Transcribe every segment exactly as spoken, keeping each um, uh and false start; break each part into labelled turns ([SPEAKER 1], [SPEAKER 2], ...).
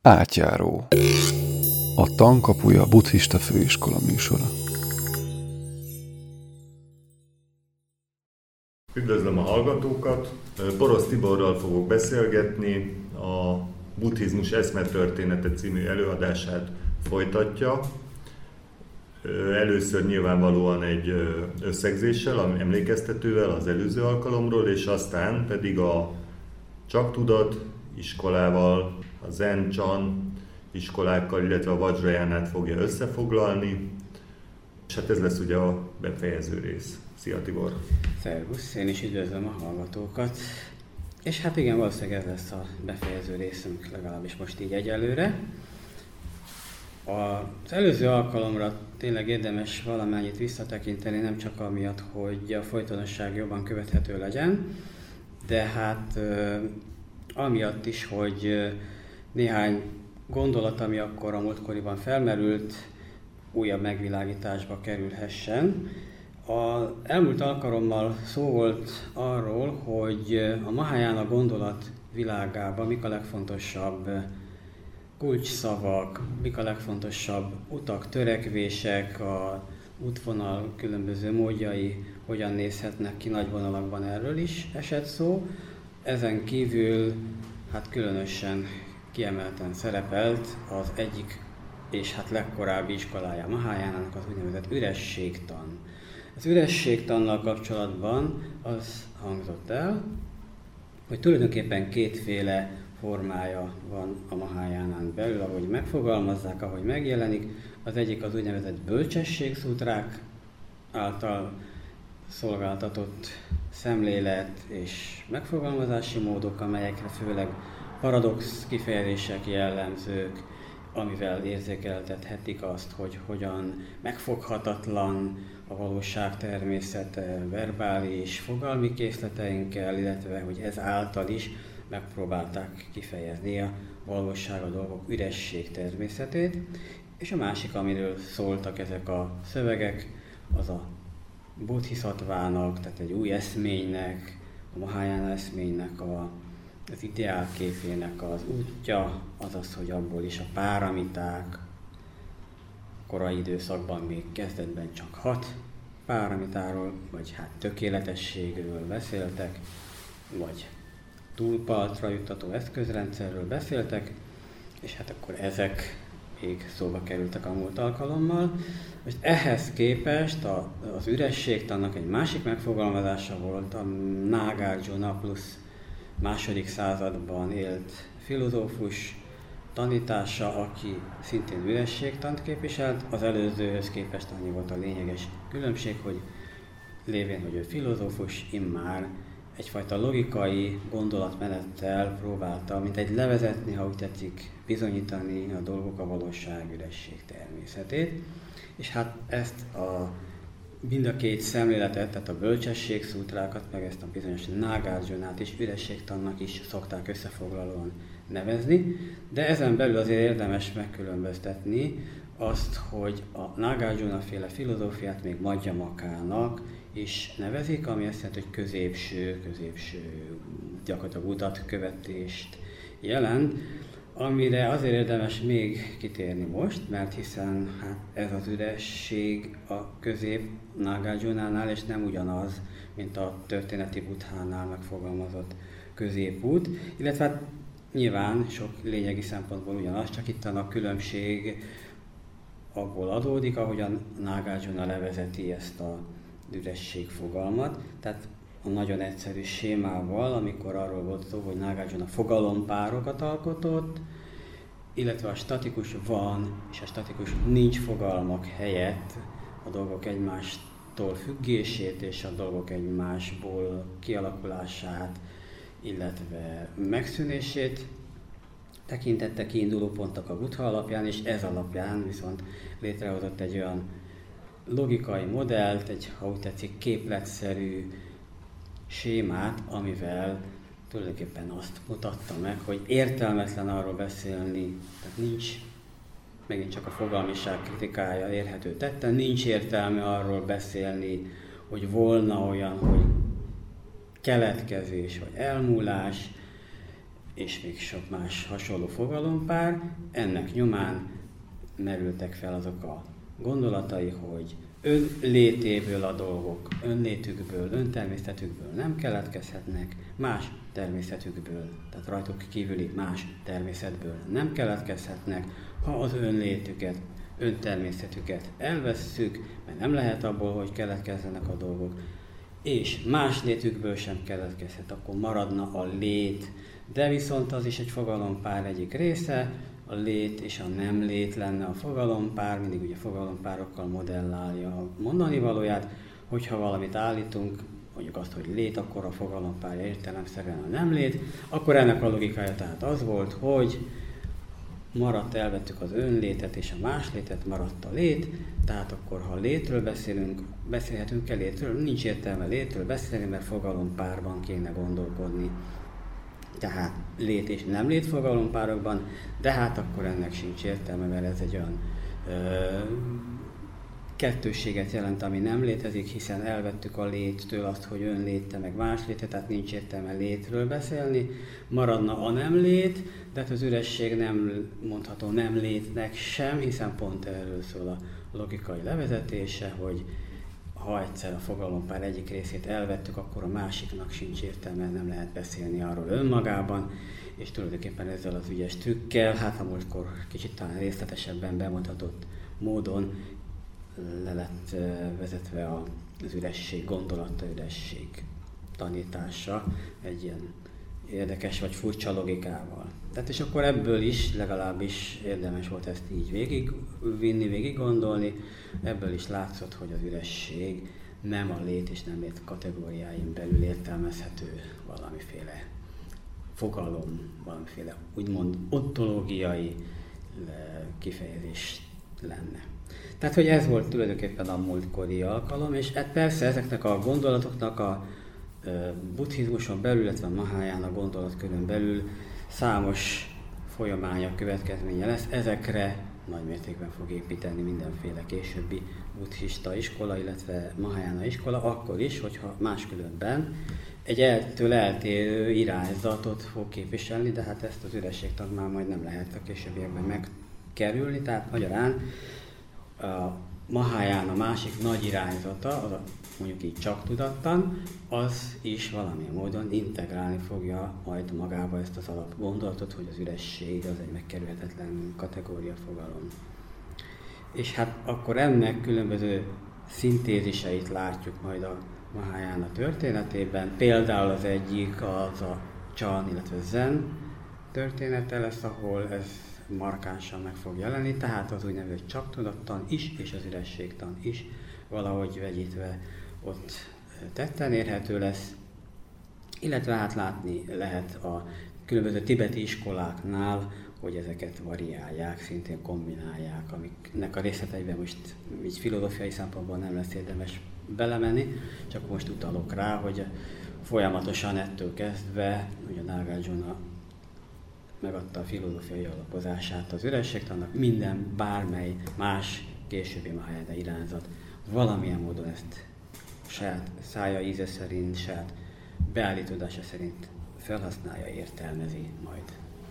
[SPEAKER 1] Átjáró. A Tankapuja buddhista főiskola műsora.
[SPEAKER 2] Üdvözlöm a hallgatókat! Porosz Tiborral fogok beszélgetni, a Buddhizmus eszmetörténete című előadását folytatja. Először nyilvánvalóan egy összegzéssel, emlékeztetővel az előző alkalomról, és aztán pedig a Csak Tudat iskolával, a Zen Chan iskolákkal, illetve a Vajrayánát fogja összefoglalni. És hát ez lesz ugye a befejező rész. Szia Tibor!
[SPEAKER 3] Szervusz, én is üdvözlöm a hallgatókat. És hát igen, valószínűleg ez lesz a befejező részünk, legalábbis most így egyelőre. Az előző alkalomra tényleg érdemes valamennyit visszatekinteni, nem csak amiatt, hogy a folytonosság jobban követhető legyen, de hát amiatt is, hogy néhány gondolat, ami akkor a múltkoriban felmerült, újabb megvilágításba kerülhessen. Az elmúlt alkalommal szó volt arról, hogy a Mahayana gondolat világában mik a legfontosabb kulcsszavak, mik a legfontosabb utak, törekvések, a útvonal különböző módjai hogyan nézhetnek ki nagy vonalakban, erről is esett szó. Ezen kívül hát különösen kiemelten szerepelt az egyik és hát legkorábbi iskolája Mahajánának, az úgynevezett ürességtan. Az ürességtannal kapcsolatban az hangzott el, hogy tulajdonképpen kétféle formája van a Mahajánán belül, ahogy megfogalmazzák, ahogy megjelenik. Az egyik az úgynevezett bölcsességszútrák által szolgáltatott szemlélet és megfogalmazási módok, amelyekre főleg paradox kifejezések jellemzők, amivel érzékeltethetik azt, hogy hogyan megfoghatatlan a valóság természete verbális fogalmi készleteinkkel, illetve hogy ez által is megpróbálták kifejezni a valóság, a dolgok üresség természetét. És a másik, amiről szóltak ezek a szövegek, az a bodhisattvának, tehát egy új eszménynek, a Mahayana eszménynek a az ideálképének az útja, azaz, hogy abból is a páramiták, korai időszakban még kezdetben csak hat páramitáról, vagy hát tökéletességről beszéltek, vagy túlpartra juttató eszközrendszerről beszéltek, és hát akkor ezek még szóba kerültek a múlt alkalommal. Most ehhez képest a, az ürességtannak egy másik megfogalmazása volt a Nagarjuna plusz második században élt filozófus tanítása, aki szintén ürességtant képviselt. Az előzőhöz képest annyi volt a lényeges különbség, hogy lévén, hogy ő filozófus, immár egyfajta logikai gondolatmenettel próbálta, mint egy levezetni, ha úgy tetszik, bizonyítani a dolgok, a valóság, üresség természetét. És hát ezt a mind a két szemléletet, tehát a bölcsességszútrákat, meg ezt a bizonyos Nagarjunát is ürességtannak is szokták összefoglalóan nevezni, de ezen belül azért érdemes megkülönböztetni azt, hogy a Nagarjuna féle filozófiát még Madhyamakának is nevezik, ami azt jelenti, hogy középső, középső gyakorlatilag utatkövetést jelent, amire azért érdemes még kitérni most, mert hiszen hát ez az üresség a közép Nagarjunánál, és nem ugyanaz, mint a történeti Buddhánál megfogalmazott középút, illetve hát nyilván sok lényegi szempontból ugyanaz, csak itt a különbség abból adódik, ahogyan Nagarjuna levezeti ezt a üresség fogalmat. Tehát a nagyon egyszerű sémával, amikor arról volt szó, hogy Nagarjuna fogalompárokat alkotott, illetve a statikus van és a statikus nincs fogalmak helyett a dolgok egymástól függését és a dolgok egymásból kialakulását, illetve megszűnését tekintette kiinduló pontok a Buddha alapján, és ez alapján viszont létrehozott egy olyan logikai modellt, egy, ha úgy tetszik, képletszerű sémát, amivel tulajdonképpen azt mutatta meg, hogy értelmetlen arról beszélni, tehát nincs, megint csak a fogalmiság kritikája érhető tetten, nincs értelme arról beszélni, hogy volna olyan, hogy keletkezés vagy elmúlás, és még sok más hasonló fogalompár. Ennek nyomán merültek fel azok a gondolatai, hogy önlétéből a dolgok, önlétükből, öntermészetükből nem keletkezhetnek, más természetükből, tehát rajtuk kívüli más természetből nem keletkezhetnek, ha az önlétüket, öntermészetüket elvesszük, mert nem lehet abból, hogy keletkezzenek a dolgok, és más létükből sem keletkezhet, akkor maradna a lét, de viszont az is egy fogalompár egyik része, a lét és a nem lét lenne a fogalompár, mindig ugye fogalompárokkal modellálja a mondani valóját, hogyha valamit állítunk, mondjuk azt, hogy lét, akkor a fogalompárja értelemszerűen a nem lét, akkor ennek a logikája tehát az volt, hogy maradt, elvettük az önlétet és a máslétet, maradt a lét, tehát akkor ha létről beszélünk, beszélhetünk-e létről, nincs értelme létről beszélni, mert fogalompárban kéne gondolkodni. Tehát lét és nem lét fogalompárokban, de hát akkor ennek sincs értelme, mert ez egy olyan ö, kettősséget jelent, ami nem létezik, hiszen elvettük a léttől azt, hogy önléte meg más léte, tehát nincs értelme létről beszélni. Maradna a nem lét, de hát az üresség nem mondható nem létnek sem, hiszen pont erről szól a logikai levezetése, hogy ha egyszer a fogalompár egyik részét elvettük, akkor a másiknak sincs értelme, nem lehet beszélni arról önmagában, és tulajdonképpen ezzel az ügyes trükkel, hát ha múltkor kicsit talán részletesebben bemutatott módon le lett vezetve az üresség gondolata, üresség tanítása egy ilyen érdekes vagy furcsa logikával. Tehát és akkor ebből is legalábbis érdemes volt ezt így végigvinni, végig gondolni, ebből is látszott, hogy az üresség nem a lét és nem lét kategóriáin belül értelmezhető valamiféle fogalom, valamiféle úgymond ontológiai kifejezés lenne. Tehát, hogy ez volt tulajdonképpen a múltkori alkalom, és hát persze ezeknek a gondolatoknak a buddhizmuson belül, illetve a Mahájána gondolatkörön belül számos folyamánya, következménye lesz. Ezekre nagy mértékben fog építeni mindenféle későbbi buddhista iskola, illetve Mahájána iskola, akkor is, hogyha máskülönben egy eltől eltérő irányzatot fog képviselni, de hát ezt az ürességtag már majd nem lehet a későbbiekben megkerülni, tehát magyarán a Mahájána másik nagy irányzata, az a, mondjuk így csak tudattan, az is valamilyen módon integrálni fogja majd magába ezt az alapgondolatot, hogy az üresség az egy megkerülhetetlen kategória fogalom. És hát akkor ennek különböző szintéziseit látjuk majd a Mahájána történetében. Például az egyik az a Chan, illetve Zen története lesz, ahol ez markánsan meg fog jelenni, tehát az úgynevezett csak tudattan is, és az ürességtan is valahogy vegyítve ott tetten érhető lesz, illetve hát látni lehet a különböző tibeti iskoláknál, hogy ezeket variálják, szintén kombinálják, amiknek a részleteiben most így filozófiai szempontból nem lesz érdemes belemenni, csak most utalok rá, hogy folyamatosan ettől kezdve, hogy a Nagarjuna megadta a filozófiai alapozását az ürességtannak, minden, bármely más későbbi Mahájána irányzat valamilyen módon ezt saját szája íze szerint, saját beállítódása szerint felhasználja, értelmezi majd.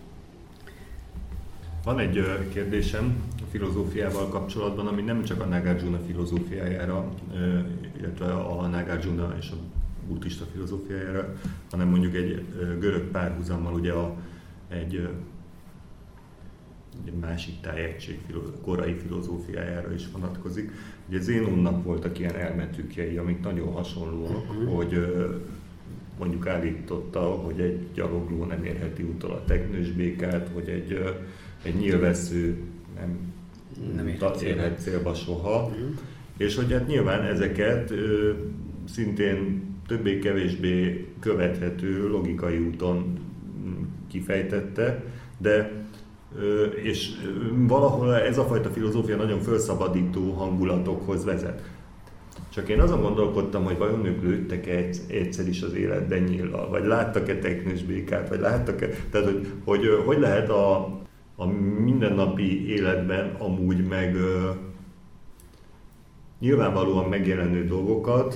[SPEAKER 2] Van egy kérdésem a filozófiával kapcsolatban, ami nem csak a Nagarjuna filozófiájára, illetve a Nagarjuna és a buddhista filozófiájára, hanem mondjuk egy görög párhuzammal ugye a, egy, egy másik tájegység korai filozófiájára is vonatkozik. Ugye Zénonnak voltak ilyen elmetűkjei, amik nagyon hasonlóak, uh-huh. hogy mondjuk állította, hogy egy gyalogló nem érheti utol a teknős békát, hogy egy, egy nyílvessző nem, nem érhet célba. célba soha. Uh-huh. És hogy hát nyilván ezeket ö, szintén többé-kevésbé követhető logikai úton kifejtette, de ö, és valahol ez a fajta filozófia nagyon felszabadító hangulatokhoz vezet. Csak én azon gondolkodtam, hogy vajon ők lőttek-e egyszer is az életben nyíllal, vagy láttak-e teknős békát, vagy láttak-e, tehát hogy hogy, hogy lehet a, a mindennapi életben amúgy meg ö, nyilvánvalóan megjelenő dolgokat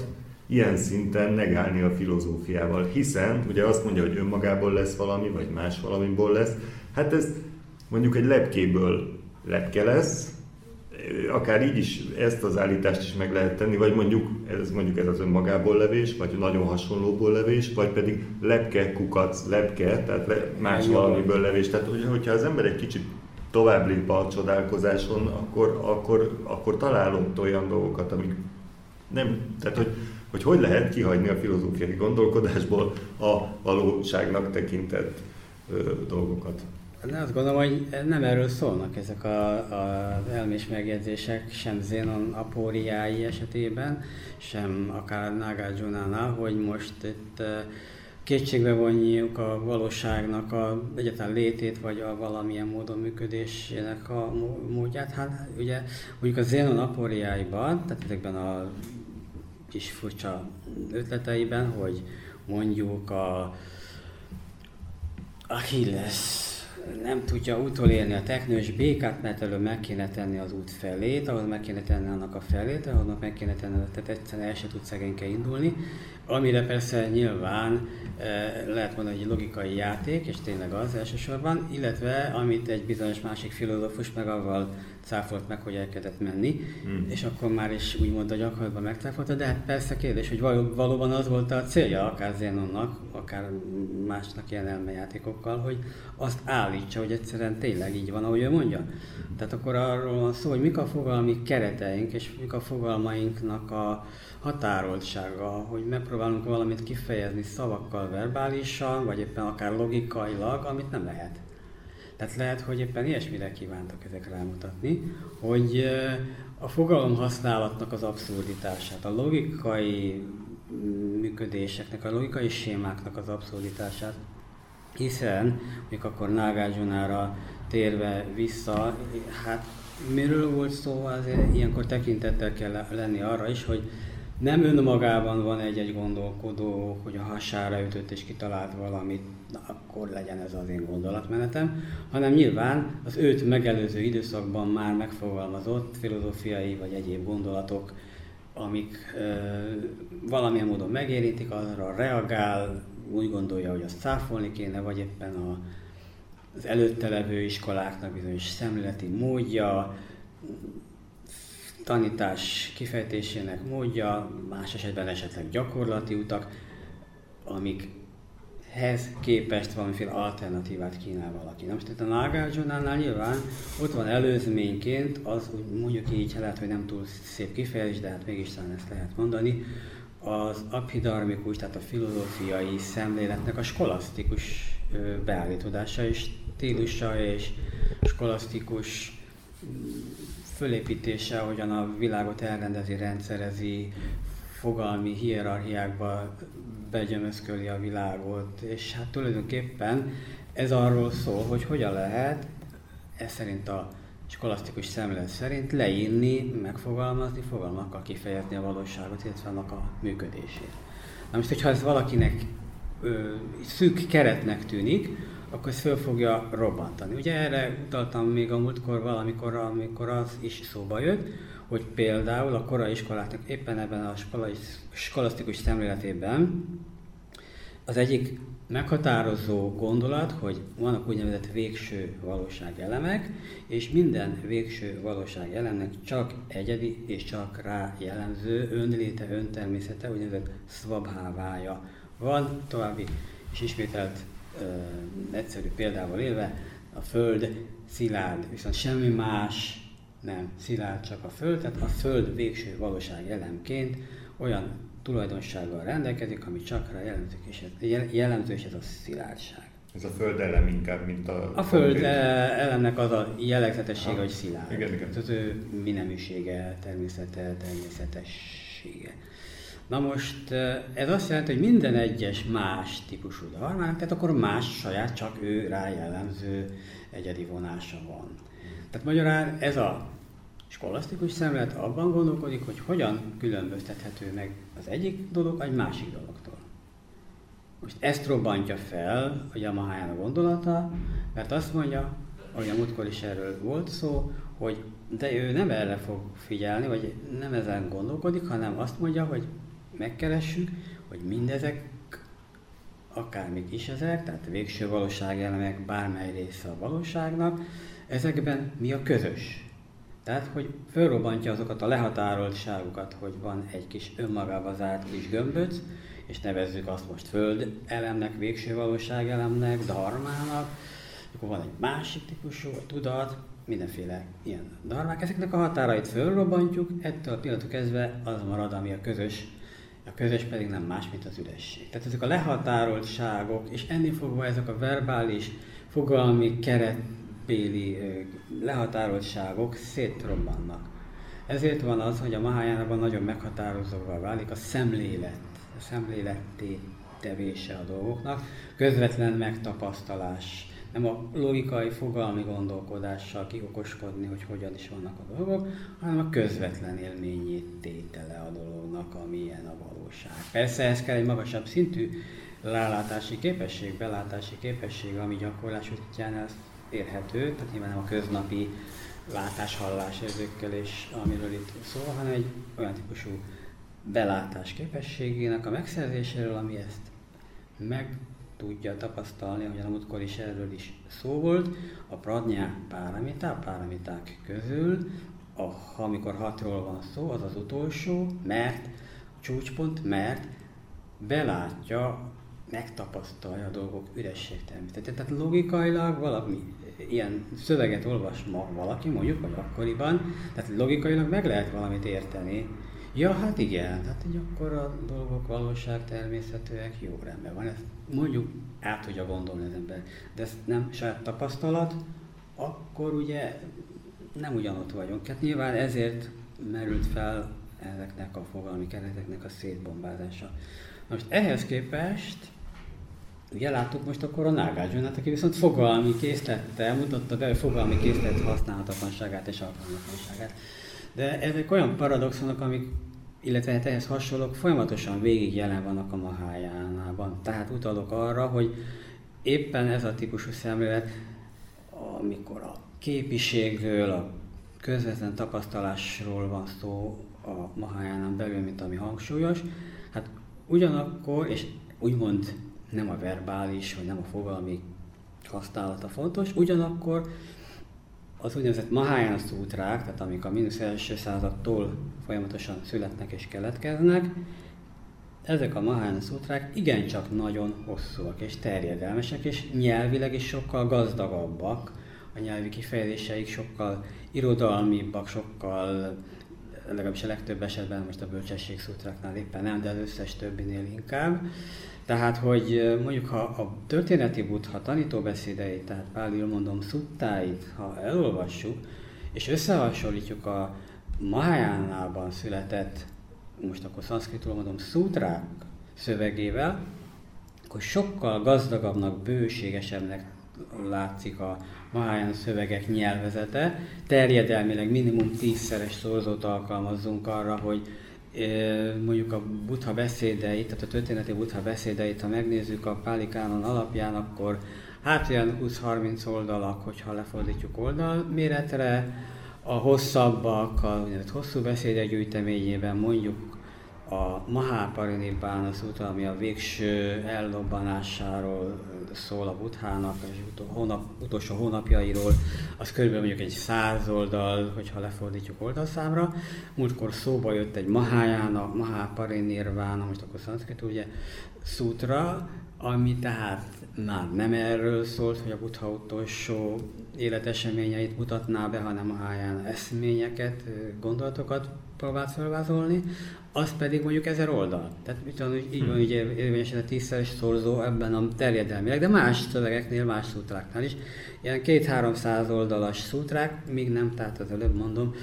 [SPEAKER 2] ilyen szinten negálni a filozófiával, hiszen ugye azt mondja, hogy önmagából lesz valami, vagy más valamiból lesz, hát ez mondjuk egy lepkéből lepke lesz, akár így is ezt az állítást is meg lehet tenni, vagy mondjuk ez, mondjuk ez az önmagából levés, vagy nagyon hasonlóból levés, vagy pedig lepke, kukac, lepke, tehát le, más valamiből levés. Tehát hogyha az ember egy kicsit tovább lép a csodálkozáson, akkor, akkor, akkor találunk olyan dolgokat, amik nem, tehát hogy, hogy hogy lehet kihagyni a filozófiai gondolkodásból a valóságnak tekintett ö, dolgokat.
[SPEAKER 3] De azt gondolom, hogy nem erről szólnak ezek az elmés megjegyzések, sem Zénon apóriái esetében, sem akár Nagarjunánál, hogy most itt kétségbe vonjuk a valóságnak a egyáltalán létét, vagy a valamilyen módon működésének a módját. Hát ugye mondjuk a Zénon apóriáiban, tehát ezekben a kis furcsa ötleteiben, hogy mondjuk a Achilles nem tudja utolérni a teknős békát, mert előbb meg kéne tenni az út felét, ahhoz meg kéne tenni annak a felét, ahhoz meg kéne tenni, tehát egyszerűen el se tud szegényke indulni. Amire persze nyilván e, lehet mondani, hogy egy logikai játék, és tényleg az elsősorban, illetve amit egy bizonyos másik filozófus meg avval cáfolt meg, hogy elkezdett menni, hmm. és akkor már is úgymond a gyakorlatban megcáfolta, de hát persze kérdés, hogy való, valóban az volt a célja, akár Zénonnak, akár másnak ilyen elmejátékokkal, hogy azt állítsa, hogy egyszerűen tényleg így van, ahogy ő mondja. Tehát akkor arról van szó, hogy mik a fogalmi kereteink, és mik a fogalmainknak a határoltsága, hogy megpróbálunk valamit kifejezni szavakkal, verbálisan, vagy éppen akár logikailag, amit nem lehet. Tehát lehet, hogy éppen ilyesmire kívántak ezek rámutatni, hogy a fogalomhasználatnak az abszurditását, a logikai működéseknek, a logikai sémáknak az abszurditását, hiszen, még akkor Nagarjunára térve vissza, hát miről volt szó, azért ilyenkor tekintettel kell lenni arra is, hogy nem önmagában van egy-egy gondolkodó, hogy a hasára ütött és kitalált valamit, na akkor legyen ez az én gondolatmenetem, hanem nyilván az őt megelőző időszakban már megfogalmazott filozófiai vagy egyéb gondolatok, amik ö, valamilyen módon megérintik, arra reagál, úgy gondolja, hogy azt cáfolni kéne, vagy éppen a, az előtte levő iskoláknak bizonyos szemléleti módja, tanítás kifejtésének módja, más esetben esetleg gyakorlati utak, amikhez képest valamiféle alternatívát kínál valaki. Na most itt a Nagarjunánál nyilván ott van előzményként, az mondjuk így, lehet, hogy nem túl szép kifejezés, de hát mégis talán ezt lehet mondani, az abhidharmikus, tehát a filozófiai szemléletnek a skolasztikus beállítódása és stílusa és skolasztikus fölépítése, ahogyan a világot elrendezi, rendszerezi, fogalmi hierarchiákba begyömözköli a világot, és hát tulajdonképpen ez arról szól, hogy hogyan lehet, ez szerint a skolasztikus szemlélet szerint leírni, megfogalmazni, fogalmakkal kifejezni a valóságot, illetve annak a működését. Na most, hogyha ez valakinek ö, szűk keretnek tűnik, akkor ezt föl fogja robbantani. Ugye erre utaltam még a múltkor valamikor, amikor az is szóba jött, hogy például a korai iskoláknak éppen ebben a skolasztikus szemléletében az egyik meghatározó gondolat, hogy vannak úgynevezett végső valóságelemek, és minden végső valóságelemnek csak egyedi és csak rá jellemző önléte, öntermészete, úgynevezett szvabhávája van. További és ismételt uh, egyszerű példával élve, a Föld szilárd, viszont semmi más nem szilárd, csak a Föld, tehát a Föld végső valóságelemként olyan tulajdonsággal rendelkezik, ami csak rá jellemző, és ez, jellemző, és ez a szilárdság.
[SPEAKER 2] Ez a Föld elem inkább, mint a...
[SPEAKER 3] A Föld konkrét... elemnek az a jellegzetessége, hogy szilárd.
[SPEAKER 2] Igen, igen.
[SPEAKER 3] Az ő mineműsége, természete, természetessége. Na most ez azt jelenti, hogy minden egyes más típusú dharmának, tehát akkor más saját, csak ő rá jellemző egyedi vonása van. Tehát magyarán ez a skolasztikus szemlélet abban gondolkodik, hogy hogyan különböztethető meg az egyik dolog egy másik dologtól. Most ezt robbantja fel a Yamahájának gondolata, mert azt mondja, ahogy a múltkor is erről volt szó, hogy de ő nem erre fog figyelni, vagy nem ezen gondolkodik, hanem azt mondja, hogy megkeressük, hogy mindezek, akármik is ezek, tehát végső valóságelemek, bármely része a valóságnak, ezekben mi a közös. Tehát, hogy fölrobbantja azokat a lehatároltságokat, hogy van egy kis önmagába zárt kis gömböc, és nevezzük azt most föld elemnek, végső valóságelemnek, dharmának, akkor van egy másik típusú, a tudat, mindenféle ilyen dharmák. Ezeknek a határait fölrobbantjuk, ettől a pillanattól kezdve az marad, ami a közös, a közös pedig nem más, mint az üresség. Tehát ezek a lehatároltságok, és ennél fogva ezek a verbális, fogalmi, keretbéli lehatároltságok szétrobbannak. Ezért van az, hogy a Mahajánában nagyon meghatározóvá válik a szemlélet, a szemléletté tevése a dolgoknak, közvetlen megtapasztalás, nem a logikai, fogalmi gondolkodással kiokoskodni, hogy hogyan is vannak a dolgok, hanem a közvetlen élményét tétele a dolognak, amilyen a valóság. Persze ez kell egy magasabb szintű rálátási képesség, belátási képesség, ami gyakorlás útján érhető, tehát nyilván nem a köznapi látás-hallás érzékelés, amiről itt szó, hanem egy olyan típusú belátás képességének a megszerzéséről, ami ezt meg tudja tapasztalni, ahogyan a múltkor is erről is szó volt, a pradnyá páramitá, páramiták közül, a, amikor hatról van szó, az az utolsó, mert, a csúcspont, mert belátja, megtapasztalja a dolgok ürességtermészetét. Tehát logikailag valami ilyen szöveget olvas ma valaki, mondjuk, vagy akkoriban, tehát logikailag meg lehet valamit érteni. Ja, hát igen, hát így akkor a dolgok valóság természetűek, jó, rendben van, ezt mondjuk át tudja gondolni az ember, de ez nem saját tapasztalat, akkor ugye nem ugyanott vagyunk. Hát nyilván ezért merült fel ezeknek a fogalmi kereteknek a szétbombázása. Most ehhez képest, ugye láttuk most akkor a Nagarjunát, aki viszont fogalmi készlettel mutatta be, hogy fogalmi készlet használhatatlanságát és alkalmatlanságát. De ezek olyan paradoxonok, amik, illetve hát ehhez hasonlók folyamatosan végig jelen vannak a Mahajánában. Tehát utalok arra, hogy éppen ez a típusú szemlélet, amikor a képiségről, a közvetlen tapasztalásról van szó a Mahajánán belül, mint ami hangsúlyos, hát ugyanakkor, és úgymond nem a verbális, vagy nem a fogalmi használata fontos, ugyanakkor az úgynevezett Mahajana szútrák, tehát amik a mínusz első századtól folyamatosan születnek és keletkeznek, ezek a Mahajana szútrák igencsak nagyon hosszúak és terjedelmesek, és nyelvileg is sokkal gazdagabbak, a nyelvi kifejezéseik sokkal irodalmibbak, sokkal, legalábbis a legtöbb esetben, most a bölcsesség szútráknál éppen nem, de az összes többinél inkább. Tehát, hogy mondjuk, ha a történeti Buddha tanítóbeszédeit, tehát Pálil mondom szuttáit, ha elolvassuk, és összehasonlítjuk a Mahajánában született, most akkor szanszkritul mondom, szútrák szövegével, akkor sokkal gazdagabbnak, bőségesebbnek látszik a Mahaján szövegek nyelvezete. Terjedelmileg minimum tízszeres szorzót alkalmazzunk arra, hogy mondjuk a Buddha beszédeit, tehát a történeti Buddha beszédeit, ha megnézzük a Páli kánon alapján, akkor hát olyan húsz-harminc oldalak, hogyha lefordítjuk oldalméretre, a hosszabbak, a hosszú beszédek gyűjteményében mondjuk a Maháparinibbána szútra, ami a végső ellobbanásáról szól a Buddhának, és hónap, utolsó hónapjairól, az körülbelül mondjuk egy száz oldal, hogyha lefordítjuk oldalszámra. Múltkor szóba jött egy Mahajana, Maháparinirvána, most akkor szanszkritul, ugye, szútra, ami tehát már nem erről szólt, hogy a Buddha utolsó életeseményeit mutatná be, hanem Mahajana eszményeket, gondolatokat próbált felvázolni, az pedig mondjuk ezer oldal. Tehát így van, így érvényesen a tízszeres szorzó ebben a terjedelmileg, de más szövegeknél, más szútráknál is. Ilyen két-háromszáz oldalas szútrák, míg nem, tehát az előbb mondom,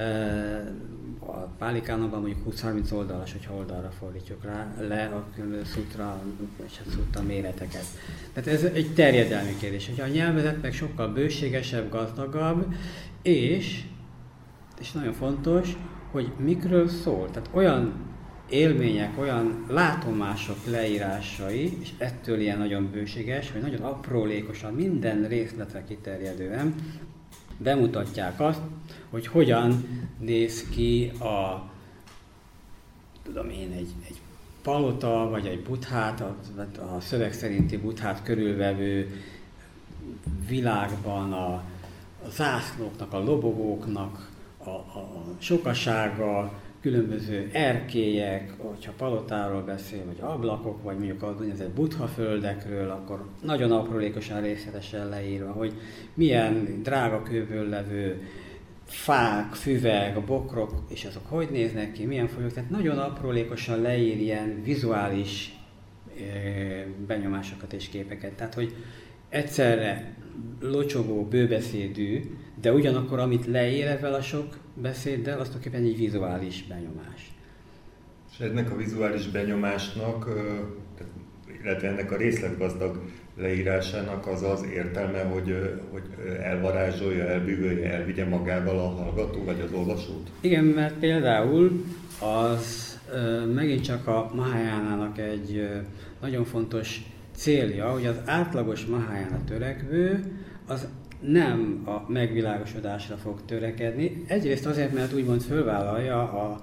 [SPEAKER 3] a Páli kánonban mondjuk húsz-harminc oldalas, hogyha oldalra fordítjuk rá le a különböző szútra és a szútra méreteket. Tehát ez egy terjedelmi kérdés. Hogyha a nyelvezet meg sokkal bőségesebb, gazdagabb, és, és nagyon fontos, hogy mikről szól. Tehát olyan élmények, olyan látomások leírásai, és ettől ilyen nagyon bőséges, hogy nagyon aprólékosan, minden részletre kiterjedően bemutatják azt, hogy hogyan néz ki a, tudom én, egy, egy palota, vagy egy buddhát, a, a szöveg szerinti buddhát körülvevő világban a, a zászlóknak, a lobogóknak a, a, a sokasága, különböző erkélyek, hogyha palotáról beszél, vagy ablakok, vagy mondjuk az úgynevezett buddha földekről, akkor nagyon aprólékosan, részletesen leírva, hogy milyen drága kőből levő fák, füvek, bokrok, és azok hogy néznek ki, milyen folyók, tehát nagyon aprólékosan leír ilyen vizuális benyomásokat és képeket. Tehát, hogy egyszerre locsogó, bőbeszédű, de ugyanakkor, amit leír ezzel a sok beszéddel, azt tulajdonképpen egy vizuális benyomás.
[SPEAKER 2] És ennek a vizuális benyomásnak, illetve ennek a részletgazdag leírásának az az értelme, hogy, hogy elvarázsolja, elbűvölje, elvigye magával a hallgató vagy az olvasót?
[SPEAKER 3] Igen, mert például az megint csak a Mahajánának egy nagyon fontos célja, hogy az átlagos Mahajána törekvő az nem a megvilágosodásra fog törekedni. Egyrészt azért, mert úgymond fölvállalja a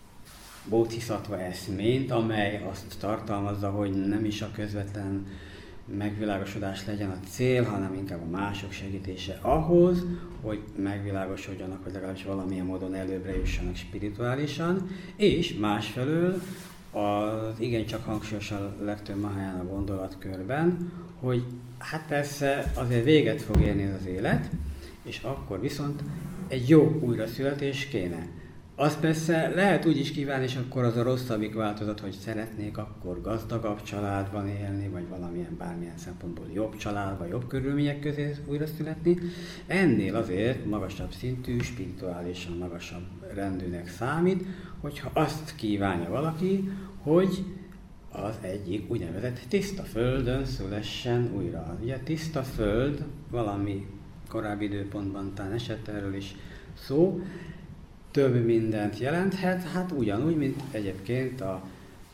[SPEAKER 3] bodhisattva eszményt, amely azt tartalmazza, hogy nem is a közvetlen megvilágosodás legyen a cél, hanem inkább a mások segítése ahhoz, hogy megvilágosodjanak, vagy legalábbis valamilyen módon előbbre jussanak spirituálisan, és másfelől az igencsak hangsúlyos a legtöbb Mahajána gondolatkörben, hogy hát persze azért véget fog érni az élet, és akkor viszont egy jó újraszületés kéne. Azt persze lehet úgy is kívánni, és akkor az a rosszabbik változat, hogy szeretnék akkor gazdagabb családban élni, vagy valamilyen bármilyen szempontból jobb családban, jobb körülmények közé újra születni. Ennél azért magasabb szintű, spirituálisan magasabb rendűnek számít, hogyha azt kívánja valaki, hogy az egyik úgynevezett tiszta földön szülessen újra. Ugye tiszta föld, valami korábbi időpontban talán esett erről is szó, több mindent jelenthet, hát ugyanúgy, mint egyébként a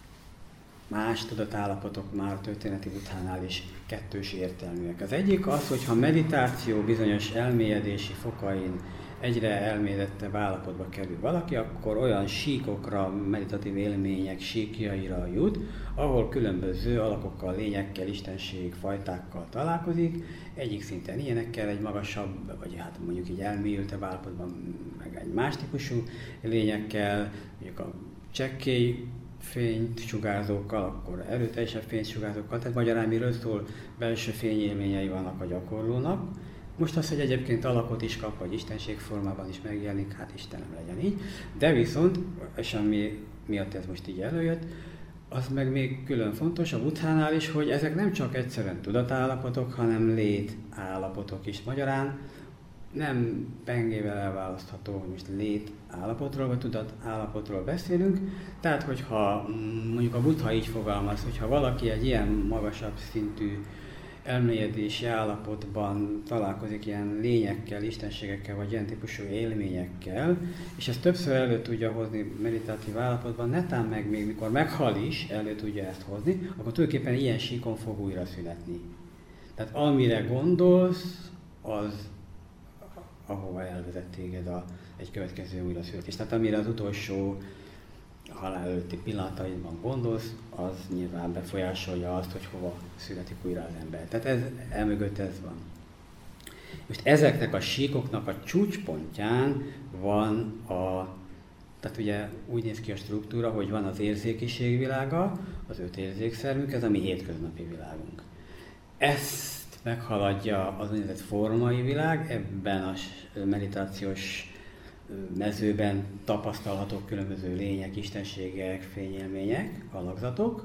[SPEAKER 3] más tudatállapotok már a történeti buddhánál is kettős értelműek. Az egyik az, hogyha meditáció bizonyos elmélyedési fokain egyre elmélyedtebb állapotba kerül valaki, akkor olyan síkokra, meditatív élmények síkjaira jut, ahol különböző alakokkal, lényekkel, istenség, fajtákkal találkozik. Egyik szinten ilyenekkel, egy magasabb, vagy hát mondjuk így elmélyültebb állapotban, meg egy más típusú lényekkel, mondjuk a csekkély fényt sugárzókkal, akkor erőteljesebb fényt sugárzókkal, tehát magyarán miről szól, belső fényélményei vannak a gyakorlónak. Most az, hogy egyébként alakot is kap, vagy istenség formában is megjelenik, hát Istenem legyen így. De viszont, és ami miatt ez most így előjött, az meg még külön fontos a buddhánál is, hogy ezek nem csak egyszerűen tudatállapotok, hanem létállapotok is. Magyarán nem pengével elválasztható, hogy most létállapotról vagy tudatállapotról beszélünk. Tehát, hogyha mondjuk a buddha így fogalmaz, hogyha valaki egy ilyen magasabb szintű elmélyedési állapotban találkozik ilyen lényekkel, istenségekkel, vagy ilyen típusú élményekkel, és ezt többször elő tudja hozni meditatív állapotban, netán meg még mikor meghal is, elő tudja ezt hozni, akkor tulajdonképpen ilyen síkon fog újra születni. Tehát amire gondolsz, az ahova elvezet téged a, egy következő újraszületés. Tehát amire az utolsó halál előtti pillanataidban gondolsz, az nyilván befolyásolja azt, hogy hova születik újra az ember. Tehát ez, elmögött ez van. Most ezeknek a síkoknak a csúcspontján van a, tehát ugye úgy néz ki a struktúra, hogy van az érzékiség világa, az öt érzékszervünk, ez a mi hétköznapi világunk. Ezt meghaladja az úgynevezett formai világ, ebben a meditációs mezőben tapasztalhatók különböző lények, istenségek, fényélmények, alakzatok,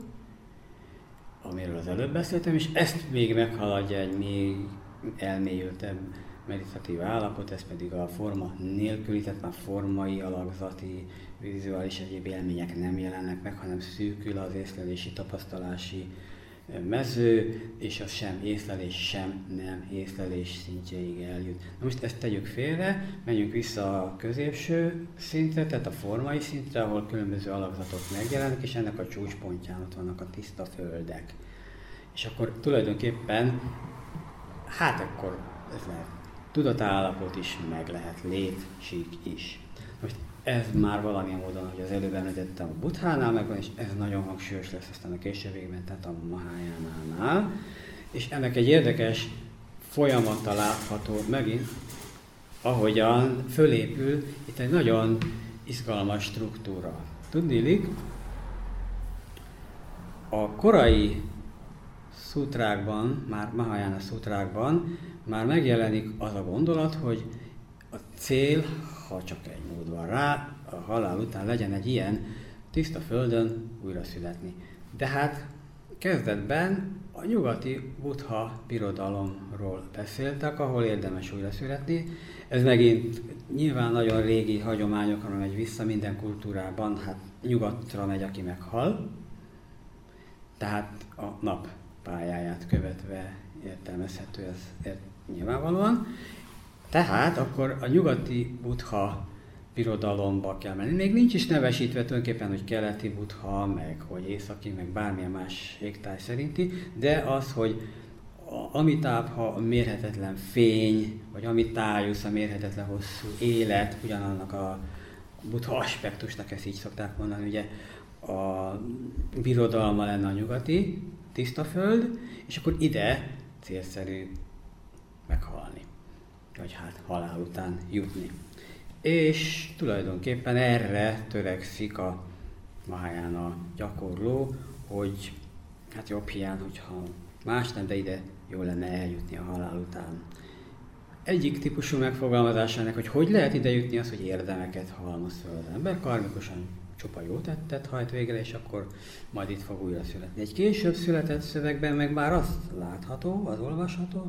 [SPEAKER 3] amiről az előbb beszéltem, és ezt még meghaladja egy még elmélyültebb meditatív állapot, ez pedig a forma nélküli, tehát már formai, alakzati, vizuális egyéb élmények nem jelennek meg, hanem szűkül az észlelési, tapasztalási mező, és az sem észlelés, sem nem észlelés szintjéig eljut. Na most ezt tegyük félre, menjünk vissza a középső szintre, tehát a formai szintre, ahol különböző alakzatok megjelennek, és ennek a csúcspontján ott vannak a tiszta földek. És akkor tulajdonképpen, hát akkor ez lehet tudatállapot is, meg lehet létsík is. Most ez már valamilyen módon, hogy az előbb említettem a Buddhánál megvan, és ez nagyon hangsúlyos lesz aztán a későbbiekben, tehát a Mahayánánál. És ennek egy érdekes folyamata látható megint, ahogyan fölépül itt egy nagyon izgalmas struktúra. Tudniillik, a korai szútrákban, már Mahajána szútrákban már megjelenik az a gondolat, hogy a cél, ha csak egy mód van rá, a halál után legyen egy ilyen tiszta földön újra születni. De hát kezdetben a nyugati Buddha birodalomról beszéltek, ahol érdemes újra születni. Ez megint nyilván nagyon régi hagyományokra megy vissza, minden kultúrában, hát nyugatra megy, aki meghal. Tehát a nap pályáját követve értelmezhető ez nyilvánvalóan. Tehát akkor a nyugati Buddha birodalomba kell menni. Még nincs is nevesítve tulajdonképpen, hogy keleti Buddha, meg hogy északi, meg bármilyen más égtáj szerinti, de az, hogy a Amitabha a mérhetetlen fény, vagy Amitájusz a mérhetetlen hosszú élet, ugyanannak a Buddha aspektusnak ezt így szokták mondani, ugye a birodalma lenne a nyugati, tiszta föld, és akkor ide célszerű meghalni, vagy hát halál után jutni. És tulajdonképpen erre törekszik a Mahayana gyakorló, hogy hát jobb hiány, hogyha más nem, de ide jó lenne eljutni a halál után. Egyik típusú megfogalmazása ennek, hogy hogy lehet ide jutni, az, hogy érdemeket halmoz fel az ember, karmikusan csupa jó tettet hajt végre, és akkor majd itt fog újra születni. Egy később született szövegben meg már azt látható, az olvasható,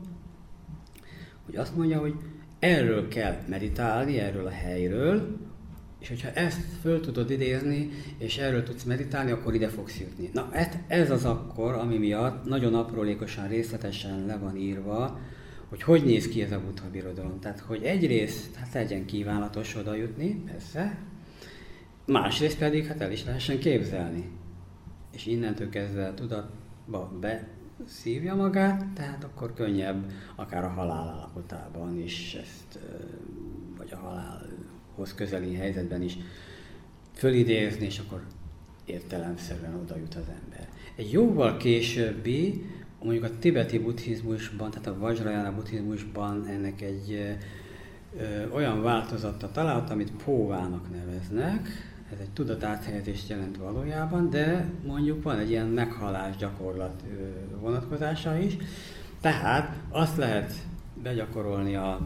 [SPEAKER 3] hogy azt mondja, hogy erről kell meditálni, erről a helyről, és hogyha ezt föl tudod idézni, és erről tudsz meditálni, akkor ide fogsz jutni. Na, ez az akkor, ami miatt nagyon aprólékosan, részletesen le van írva, hogy hogy néz ki ez a Buddha birodalom. Tehát, hogy egyrészt hát legyen kívánatos oda jutni, persze, másrészt pedig hát el is lehessen képzelni. És innentől kezdve a tudatba beszívja magát, tehát akkor könnyebb akár a halál állapotában is ezt, vagy a halálhoz közeli helyzetben is fölidézni, és akkor értelemszerűen oda jut az ember. Egy jóval későbbi, mondjuk a tibeti buddhizmusban, tehát a Vajrayana buddhizmusban ennek egy ö, olyan változata talált, amit póvának neveznek. Ez egy tudatáthelyezést jelent valójában, de mondjuk van egy ilyen meghalás gyakorlat ö, vonatkozása is. Tehát azt lehet begyakorolni a,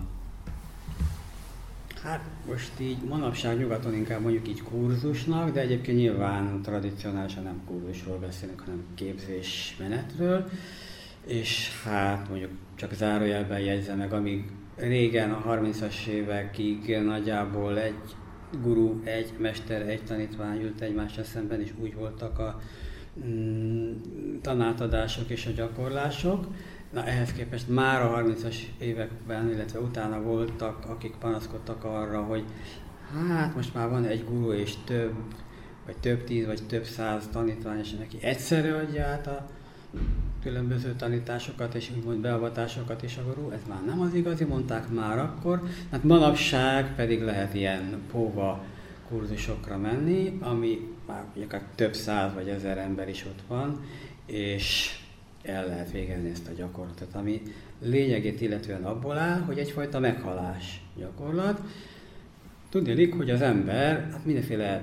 [SPEAKER 3] hát most így manapság nyugaton inkább mondjuk így kurzusnak, de egyébként nyilván tradicionálisan nem kurzusról beszélünk, hanem képzésmenetről. És hát mondjuk csak zárójelben jegyzem meg, amíg régen a harmincas évekig nagyjából egy guru, egy mester, egy tanítvány ült egymással szemben, és úgy voltak a mm, tanátadások és a gyakorlások. Na, ehhez képest már a harmincas években, illetve utána voltak, akik panaszkodtak arra, hogy hát most már van egy guru és több, vagy több tíz, vagy több száz tanítvány, és neki egyszerre adja át a különböző tanításokat és úgymond beavatásokat is a guru, ez már nem az igazi, mondták már akkor. Hát manapság pedig lehet ilyen póva kurzusokra menni, ami már akár több száz vagy ezer ember is ott van, és el lehet végezni ezt a gyakorlatot, ami lényegét illetően abból áll, hogy egyfajta meghalás gyakorlat. Tudniillik, hogy az ember hát mindenféle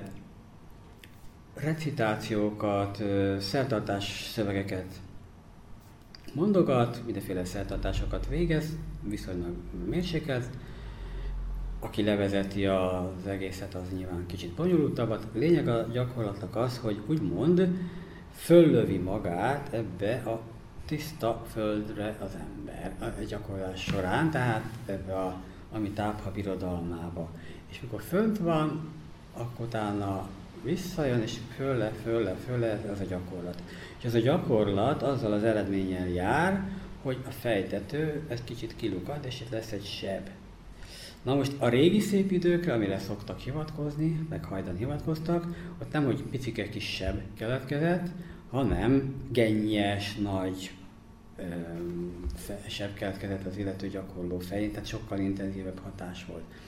[SPEAKER 3] recitációkat, szertartás szövegeket mondogat, mindenféle szertartásokat végez, viszonylag mérsékelt. Aki levezeti az egészet, az nyilván kicsit bonyolultabb. A lényeg a gyakorlatnak az, hogy úgymond föllövi magát ebbe a tiszta földre az ember a gyakorlás során, tehát ebbe a Amitabha birodalmába. És mikor fönt van, akkor utána visszajön, és fölle, fölle, fölle, ez a gyakorlat. És ez a gyakorlat azzal az eredménnyel jár, hogy a fejtető ez kicsit kilukad, és itt lesz egy seb. Na most a régi szép időkre, amire szoktak hivatkozni, meg hajdan hivatkoztak, ott nem, hogy picike kis seb keletkezett, hanem gennyes, nagy ö, fe, seb keletkezett az illető gyakorló fején, tehát sokkal intenzívebb hatás volt.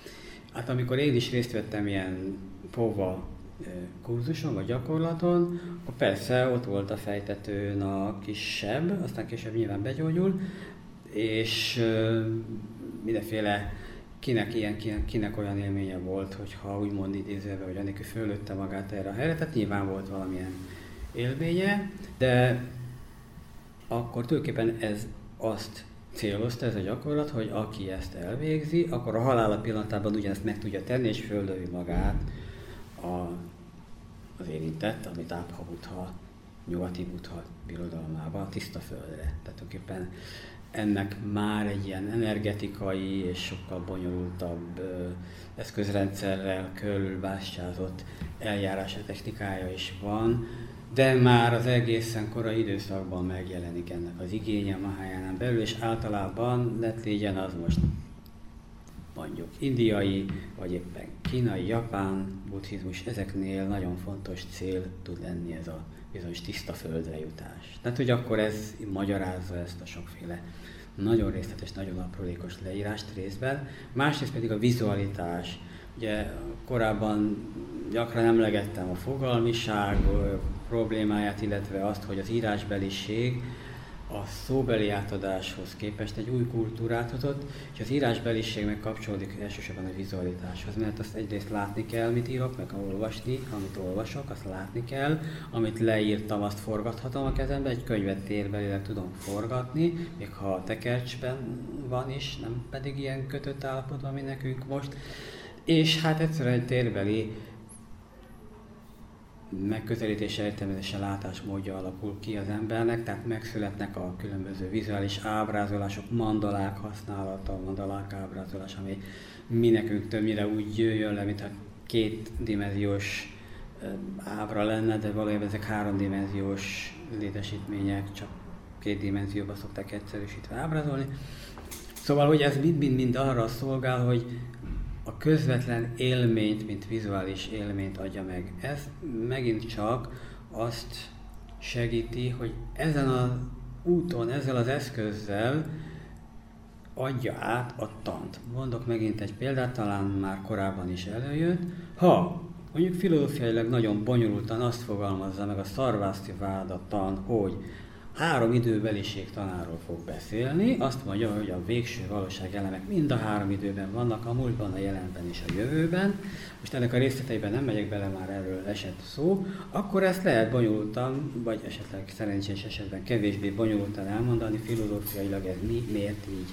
[SPEAKER 3] Hát amikor én is részt vettem ilyen póva kurzuson vagy gyakorlaton, akkor persze ott volt a fejtetőn a kis seb, aztán később nyilván begyógyul, és mindenféle kinek ilyen, kinek, kinek olyan élménye volt, hogyha úgymond idézőbe, hogy anélkül fölötte magát erre a helyre, tehát nyilván volt valamilyen élménye, de akkor tulajdonképpen ez azt célozta, ez a gyakorlat, hogy aki ezt elvégzi, akkor a halála pillanatában ugyanezt meg tudja tenni, és földövi magát a, az érintett, amit Abha Buddha, nyugati Buddha birodalmába, a tiszta földre. Tehát tulajdonképpen ennek már egy ilyen energetikai és sokkal bonyolultabb ö, eszközrendszerrel körülbástyázott eljárása, technikája is van, de már az egészen korai időszakban megjelenik ennek az igénye a Mahayánán belül, és általában lett légyen az most mondjuk indiai, vagy éppen kínai, japán buddhizmus, ezeknél nagyon fontos cél tud lenni ez a bizonyos tiszta földre jutás. Tehát, hogy akkor ez magyarázza ezt a sokféle nagyon részletes, nagyon aprólékos leírást részben, másrészt pedig a vizualitás. Ugye korábban gyakran emlegettem a fogalmiság problémáját, illetve azt, hogy az írásbeliség a szóbeli átadáshoz képest egy új kultúrát hozott, és az írásbeliség meg kapcsolódik elsősorban a vizualitáshoz, mert azt egyrészt látni kell, mit írok, meg olvasni, amit olvasok, azt látni kell, amit leírtam, azt forgathatom a kezembe, egy könyvet térbelileg tudom forgatni, még ha a tekercsben van is, nem pedig ilyen kötött állapotban, mint nekünk most. És hát egyszerűen egy térbeli megközelítése, értelmezése, látásmódja alakul ki az embernek, tehát megszületnek a különböző vizuális ábrázolások, mandalák használata, mandalák ábrázolás, ami mi nekünk többnyire úgy jön le, mintha kétdimenziós ábra lenne, de valójában ezek háromdimenziós létesítmények, csak két dimenzióban szokták egyszerűsítve ábrázolni. Szóval, hogy ez mind-mind arra szolgál, hogy a közvetlen élményt, mint vizuális élményt adja meg. Ez megint csak azt segíti, hogy ezen az úton, ezzel az eszközzel adja át a tant. Mondok megint egy példát, talán már korábban is előjött. Ha mondjuk filozófiailag nagyon bonyolultan azt fogalmazza meg a Szarvasztiváda tan, hogy három időbeliség tanáról fog beszélni, azt mondja, hogy a végső valóság elemek mind a három időben vannak, a múltban, a jelenben és a jövőben. Most ennek a részleteiben nem megyek bele, már erről esett szó, akkor ezt lehet bonyolultan, vagy esetleg szerencsés esetben kevésbé bonyolultan elmondani, filozófiailag ez mi, miért így.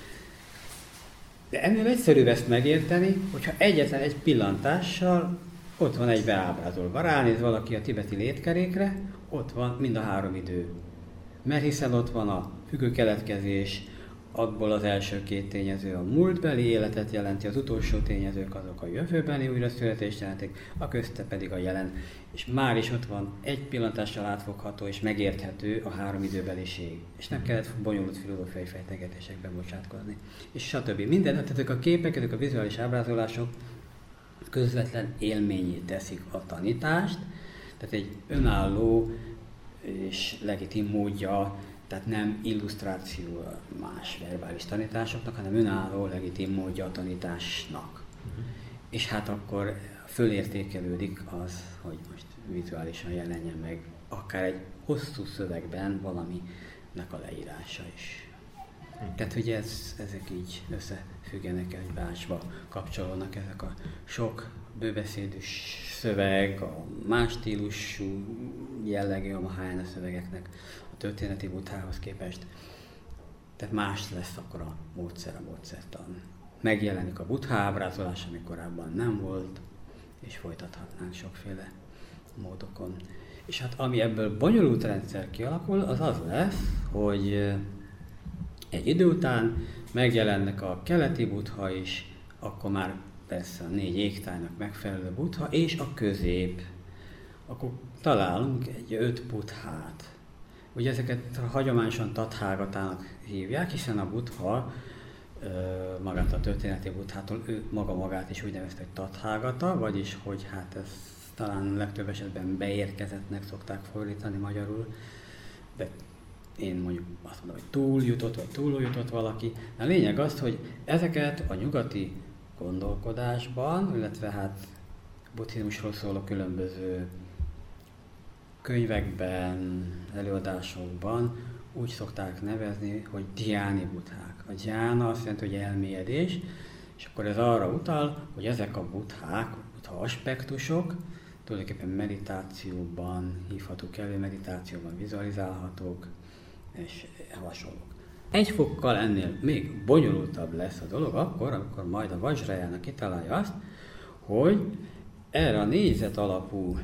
[SPEAKER 3] De ennél egyszerűbb ezt megérteni, hogyha egyetlen egy pillantással ott van egy beábrázolva, ránéz valaki a tibeti létkerékre, ott van mind a három idő. Mert hiszen ott van a függő keletkezés, abból az első két tényező a múltbeli életet jelenti, az utolsó tényezők azok a jövőbeni újraszületést jelentik, a közte pedig a jelen. És már is ott van egy pillantással átfogható és megérthető a három időbeliség. És nem kellett bonyolult filozófiai fejtegetésekben bocsátkozni. És stb. Minden, tehát ezek a képek, ezek a vizuális ábrázolások közvetlen élményét teszik a tanítást, tehát egy önálló és legitim módja, tehát nem illusztráció más verbális tanításoknak, hanem önálló, legitim módja a tanításnak. Uh-huh. És hát akkor fölértékelődik az, hogy most vizuálisan jelenjen meg akár egy hosszú szövegben valaminek a leírása is. Uh-huh. Tehát, hogy ez, ezek így összefüggenek egymásba, kapcsolódnak ezek a sok bőbeszédűs szöveg, a más stílusú jellegű a Mahayana szövegeknek a történeti Buddhához képest. Tehát más lesz akkor a módszer, a módszertan. Megjelenik a Buddha ábrázolás, ami korábban nem volt, és folytathatnánk sokféle módokon. És hát ami ebből bonyolult rendszer kialakul, az az lesz, hogy egy idő után megjelennek a keleti Buddha is, akkor már persze a négy égtájnak megfelelő Buddha, és a közép. Akkor találunk egy öt Buddhát. Ugye ezeket hagyományosan Tathágatának hívják, hiszen a Buddha magát a történeti Buddhától, ő maga magát is úgy nevezte, hogy Tathágata, vagyis hogy hát ez talán legtöbb esetben beérkezettnek szokták fordítani magyarul, de én mondjuk azt mondom, hogy túljutott, vagy túljutott valaki. A lényeg az, hogy ezeket a nyugati gondolkodásban, illetve hát buddhizmusról szóló különböző könyvekben, előadásokban úgy szokták nevezni, hogy dhyáni buddhák. A dhyána azt jelenti, hogy elmélyedés, és akkor ez arra utal, hogy ezek a buddhák, buddha aspektusok tulajdonképpen meditációban hívhatók elő, meditációban vizualizálhatók, és hasonlók. Egy fokkal ennél még bonyolultabb lesz a dolog akkor, amikor majd a Vajrayana kitalálja azt, hogy erre a négyzet alapú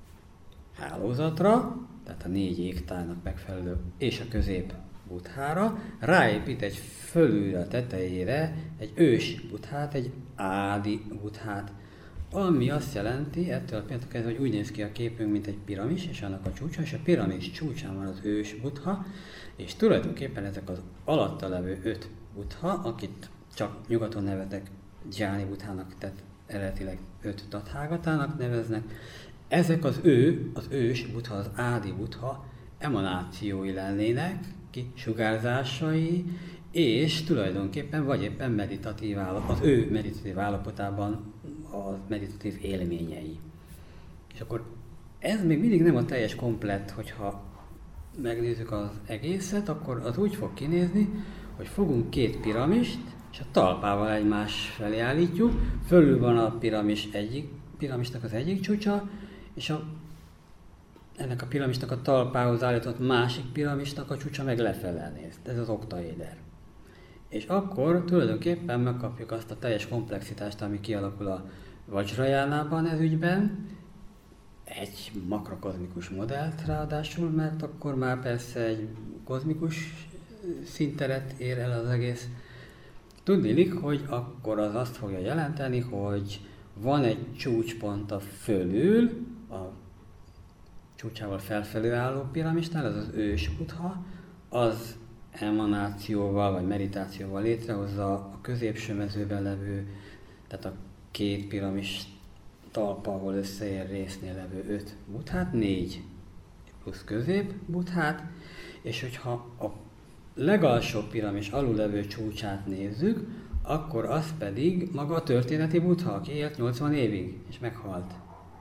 [SPEAKER 3] hálózatra, tehát a négy égtárnak megfelelő és a közép buddhára ráépít egy fölülre a tetejére egy ős buddhát, egy ádi buddhát, ami azt jelenti, ettől a pillanattól kezdve, hogy úgy néz ki a képünk, mint egy piramis, és annak a csúcsa, és a piramis csúcsán van az ős buddha, és tulajdonképpen ezek az alatta levő öt buddha, akit csak nyugaton nevetek dhyáni buddhának, tehát eredetileg öt tathágatának neveznek, ezek az ő, az ős buddha, az ádi buddha emanációi lennének, kisugárzásai, és tulajdonképpen vagy éppen meditatív állapot, az ő meditatív állapotában a meditatív élményei. És akkor ez még mindig nem a teljes komplett, hogyha megnézzük az egészet, akkor az úgy fog kinézni, hogy fogunk két piramist, és a talpával egymás felé állítjuk, fölül van a piramis egyik, piramisnak az egyik csúcsa, és a, ennek a piramisnak a talpához állított másik piramisnak a csúcsa meg lefele néz. Ez az oktaéder. És akkor tulajdonképpen megkapjuk azt a teljes komplexitást, ami kialakul a Vajrayánában ez ügyben, egy makrokozmikus modellt ráadásul, mert akkor már persze egy kozmikus szinteret ér el az egész. Tudniillik, hogy akkor az azt fogja jelenteni, hogy van egy csúcspont a fölül, a csúcsával felfelé álló piramisnál, ez az ős buddha, az emanációval vagy meditációval létrehozza a középső mezőben levő, tehát a két piramis talpa, ahol összeér résznél levő öt buddhát, négy plusz közép buddhát, és hogyha a legalsó piramis alul levő csúcsát nézzük, akkor az pedig maga a történeti buddha, aki élt nyolcvan évig, és meghalt.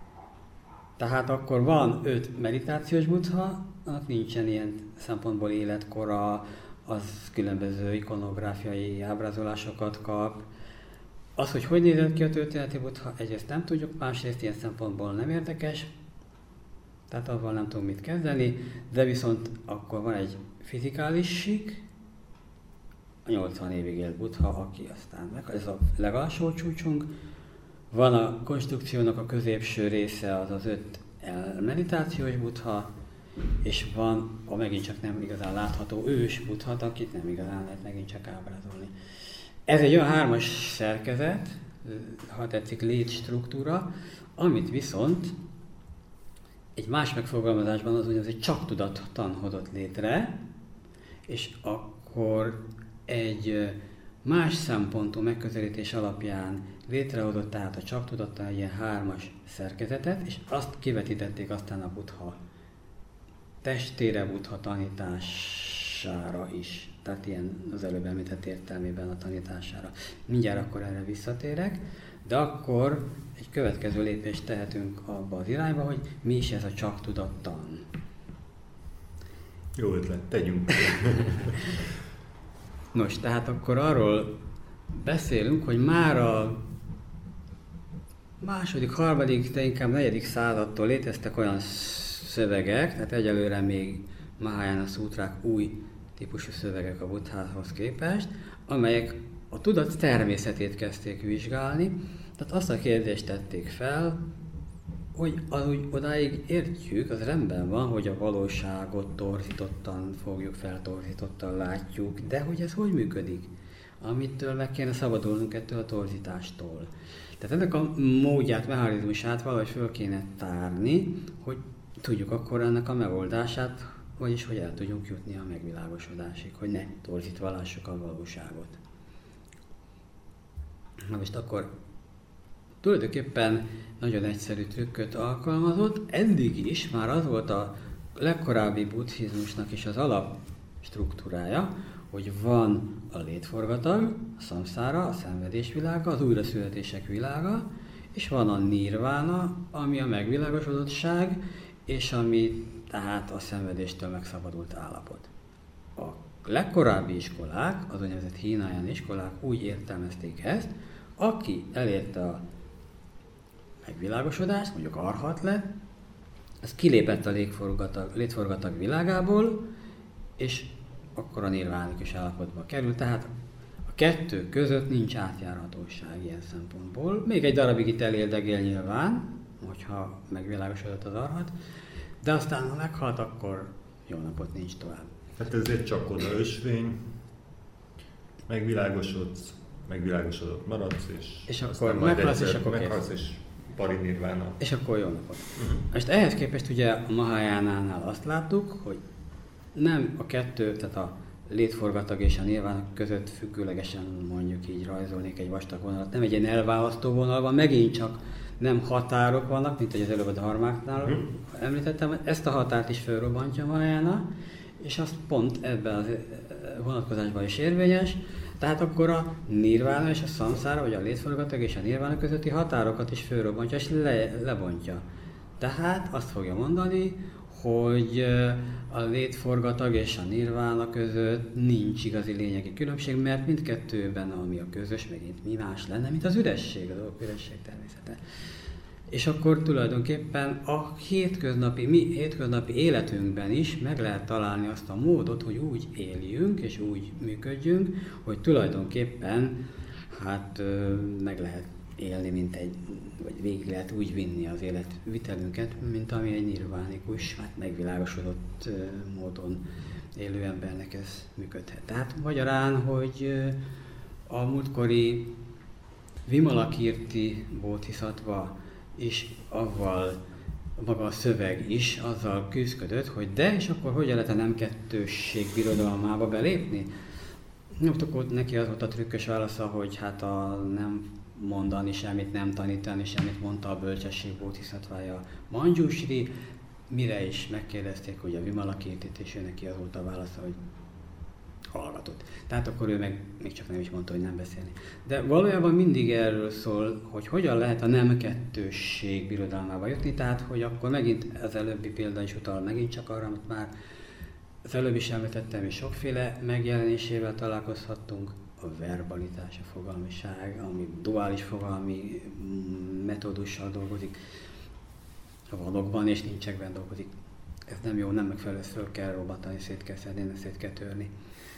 [SPEAKER 3] Tehát akkor van öt meditációs buddha, annak nincsen ilyen szempontból életkora, az különböző ikonográfiai ábrázolásokat kap. Az, hogy hogy nézett ki a történeti buddha, egyrészt nem tudjuk, másrészt ilyen szempontból nem érdekes, tehát avval nem tudunk mit kezdeni, de viszont akkor van egy fizikális sík, a nyolcvan évig élt buddha, aki aztán meg, ez a legalsó csúcsunk. Van a konstrukciónak a középső része, az az öt meditációs buddha, és van a megint csak nem igazán látható ős buddha, akit nem igazán lehet megint csak ábrázolni. Ez egy olyan hármas szerkezet, ha tetszik létstruktúra, amit viszont egy más megfogalmazásban az úgynevezett csak tudattan hozott létre, és akkor egy más szempontú megközelítés alapján létrehozott tehát a csak tudattan egy ilyen hármas szerkezetet, és azt kivetítették aztán a buddha testére, buddha tanítására is. Tehát ilyen az előbb említett értelmében a tanítására. Mindjárt akkor erre visszatérek, de akkor egy következő lépést tehetünk abba az irányba, hogy mi is ez a csak tudattan.
[SPEAKER 2] Jó ötlet, tegyünk.
[SPEAKER 3] Nos, tehát akkor arról beszélünk, hogy már a második, harmadik, de inkább negyedik századtól léteztek olyan szövegek, tehát egyelőre még Mahayana szútrák új típusú szövegek a buddhához képest, amelyek a tudat természetét kezdték vizsgálni, tehát azt a kérdést tették fel, hogy az úgy odáig értjük, az rendben van, hogy a valóságot torzítottan fogjuk fel, torzítottan látjuk, de hogy ez hogy működik? Amitől meg kéne szabadulnunk ettől a torzítástól. Tehát ennek a módját, mechanizmusát valahogy föl kéne tárni, hogy tudjuk akkor ennek a megoldását, vagyis hogy el tudjunk jutni a megvilágosodásig, hogy ne torzítva lássuk a valóságot. Na most akkor tulajdonképpen nagyon egyszerű trükköt alkalmazott, eddig is már az volt a legkorábbi buddhizmusnak is az alapstruktúrája, hogy van a létforgatag, a szamszára, a szenvedésvilága, az újraszületések világa, és van a nirvána, ami a megvilágosodottság, és ami tehát a szenvedéstől megszabadult állapot. A legkorábbi iskolák, az úgynevezett hínáján iskolák úgy értelmezték ezt, aki elérte a megvilágosodást, mondjuk arhat lett, az kilépett a létforgatag, létforgatag világából, és akkor a nirvánikus állapotba kerül, tehát a kettő között nincs átjárhatóság ilyen szempontból. Még egy darabig itt eléldegél nyilván, hogyha megvilágosodott az arhat, de aztán ha meghalt, akkor jó napot, nincs tovább.
[SPEAKER 2] Hát ezért csak oda ösvény, megvilágosodsz, megvilágosodott maradsz, és,
[SPEAKER 3] és akkor meghalsz, és akkor
[SPEAKER 2] meghalsz, és parinirvána.
[SPEAKER 3] És akkor jó napot. Uh-huh. Most ehhez képest ugye a Mahayánánál azt láttuk, hogy nem a kettő, tehát a létforgatag és a nirvána között függőlegesen mondjuk így rajzolnék egy vastag vonalat. Nem egy ilyen elválasztó vonal van, megint csak nem határok vannak, mint hogy az előbb a dharmáknál uh-huh. említettem, ezt a határt is felrobbantja a Mahajána, és az pont ebben a vonatkozásban is érvényes, tehát akkor a nirvána és a szamszára, vagy a létforgatag és a nirvána közötti határokat is felrobbantja és le, lebontja. Tehát azt fogja mondani, hogy a létforgatag és a nirvána között nincs igazi lényegi különbség, mert mindkettőben, ami a közös, megint mi más lenne, mint az üresség, a dolgok üresség természete. És akkor tulajdonképpen a hétköznapi, mi hétköznapi életünkben is meg lehet találni azt a módot, hogy úgy éljünk és úgy működjünk, hogy tulajdonképpen hát meg lehet élni, mint egy, vagy végig lehet úgy vinni az életvitelünket, mint ami egy nirvánikus, hát megvilágosodott módon élő embernek ez működhet. Tehát magyarán, hogy a múltkori Vimalakirti Bodhisattva is avval, maga a szöveg is azzal küzdködött, hogy de, és akkor hogyan lehet a nem kettősség birodalmába belépni? Nem tudok, neki az volt a trükkös válasza, hogy hát a nem mondani semmit, nem tanítani semmit, mondta a bölcsesség Bodhisattvája Manjusri, mire is megkérdezték, hogy a Vimalakirtit, és ő neki az volt a válasza, hogy hallgatott. Tehát akkor ő meg még csak nem is mondta, hogy nem beszélni. De valójában mindig erről szól, hogy hogyan lehet a nem kettősség birodalmába jutni, tehát hogy akkor megint az előbbi példa is utal megint csak arra, amit már az előbb is említettem, és sokféle megjelenésével találkozhattunk. A verbalitás, a fogalmiság, ami duális fogalmi metódussal dolgozik, a vanokban és nincsekben dolgozik. Ez nem jó, nem megfelelő, föl kell robbantani, szét kell szedni, szét kell törni.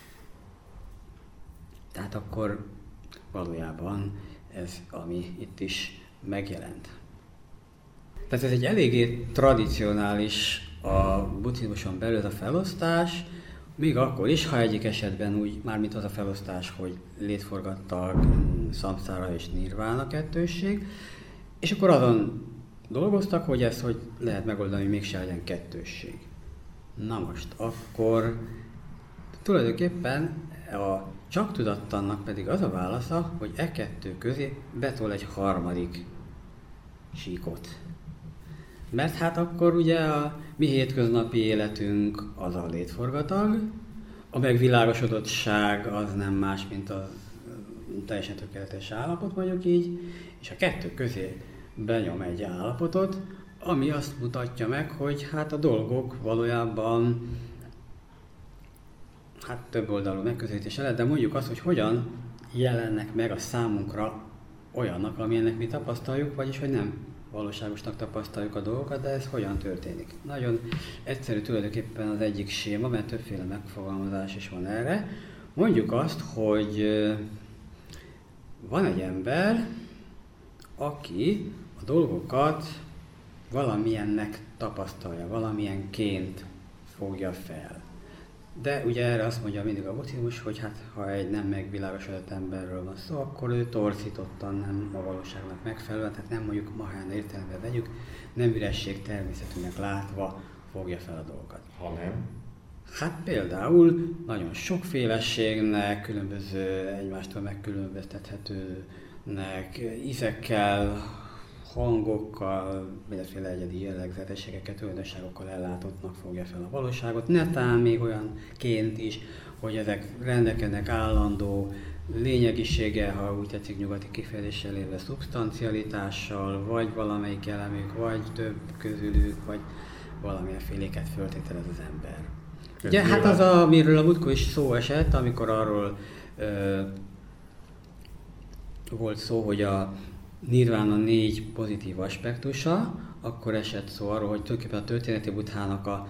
[SPEAKER 3] Tehát akkor valójában ez, ami itt is megjelent. Tehát ez egy eléggé tradicionális a buddhizmuson belül a felosztás, még akkor is, ha egyik esetben úgy, mármint az a felosztás, hogy létforgatag, szamszára és nirvána kettősség, és akkor azon dolgoztak, hogy ezt hogy lehet megoldani, hogy mégse legyen kettősség. Na most, akkor tulajdonképpen a csak tudattannak pedig az a válasza, hogy e kettő közé betol egy harmadik síkot. Mert hát akkor ugye a mi hétköznapi életünk az a létforgatag, a megvilágosodottság az nem más, mint a teljesen tökéletes állapot, mondjuk így, és a kettő közé benyom egy állapotot, ami azt mutatja meg, hogy hát a dolgok valójában hát több oldalú megközelítés lehet, de mondjuk azt, hogy hogyan jelennek meg a számunkra olyannak, amilyennek mi tapasztaljuk, vagyis hogy nem valóságosnak tapasztaljuk a dolgokat, de ez hogyan történik. Nagyon egyszerű tulajdonképpen az egyik séma, mert többféle megfogalmazás is van erre. Mondjuk azt, hogy van egy ember, aki a dolgokat valamilyennek tapasztalja, valamilyenként fogja fel. De ugye erre azt mondja mindig a buddhizmus, hogy hát ha egy nem megvilágosodott emberről van szó, akkor ő torzítottan nem a valóságnak megfelelően, tehát nem mondjuk Mahayana értelemben vegyük, nem üresség természetűnek látva fogja fel a dolgokat.
[SPEAKER 2] Ha nem?
[SPEAKER 3] Hát például nagyon sokféleségnek, különböző egymástól megkülönböztethetőnek, ízekkel, hangokkal, mindenféle egyedi jellegzetességeket, tulajdonságokkal ellátottnak fogja fel a valóságot. Netán még olyanként is, hogy ezek rendelkeznek állandó lényegiséggel, ha úgy tetszik nyugati kifejezéssel élve szubstancialitással, vagy valamelyik elemük, vagy több közülük, vagy valamilyen féléket föltételez az ember. Ugye, hát az, amiről a múltkor is szó esett, amikor arról ö, volt szó, hogy a nirvána négy pozitív aspektusa, akkor esett szó arról, hogy tulajdonképpen a történeti Buddhának a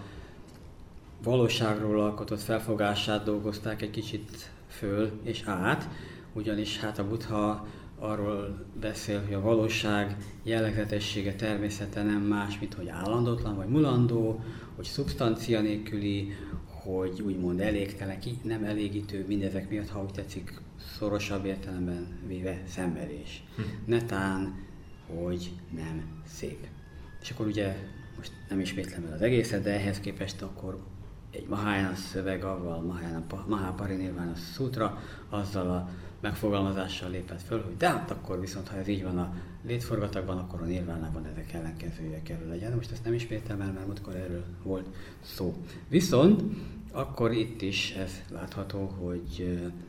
[SPEAKER 3] valóságról alkotott felfogását dolgozták egy kicsit föl és át, ugyanis hát a Buddha arról beszél, hogy a valóság jellegzetessége, természete nem más, mint hogy állandótlan vagy mulandó, hogy szubstancia nélküli, hogy úgymond elégtelen, nem elégítő, mindezek miatt, ha úgy tetszik, szorosabb értelemben véve szenvedés. Hm. Netán, hogy nem szép. És akkor ugye, most nem ismétlem el az egészet, de ehhez képest akkor egy Mahayana szöveg, avval Mahaparinirvana Sutra, azzal a megfogalmazással lépett föl, hogy de hát akkor viszont, ha ez így van a létforgatagban, akkor a nirvánában ezek ellenkezője kell legyen. De most ezt nem ismétlem el, mert múltkor erről volt szó. Viszont akkor itt is ez látható, hogy uh,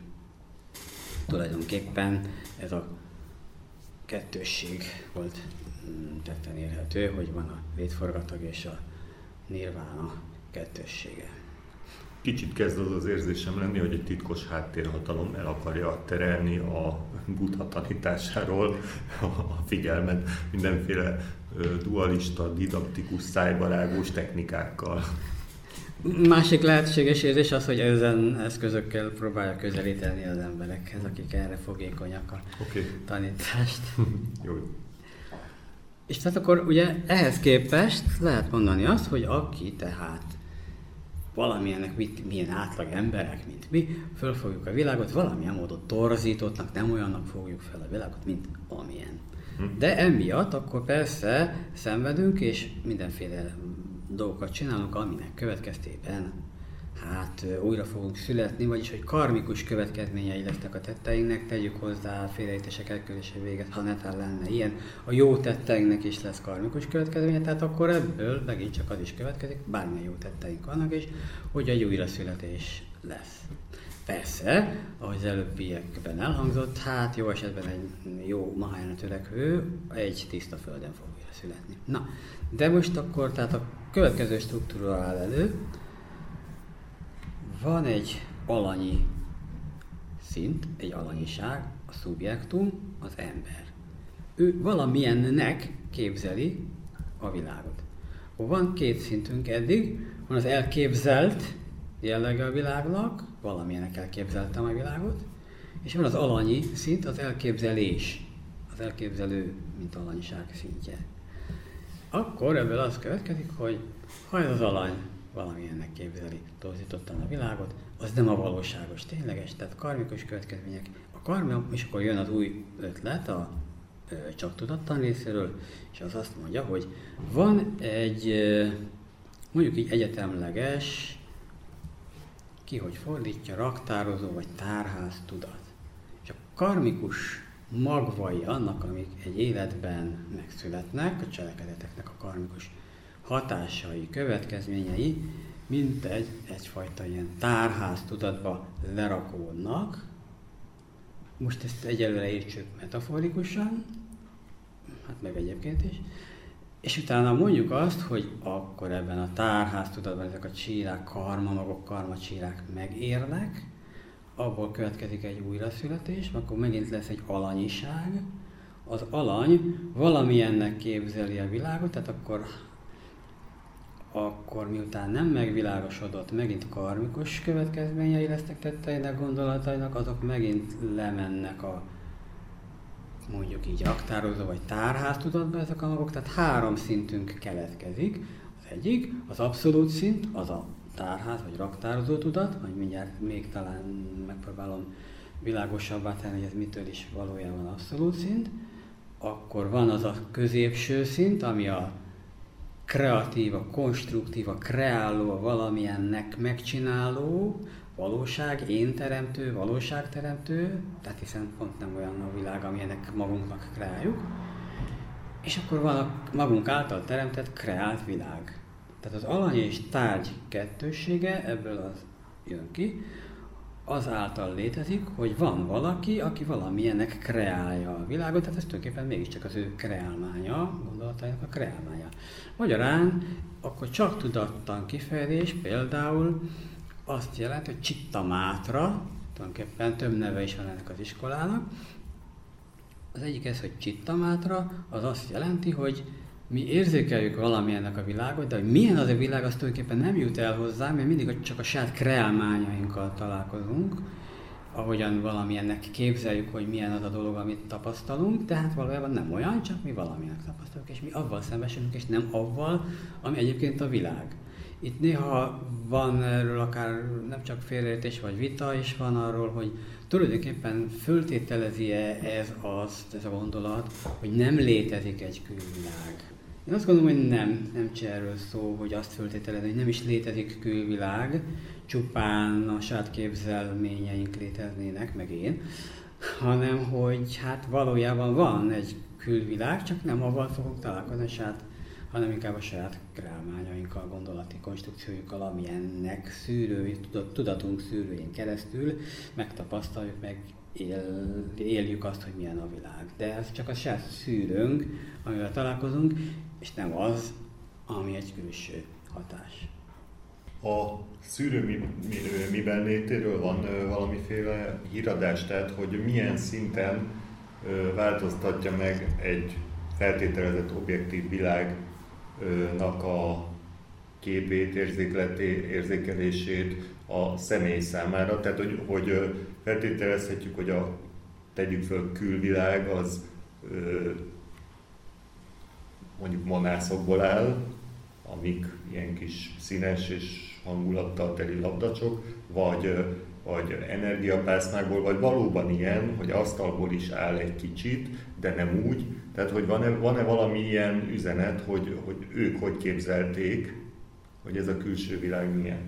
[SPEAKER 3] tulajdonképpen ez a kettősség volt um, tetten érhető, hogy van a létforgatag és a nirvána kettőssége.
[SPEAKER 2] Kicsit kezd az az érzésem lenni, hogy egy titkos háttérhatalom el akarja terelni a Buddha tanításáról a figyelmet mindenféle dualista, didaktikus, szájbarágos technikákkal.
[SPEAKER 3] Másik lehetséges érzés az, hogy ezen eszközökkel próbálja közelíteni az emberekhez, akik erre fogékonyak a okay. tanítást.
[SPEAKER 2] Jó.
[SPEAKER 3] És tehát akkor ugye ehhez képest lehet mondani azt, hogy aki tehát valamilyenek, mit, milyen átlag emberek, mint mi, fölfogjuk a világot, valamilyen módon torzítottnak, nem olyannak fogjuk fel a világot, mint amilyen. De emiatt akkor persze szenvedünk, és mindenféle dolgokat csinálunk, aminek következtében hát újra fogunk születni, vagyis hogy karmikus következményei lesznek a tetteinknek, tegyük hozzá félreértések elkerülése véget, ha netán lenne ilyen, a jó tetteinknek is lesz karmikus következménye, tehát akkor ebből megint csak az is következik, bármilyen jó tetteink vannak is, hogy egy újraszületés lesz. Persze, ahogy az előbbiekben elhangzott, hát jó esetben egy jó Mahayana törekvő egy tiszta földön fog újra születni. Na, de most akkor tehát a következő struktúra áll elő. Van egy alanyi szint, egy alanyiság, a szubjektum, az ember. Ő valamilyennek képzeli a világot. Van két szintünk eddig, van az elképzelt jellege a világnak, valamilyennek elképzeltem a világot, és van az alanyi szint, az elképzelés, az elképzelő, mint alanyiság szintje. Akkor ebből az következik, hogy ha ez az alany valamilyennek képzeli torzítottan a világot, az nem a valóságos, tényleges, tehát karmikus következmények. A karma, és akkor jön az új ötlet a ö, csak tudattan részéről, és az azt mondja, hogy van egy, ö, mondjuk így egyetemleges, ki hogy fordítja, raktározó vagy tárház tudat. És a karmikus magvai annak, amik egy életben megszületnek, a cselekedeteknek a karmikus hatásai, következményei, mint egy, egyfajta ilyen tárház tudatba lerakódnak. Most ezt egyelőre értsük metaforikusan, hát meg egyébként is, és utána mondjuk azt, hogy akkor ebben a tárház tudatban ezek a csírák, karma magok, karma csírák megérnek, abból következik egy újraszületés, akkor megint lesz egy alanyiság. Az alany valamilyennek képzeli a világot, tehát akkor akkor miután nem megvilágosodott, megint karmikus következményei lesznek tetteinek, gondolatainak, azok megint lemennek a mondjuk így raktározó vagy tárház tudatba ezek a magok, tehát három szintünk keletkezik. Az egyik, az abszolút szint, az a tárház vagy raktározó tudat, majd mindjárt még talán megpróbálom világosabbá tenni, hogy ez mitől is valójában abszolút szint. Akkor van az a középső szint, ami a kreatív, a konstruktív, a kreáló, a valamilyennek megcsináló, valóság, én teremtő, valóságteremtő, tehát hiszen pont nem olyan a világ, amilyenek magunknak kreáljuk. és akkor van a magunk által teremtett, kreált világ. Tehát az alany és tárgy kettőssége, ebből az jön ki, az által létezik, hogy van valaki, aki valamilyennek kreálja a világot, tehát ez tulajdonképpen mégiscsak az ő kreálmánya, gondolatainak a kreálmánya. Magyarán akkor csak tudattan kifejezés például azt jelenti, hogy Citta Mátra, tulajdonképpen több neve is van ennek az iskolának. Az egyik ez, hogy Citta Mátra, az azt jelenti, hogy mi érzékeljük valamilyennek a világot, de hogy milyen az a világ, azt tulajdonképpen nem jut el hozzá, mert mindig csak a saját kreálmányainkkal találkozunk, ahogyan valamilyennek képzeljük, hogy milyen az a dolog, amit tapasztalunk, tehát valójában nem olyan, csak mi valamilyennek tapasztalunk, és mi avval szembesülünk, és nem avval, ami egyébként a világ. Itt néha van erről akár nem csak félreértés vagy vita is van arról, hogy tulajdonképpen föltételezi-e ez azt, ez a gondolat, hogy nem létezik egy külvilág. Én azt gondolom, hogy nem, nem csak erről szó, hogy azt föltételezi, hogy nem is létezik külvilág, csupán a saját képzelményeink léteznének, meg én, hanem hogy hát valójában van egy külvilág, csak nem avval fogunk találkozni a saját, hanem inkább a saját kreálmányainkkal, gondolati konstrukciójukkal, amilyennek szűrői, tudatunk szűrőjén keresztül megtapasztaljuk, meg él, éljük azt, hogy milyen a világ. De ez csak a saját szűrőnk, amivel találkozunk, és nem az, ami egy külső hatás.
[SPEAKER 2] A szűrő mi, mi, miben létéről van valamiféle híradás, tehát hogy milyen szinten változtatja meg egy feltételezett objektív világnak a képét, érzékelését a személy számára. Tehát, hogy, hogy feltételezhetjük, hogy a tegyük föl külvilág az mondjuk monászokból áll, amik ilyen kis színes és hangulattal teli labdacsok, vagy, vagy energiapászmákból, vagy valóban ilyen, hogy asztalból is áll egy kicsit, de nem úgy. Tehát, hogy van-e, van-e valami ilyen üzenet, hogy, hogy ők hogy képzelték, hogy ez a külső világ milyen?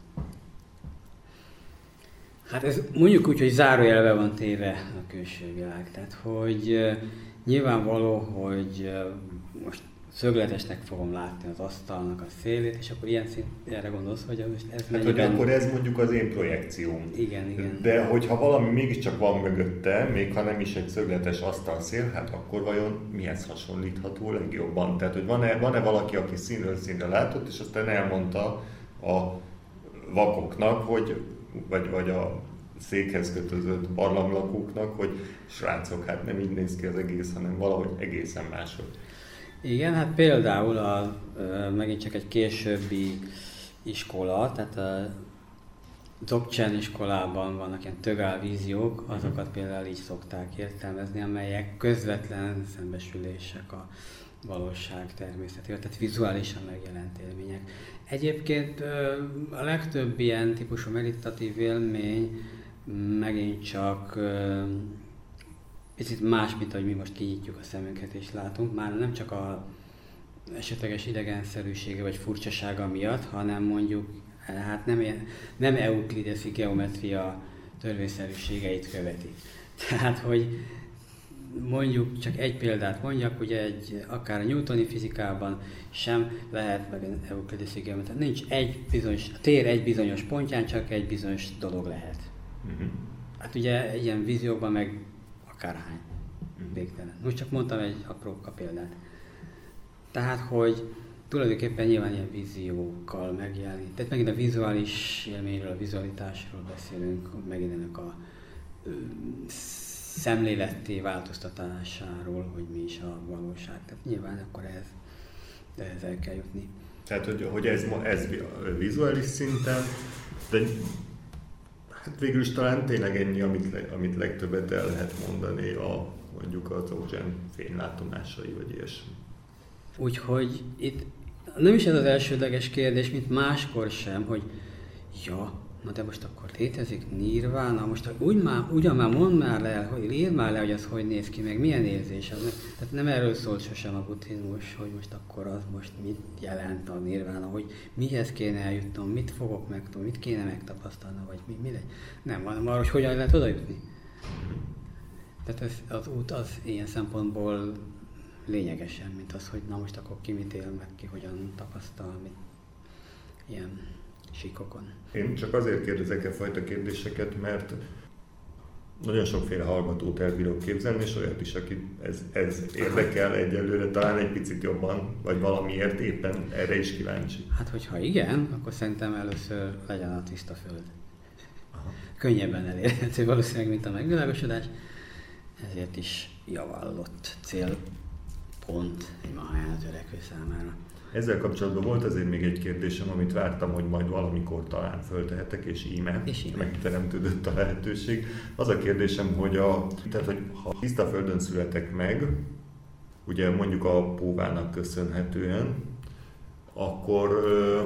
[SPEAKER 3] Hát ez mondjuk úgy, hogy zárójelbe van téve a külső világ. Tehát, hogy uh, nyilvánvaló, hogy uh, most szögletesnek fogom látni az asztalnak a szélét, és akkor ilyen szint, erre gondolsz, hogy most ez
[SPEAKER 2] hát,
[SPEAKER 3] mennyiben...
[SPEAKER 2] hogy akkor ez mondjuk az én projekcióm.
[SPEAKER 3] Igen, igen.
[SPEAKER 2] De hogyha valami mégiscsak van mögötte, még ha nem is egy szögletes asztalszél, hát akkor vajon mihez hasonlítható legjobban? Tehát, hogy van-e, van-e valaki, aki színről színre látott, és aztán elmondta a vakoknak, hogy, vagy, vagy a székhez kötözött barlanglakóknak, hogy srácok, hát nem így néz ki az egész, hanem valahogy egészen máshogy.
[SPEAKER 3] Igen, hát például a, megint csak egy későbbi iskola, tehát a Dzogchen iskolában vannak ilyen tögálvíziók, azokat például így szokták értelmezni, amelyek közvetlen szembesülések a valóság természetével, tehát vizuálisan megjelent élmények. Egyébként a legtöbb ilyen típusú meditatív élmény megint csak picit más, mint ahogy mi most kinyitjuk a szemünket és látunk, már nem csak a esetleges idegenszerűsége vagy furcsasága miatt, hanem mondjuk hát nem, nem euklideszi geometria törvényszerűségeit követi. Tehát, hogy mondjuk csak egy példát mondjak, ugye egy, akár a newtoni fizikában sem lehet meg euklideszi geometria. Nincs egy bizonyos, a tér egy bizonyos pontján csak egy bizonyos dolog lehet. Uh-huh. Hát ugye ilyen víziókban meg akárhány, végtelen. Most csak mondtam egy apróka példát. Tehát, hogy tulajdonképpen nyilván ilyen víziókkal megjelenik. Tehát megint a vizuális élményről, a vizualitásról beszélünk, megint ennek a ö, szemléletté változtatásáról, hogy mi is a valóság. Tehát nyilván akkor ez, ehhez el kell jutni.
[SPEAKER 2] Tehát, hogy, hogy ez, ez vizuális szinten, de hát végül is talán tényleg ennyi, amit, amit legtöbbet el lehet mondani a mondjuk a Dzogchen fénylátomásai, vagy ilyesmi.
[SPEAKER 3] Úgyhogy itt nem is ez az elsődleges kérdés, mint máskor sem, hogy ja, na de most akkor létezik nirvána, most úgy már, ugyan már mondd már le, hogy írd már le, hogy az hogy néz ki, meg milyen érzés az. Tehát nem erről szólt sosem a buddhizmus, hogy most akkor az most mit jelent a nirvána, hogy mihez kéne eljutnom, mit fogok megtudni, mit kéne megtapasztalnom, vagy mi, mi legyen. Nem, hanem arra, hogy hogyan lehet oda jutni. Tehát ez, az út az ilyen szempontból lényegesen, mint az, hogy na most akkor ki mit él meg, ki hogyan tapasztal, mit, ilyen síkokon.
[SPEAKER 2] Én csak azért kérdezek e fajta kérdéseket, mert nagyon sokféle hallgatót el bírok képzelni, és olyat is, aki ez, ez érdekel egyelőre, talán egy picit jobban, vagy valamiért éppen erre is kíváncsi.
[SPEAKER 3] Hát, hogyha igen, akkor szerintem először legyen a tiszta föld. Aha. Könnyebben elérhető valószínűleg, mint a megvilágosodás, ezért is javallott célpont egy mahaján törekvő számára.
[SPEAKER 2] Ezzel kapcsolatban volt azért még egy kérdésem, amit vártam, hogy majd valamikor talán föltehetek, és íme, és íme. megteremtődött a lehetőség. Az a kérdésem, hogy, a, tehát, hogy ha tiszta földön születek meg, ugye mondjuk a póvának köszönhetően, akkor ö,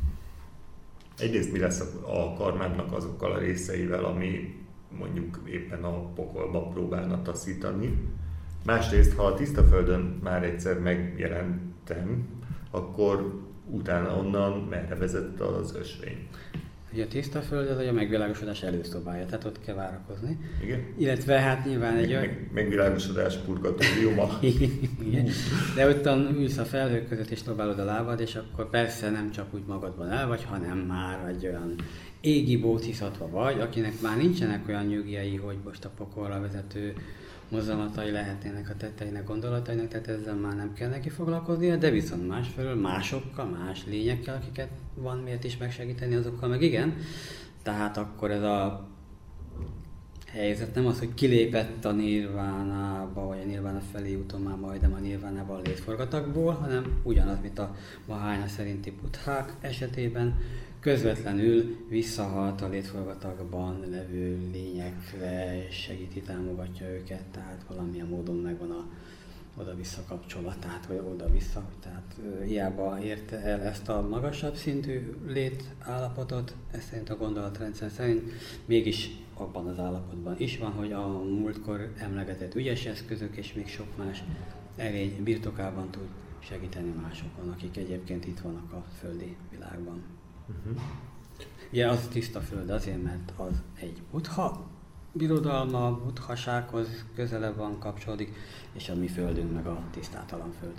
[SPEAKER 2] egyrészt mi lesz a, a karmámnak azokkal a részeivel, ami mondjuk éppen a pokolba próbálna taszítani. Másrészt, ha a tiszta földön már egyszer megjelentem, akkor utána onnan merre vezet az ösvény.
[SPEAKER 3] Ugye a tiszta föld az a megvilágosodás előszobája, tehát ott kell várakozni.
[SPEAKER 2] Igen?
[SPEAKER 3] Illetve hát nyilván egy olyan...
[SPEAKER 2] Meg, megvilágosodás purgatóriuma.
[SPEAKER 3] Igen. De ottan ülsz a felhők között és dobálod a lábad, és akkor persze nem csak úgy magadban el vagy, hanem már egy olyan égi bódhiszatva vagy, akinek már nincsenek olyan nyugjai, hogy most a pokolra vezető mozzanatai lehetnének a tetteinek, gondolatainak, tehát ezzel már nem kell neki foglalkoznia, de viszont másfelől másokkal, más lényekkel, akiket van miért is megsegíteni, azokkal meg igen. Tehát akkor ez a helyzet nem az, hogy kilépett a nirvánába, vagy a nirvána felé úton már majdnem a nirvánában a létforgatagból, hanem ugyanaz, mint a Mahánya szerinti buddhák esetében, közvetlenül visszahalt a létforgatagban levő lényekre, és segíti, támogatja őket, tehát valamilyen módon megvan a oda-vissza kapcsolatát, vagy oda-vissza, tehát hiába érte el ezt a magasabb szintű létállapotot, ez szerint a gondolatrendszer szerint mégis abban az állapotban is van, hogy a múltkor emlegetett ügyes eszközök és még sok más erény birtokában tud segíteni másokon, akik egyébként itt vannak a földi világban. Uh-huh. Ugye az tiszta föld azért, mert az egy buddha birodalma, buddhasághoz közelebb van, kapcsolódik, és a mi földünk meg a tisztátalan föld.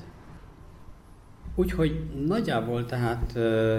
[SPEAKER 3] Úgyhogy nagyjából tehát ö,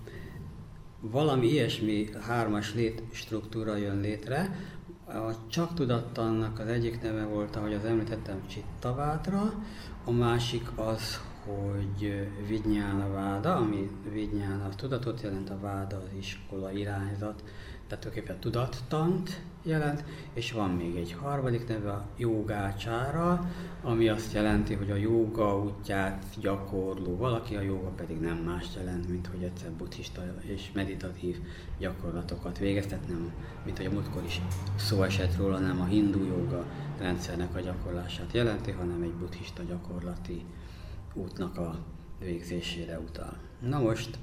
[SPEAKER 3] valami ilyesmi hármas létstruktúra jön létre. A csak tudattannak az egyik neve volt, ahogy az említettem, Chittavátra, a másik az, hogy Vijñāna Váda, ami Vijñāna az tudatot jelent, a Váda az iskola, irányzat, tehát tulajdonképpen tudattant jelent, és van még egy harmadik neve, a Jógácsára, ami azt jelenti, hogy a jóga útját gyakorló valaki, a jóga pedig nem más jelent, mint hogy egyszer buddhista és meditatív gyakorlatokat végez, tehát nem, mint hogy a múltkor is szó esett róla, nem a hindu jóga rendszernek a gyakorlását jelenti, hanem egy buddhista gyakorlati útnak a végzésére utal. Na most,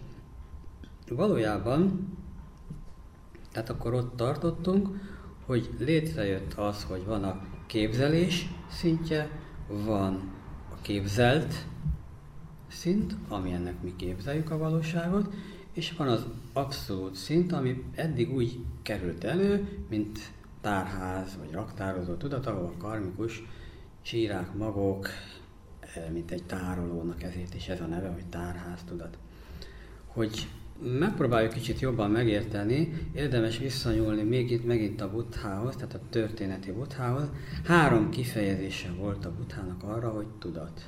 [SPEAKER 3] valójában, tehát akkor ott tartottunk, hogy létrejött az, hogy van a képzelés szintje, van a képzelt szint, ami ennek mi képzeljük a valóságot, és van az abszolút szint, ami eddig úgy került elő, mint tárház vagy raktározó tudat, ahol a karmikus csírák, magok, mint egy tárolónak, ezért is ez a neve, hogy tárház tudat. Hogy megpróbáljuk kicsit jobban megérteni, érdemes visszanyúlni még itt megint a buddhához, tehát a történeti buddhához. Három kifejezése volt a buddhának arra, hogy tudat.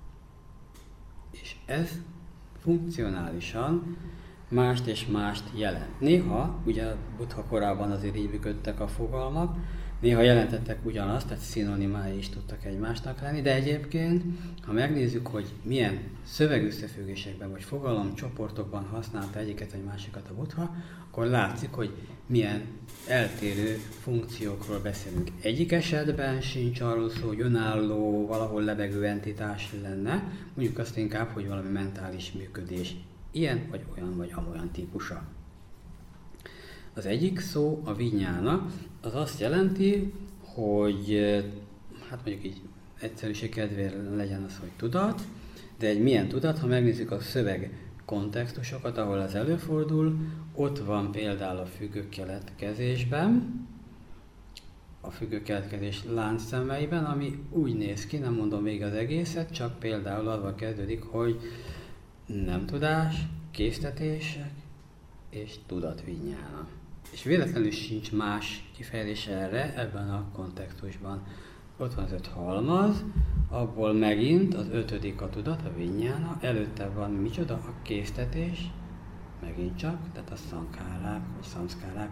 [SPEAKER 3] És ez funkcionálisan mást és mást jelent. Néha, ugye a buddha korában azért így működtek a fogalmak, néha jelentettek ugyanazt, tehát szinonimái is tudtak egymásnak lenni, de egyébként, ha megnézzük, hogy milyen szövegösszefüggésekben vagy fogalomcsoportokban használta egyiket vagy másikat a buddha, akkor látszik, hogy milyen eltérő funkciókról beszélünk. Egyik esetben sincs arról szó, hogy önálló, valahol lebegő entitás lenne, mondjuk azt inkább, hogy valami mentális működés ilyen vagy olyan vagy amolyan típusa. Az egyik szó, a Vijñāna, az azt jelenti, hogy hát mondjuk így egyszerűség kedvéért legyen az, hogy tudat, de egy milyen tudat, ha megnézzük a szöveg kontextusokat, ahol ez előfordul, ott van például a függők keletkezésben, a függő keletkezés láncszemeiben, ami úgy néz ki, nem mondom még az egészet, csak például azzal kezdődik, hogy nem tudás, késztetések és tudatvinyána. És véletlenül sincs más kifejezés erre ebben a kontextusban. Ott van az öt halmaz, abból megint az ötödik a tudat, a vinyána, előtte van micsoda? A késztetés, megint csak, tehát a szankárák, vagy szamszkárák.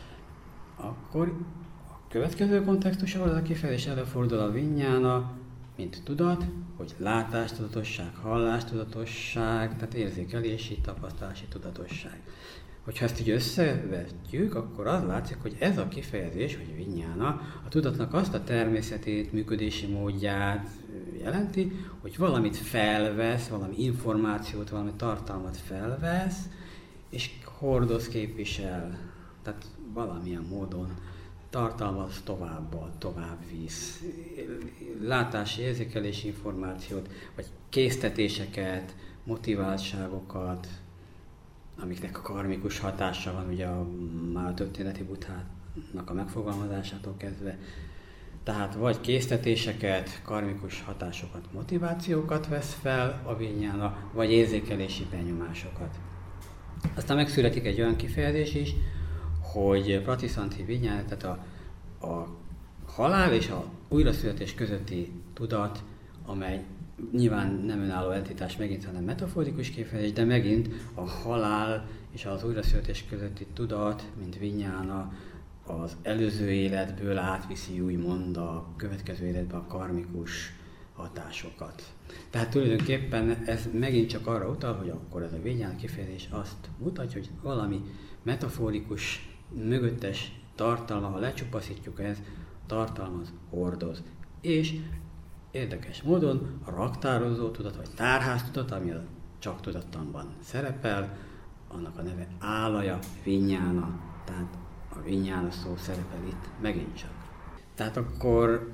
[SPEAKER 3] Akkor a következő kontextus, ahol ez a kifejezés előfordul, a vinyána, mint tudat, hogy látástudatosság, hallástudatosság, tehát érzékelési, tapasztalási tudatosság. Hogyha ezt így összevetjük, akkor az látszik, hogy ez a kifejezés, hogy vinyána, a tudatnak azt a természetét, működési módját jelenti, hogy valamit felvesz, valami információt, valami tartalmat felvesz, és hordoz, képvisel. Tehát valamilyen módon tartalmaz tovább, tovább visz. Látási, érzékelési információt, vagy késztetéseket, motiváltságokat, amiknek a karmikus hatása van, ugye a, már a történeti Buddhának a megfogalmazásától kezdve. Tehát vagy késztetéseket, karmikus hatásokat, motivációkat vesz fel a vinyána, vagy érzékelési benyomásokat. Aztán megszületik egy olyan kifejezés is, hogy pratisanti vinyána, tehát a, a halál és a újraszületés közötti tudat, amely nyilván nem önálló entitás megint, hanem metaforikus kifejezés, de megint a halál és az újraszületés közötti tudat, mint vinyána, az előző életből átviszi úgymond a következő életbe a karmikus hatásokat. Tehát tulajdonképpen ez megint csak arra utal, hogy akkor ez a vinyána kifejezés azt mutatja, hogy valami metaforikus, mögöttes tartalma, ha lecsupaszítjuk, ez tartalmaz, hordoz. És érdekes módon a raktározó tudat, vagy tárháztudat, ami a csak tudattanban szerepel, annak a neve álaja, vinyána, tehát a vinyána szó szerepel itt megint csak. Tehát akkor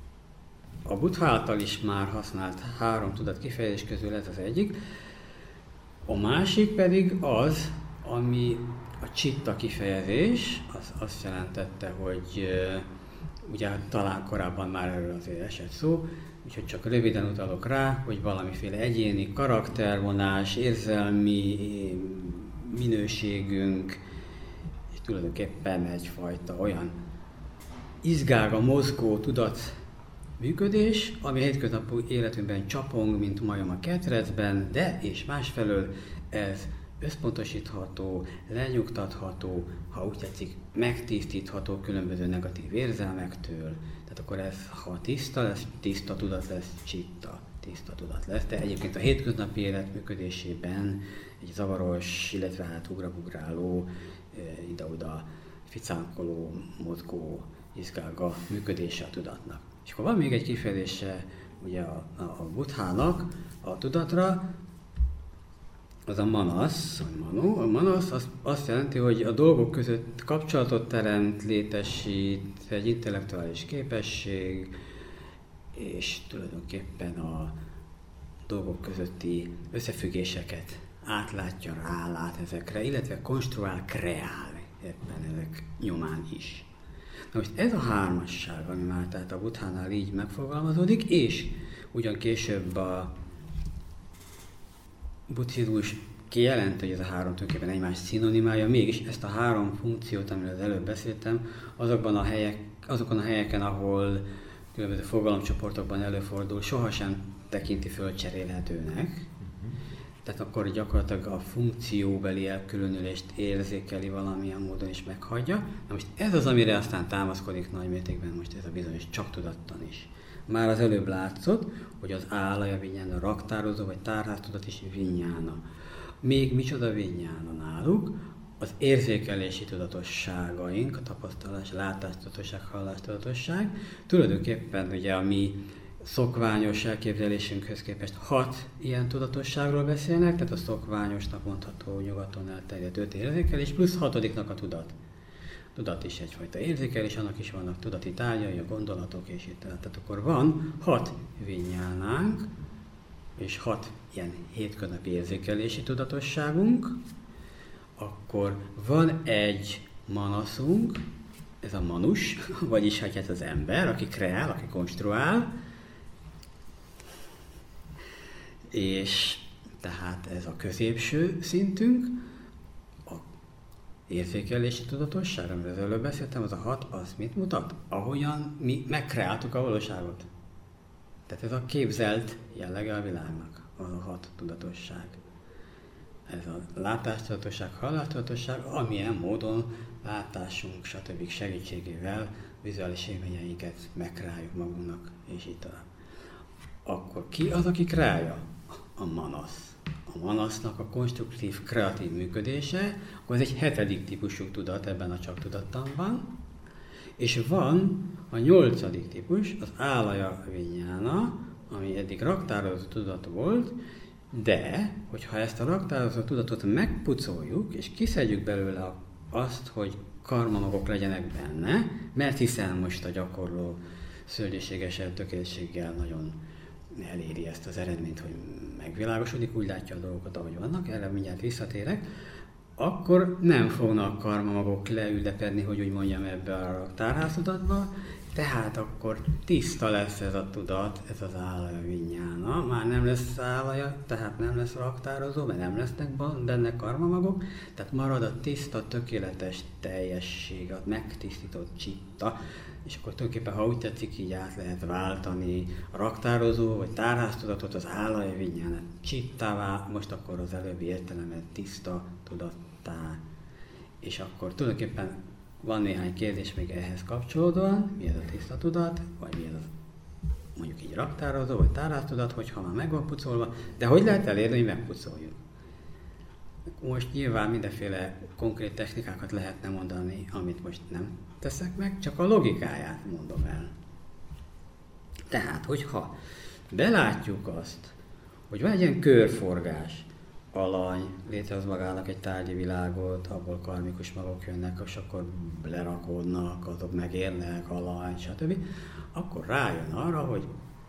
[SPEAKER 3] a Buddha által is már használt három tudat kifejezés közül ez az egyik, a másik pedig az, ami a csitta kifejezés, az azt jelentette, hogy ugye talán korábban már erről azért esett szó, úgyhogy csak röviden utalok rá, hogy valamiféle egyéni karaktervonás, érzelmi minőségünk, és tulajdonképpen egyfajta olyan izgága, mozgó tudat működés, ami a hétköznapi életünkben csapong, mint majom a ketrecben, de és másfelől ez összpontosítható, lenyugtatható, ha úgy tetszik, megtisztítható különböző negatív érzelmektől. Tehát akkor ez, ha tiszta lesz, tiszta tudat lesz, csitta, tiszta tudat lesz. De egyébként a hétköznapi élet működésében egy zavaros, illetve hát ugrabugráló, ide-oda ficánkoló, mozgó, izgága működése a tudatnak. És akkor van még egy kifejezése ugye a, a, a Buddhának a tudatra, az a manasz, vagy mano. A manasz az azt jelenti, hogy a dolgok között kapcsolatot teremt, létesít, egy intellektuális képesség, és tulajdonképpen a dolgok közötti összefüggéseket átlátja, rálát ezekre, illetve konstruál, kreál éppen ezek nyomán is. Na most ez a hármasság, ami már tehát a Buddhánál így megfogalmazódik, és ugyan később a buddhizmus kijelent, hogy ez a három tulajdonképpen egymás szinonimája, mégis ezt a három funkciót, amiről az előbb beszéltem, azokban a helyek, azokon a helyeken, ahol különböző fogalomcsoportokban előfordul, sohasem tekinti fölcserélhetőnek. Uh-huh. Tehát akkor gyakorlatilag a funkcióbeli elkülönülést érzékeli valamilyen módon és meghagyja. Na most ez az, amire aztán támaszkodik nagymértékben most ez a bizonyos csak tudattan is. Már az előbb látszott, hogy az álaja vinyána, raktározó vagy tárháztudat is vinyána. Még micsoda vinyána náluk? Az érzékelési tudatosságaink, a tapasztalás, látástudatosság, hallástudatosság, tulajdonképpen ugye a mi szokványos elképzelésünkhöz képest hat ilyen tudatosságról beszélnek, tehát a szokványosnak mondható nyugaton elterjedt öt érzékelés, plusz hatodiknak a tudat. Tudat is egyfajta érzékelés, annak is vannak tudati tárgyai, a gondolatok és itt. Tehát akkor van hat vinyánánk, és hat ilyen hétköznapi érzékelési tudatosságunk, akkor van egy manaszunk, ez a manus, vagyis hát az ember, aki kreál, aki konstruál, és tehát ez a középső szintünk, a érzékelési tudatosság, amiről az előbb beszéltem, az a hat, az mit mutat? Ahogyan mi megkreáltuk a valóságot. Tehát ez a képzelt jellege a világnak, az a hat tudatosság. Ez a látástudatosság, hallástudatosság, amilyen módon látásunk, stb. Segítségével vizuális élményeinket megkreáljuk magunknak, és így tovább. Akkor ki az, aki kreálja? A manasz. A manasznak a konstruktív, kreatív működése, akkor ez egy hetedik típusú tudat ebben a csak tudattanban, és van a nyolcadik típus, az álaya vinyána, ami eddig raktározott tudat volt, de, hogyha ezt a raktározott tudatot megpucoljuk, és kiszedjük belőle azt, hogy karmamagok legyenek benne, mert hiszen most a gyakorló szörnyűségesen, tökéletséggel nagyon eléri ezt az eredményt, hogy megvilágosodik, úgy látja a dolgokat, ahogy vannak, erre mindjárt visszatérek, akkor nem fognak karmamagok leüldepedni, hogy úgy mondjam, ebbe a tárháztudatba, tehát akkor tiszta lesz ez a tudat, ez az álaya vinyána, már nem lesz állaja, tehát nem lesz raktározó, mert nem lesznek benne karmamagok, tehát marad a tiszta, tökéletes teljesség, a megtisztított csitta, és akkor tulajdonképpen, ha úgy tetszik, így át lehet váltani a raktározó vagy tárháztudatot az álaya vinyánát csittává, most akkor az előbbi értelemben tiszta tudattá. És akkor tulajdonképpen van néhány kérdés még ehhez kapcsolódóan, mi ez a tiszta tudat, vagy mi ez az mondjuk így raktározó, vagy tárháztudat, hogyha már meg van pucolva, de hogy lehet elérni, hogy megpucoljuk? Most nyilván mindenféle konkrét technikákat lehetne mondani, amit most nem teszek meg, csak a logikáját mondom el. Tehát, hogyha belátjuk azt, hogy van egy ilyen körforgás, alany létrehoz magának egy tárgyi világot, abból karmikus magok jönnek, és akkor lerakódnak, azok megérnek, alany, stb. Akkor rájön arra, hogy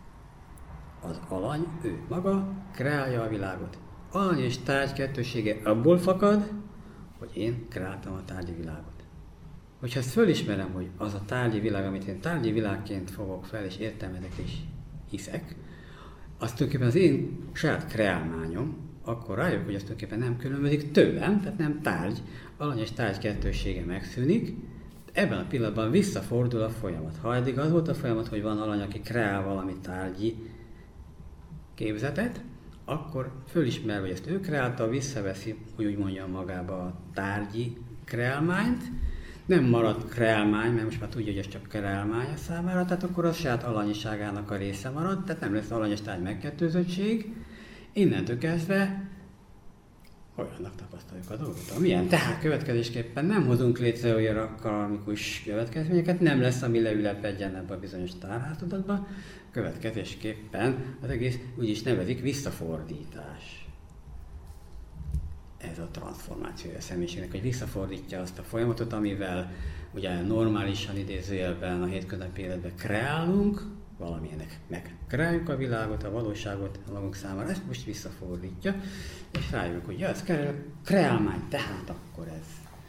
[SPEAKER 3] az alany, ő maga kreálja a világot. Alany és tárgy kettősége abból fakad, hogy én kreáltam a tárgyi világot. Hogyha ezt fölismerem, hogy az a tárgyi világ, amit én tárgyi világként fogok fel, és értelmezek és hiszek, az tulajdonképpen az én saját kreálmányom, akkor rájövök, hogy az tulajdonképpen nem különbözik tőlem, tehát nem tárgy, alany és tárgy kettősége megszűnik, ebben a pillanatban visszafordul a folyamat. Ha eddig az volt a folyamat, hogy van alany, aki kreál valami tárgyi képzetet, akkor fölismer, hogy ezt ő kreálta, visszaveszi, hogy úgy mondjam, magába a tárgyi kreálmányt, nem marad kreálmány, mert most már tudja, hogy ez csak kreálmány a számára, tehát akkor a saját alanyiságának a része marad, tehát nem lesz alany és tárgy megkettőzöttség. Innentől kezdve olyannak tapasztaljuk a dolgot, amilyen. Tehát következésképpen nem hozunk létre olyan karmikus következményeket, nem lesz, ami leülepedjen ebbe a bizonyos tárháztudatba, következésképpen az egész úgy is nevezik visszafordítás. Ez a transformációja a személyiségnek, hogy visszafordítja azt a folyamatot, amivel ugye normálisan idézőjelben a hétköznapi életben kreálunk, valamilyenek megkreáljuk a világot, a valóságot a magunk számára, ezt most visszafordítja, és rájövünk, hogy ja, ez kreálmány, tehát akkor ez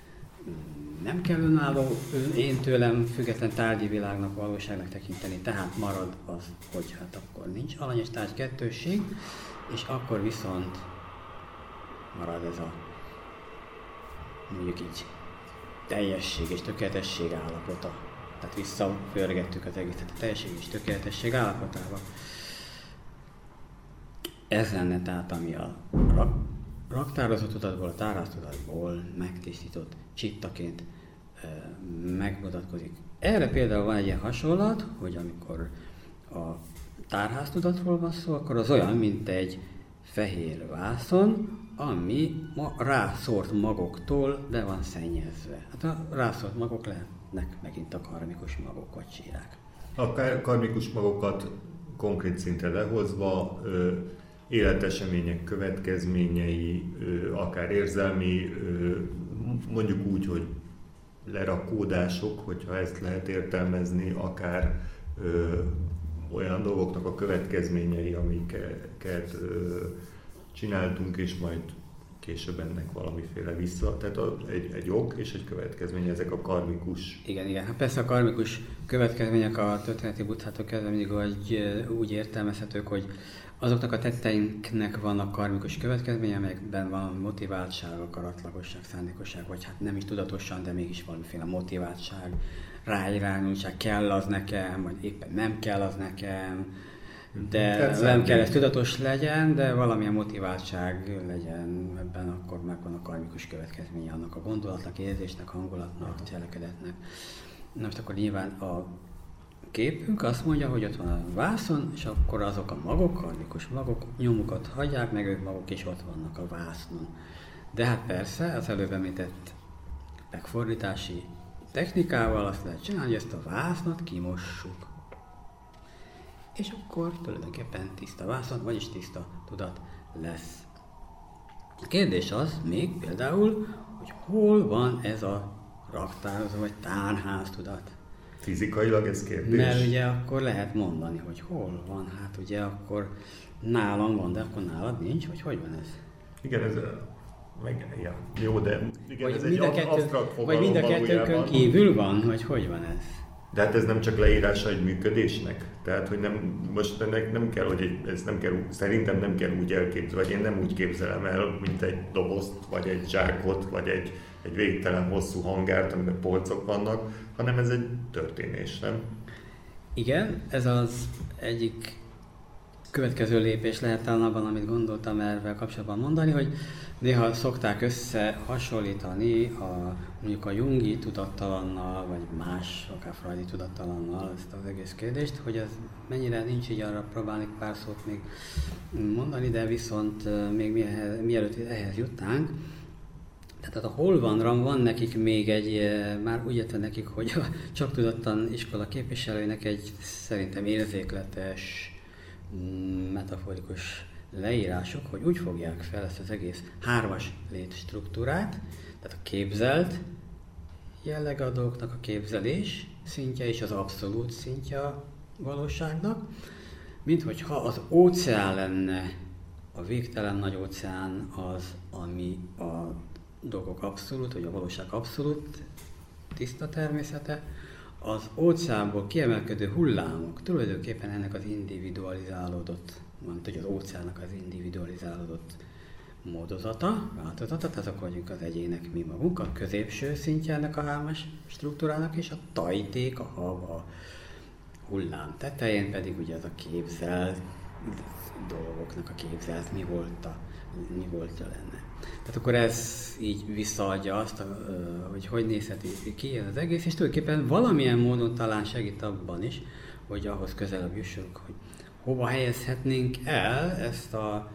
[SPEAKER 3] nem kell önálló, én tőlem független tárgyi világnak, valóságnak tekinteni, tehát marad az, hogy hát akkor nincs alany és tárgy kettősség, és akkor viszont marad ez a mondjuk így teljesség és tökéletesség állapota. Tehát visszapörgettük az egészet a teljesség és tökéletesség állapotába. Ez lenne tehát, ami a rak, raktározott tudatból, a tárháztudatból megtisztított csittaként e, megmutatkozik. Erre például van egy ilyen hasonlat, hogy amikor a tárháztudatról van szó, akkor az olyan, mint egy fehér vászon, ami ma rászórt magoktól le van szennyezve. Hát a rászórt magok lehetnek megint a karmikus magok vagy sírák.
[SPEAKER 2] A karmikus magokat konkrét szintre lehozva, ö, életesemények következményei, ö, akár érzelmi, ö, mondjuk úgy, hogy lerakódások, hogyha ezt lehet értelmezni, akár ö, olyan dolgoknak a következményei, amiket ö, csináltunk, és majd később ennek valamiféle vissza, tehát a, egy, egy ok és egy következmény, ezek a karmikus.
[SPEAKER 3] Igen, igen. Hát persze a karmikus következmények a történeti buddhától kezdve mindig úgy, úgy értelmezhetők, hogy azoknak a tetteinknek vannak karmikus következménye, amelyekben van motiváltság, akaratlagosság, szándékosság, vagy hát nem is tudatosan, de mégis valamiféle motiváltság, ráirányultság, kell az nekem, vagy éppen nem kell az nekem, de
[SPEAKER 2] Tehát
[SPEAKER 3] nem kell ez tudatos legyen, de valamilyen motiváltság legyen, ebben akkor megvan a karmikus következménye annak a gondolatnak, érzésnek, hangulatnak, cselekedetnek. Na most akkor nyilván a képünk azt mondja, hogy ott van a vászon, és akkor azok a magok, karmikus magok nyomukat hagyják, meg ők maguk is ott vannak a vásznon. De hát persze, az előbb említett megfordítási technikával azt lehet csinálni, hogy ezt a vásznat kimossuk. És akkor tulajdonképpen tiszta vászon, vagyis tiszta tudat lesz. A kérdés az még például, hogy hol van ez a raktározó vagy tárház tudat.
[SPEAKER 2] Fizikailag ez kérdés?
[SPEAKER 3] Mert ugye akkor lehet mondani, hogy hol van, hát ugye akkor nálam van, de akkor nálad nincs, vagy hogy van ez?
[SPEAKER 2] Igen, ez meg, ja, jó, de igen,
[SPEAKER 3] vagy
[SPEAKER 2] ez egy absztrakt fogalom.
[SPEAKER 3] Vagy mind a kettőnkön kívül van, hogy hogy van ez?
[SPEAKER 2] De hát ez nem csak leírása egy működésnek. Tehát, hogy nem, most ennek nem kell, hogy egy, ez nem kell, szerintem nem kell úgy elképzelni, vagy én nem úgy képzelem el, mint egy dobozt, vagy egy zsákot, vagy egy, egy végtelen hosszú hangárt, amiben polcok vannak, hanem ez egy történés, nem?
[SPEAKER 3] Igen, ez az egyik következő lépés lehet talán abban, amit gondoltam erről kapcsolatban mondani, hogy néha szokták összehasonlítani a, mondjuk a jungi tudattalannal, vagy más, akár freudi tudattalannal ezt az egész kérdést, hogy ez mennyire nincs, így arra próbálnék pár szót még mondani, de viszont még mielőtt ehhez jutnánk, tehát a hol vanra van nekik még egy, már úgy érte nekik, hogy a csak tudattan iskola képviselőinek egy szerintem érzékletes, metaforikus leírások, hogy úgy fogják fel ezt az egész hármas létstruktúrát, tehát a képzelt jellege a dolgoknak, a képzelés szintje és az abszolút szintje a valóságnak, mint hogyha az óceán lenne, a végtelen nagy óceán az, ami a dolgok abszolút, vagy a valóság abszolút tiszta természete, az óceánból kiemelkedő hullámok tulajdonképpen ennek az individualizálódott, mondjuk, hogy az óceánnak az individualizálódott módozata, változata, azok vagyunk az egyének mi magunk, a középső szintje ennek a hármas struktúrának, és a tajték, a hab, a hullám tetején pedig ugye az a képzelt dolgoknak a képzelt mi volt a, mi voltja lenne. Tehát akkor ez így visszaadja azt, hogy hogy nézheti ki ez az egész, és tulajdonképpen valamilyen módon talán segít abban is, hogy ahhoz közelebb jussunk, hogy hova helyezhetnénk el ezt a,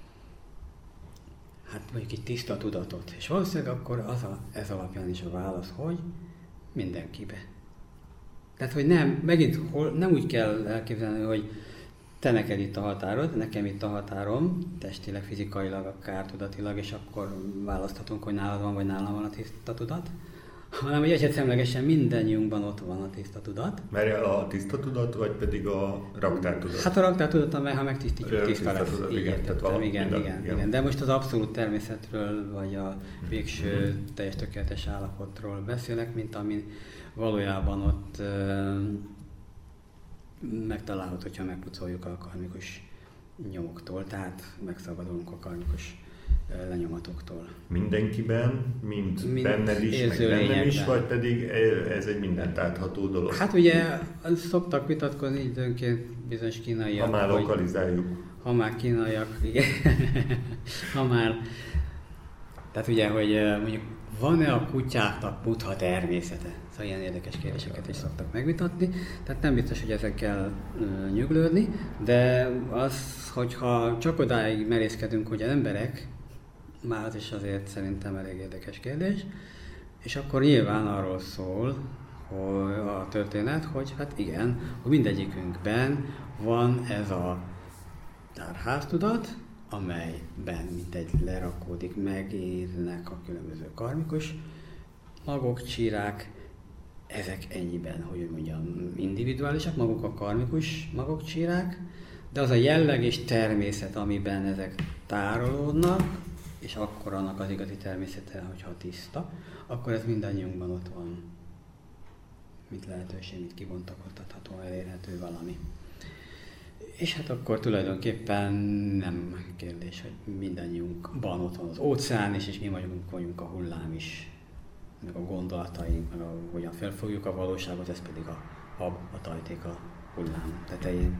[SPEAKER 3] hát mondjuk egy tiszta tudatot. És valószínűleg akkor az a, ez alapján is a válasz, hogy mindenkibe. Tehát, hogy nem, megint hol, nem úgy kell elképzelni, hogy te neked itt a határod, nekem itt a határom, testileg, fizikailag, akár tudatilag, és akkor választhatunk, hogy nálad van, vagy nálam van a tiszta tudat, hanem hogy egyetemlegesen mindannyiunkban ott van a tiszta tudat.
[SPEAKER 2] Mert a tiszta tudat, vagy pedig a raktártudat?
[SPEAKER 3] Hát a raktártudat, amely ha megtisztítjuk,
[SPEAKER 2] Ö,
[SPEAKER 3] tiszta lesz.
[SPEAKER 2] tudat,
[SPEAKER 3] Így
[SPEAKER 2] igen,
[SPEAKER 3] értettem,
[SPEAKER 2] tehát
[SPEAKER 3] igen,
[SPEAKER 2] minden,
[SPEAKER 3] igen,
[SPEAKER 2] igen.
[SPEAKER 3] igen. De most az abszolút természetről, vagy a végső teljes tökéletes állapotról beszélek, mint ami valójában ott uh, megtalálható, hogyha megpucoljuk a karmikus nyomoktól, tehát megszabadulunk a karmikus uh, lenyomatoktól.
[SPEAKER 2] Mindenkiben, mint,
[SPEAKER 3] Mint
[SPEAKER 2] benned is, meg bennem
[SPEAKER 3] lényegben.
[SPEAKER 2] is, vagy pedig ez egy mindent átható dolog?
[SPEAKER 3] Hát ugye szoktak vitatkozni időnként bizonyos kínaiak,
[SPEAKER 2] ha már
[SPEAKER 3] hogy,
[SPEAKER 2] lokalizáljuk.
[SPEAKER 3] ha már kínaiak, igen, ha már, tehát ugye, hogy mondjuk van-e a kutyáknak buddha természete? Szóval ilyen érdekes kérdéseket is szoktak megvitatni, tehát nem biztos, hogy ezekkel uh, nyuglődni, de az, hogyha csak odáig merészkedünk, hogy az emberek, már az is azért szerintem elég érdekes kérdés, és akkor nyilván arról szól hogy a történet, hogy hát igen, hogy mindegyikünkben van ez a tárháztudat, amelyben mintegy lerakódik, megérnek a különböző karmikus magok, csírák, ezek ennyiben, hogy mondjam, individuálisak, maguk a karmikus magok, csírák, de az a jelleg és természet, amiben ezek tárolódnak, és akkor annak az igazi természete, hogyha tiszta, akkor ez mindannyiunkban ott van, mint lehetőség, mint kibontakoztatható, elérhető valami. És hát akkor tulajdonképpen nem kérdés, hogy mindannyiunkban ott van az óceán is, és mi vagyunk, vagyunk a hullám is, meg a gondolataink, meg a, hogyan felfogjuk a valóságot, ez pedig a hab, a tajték a hullám tetején.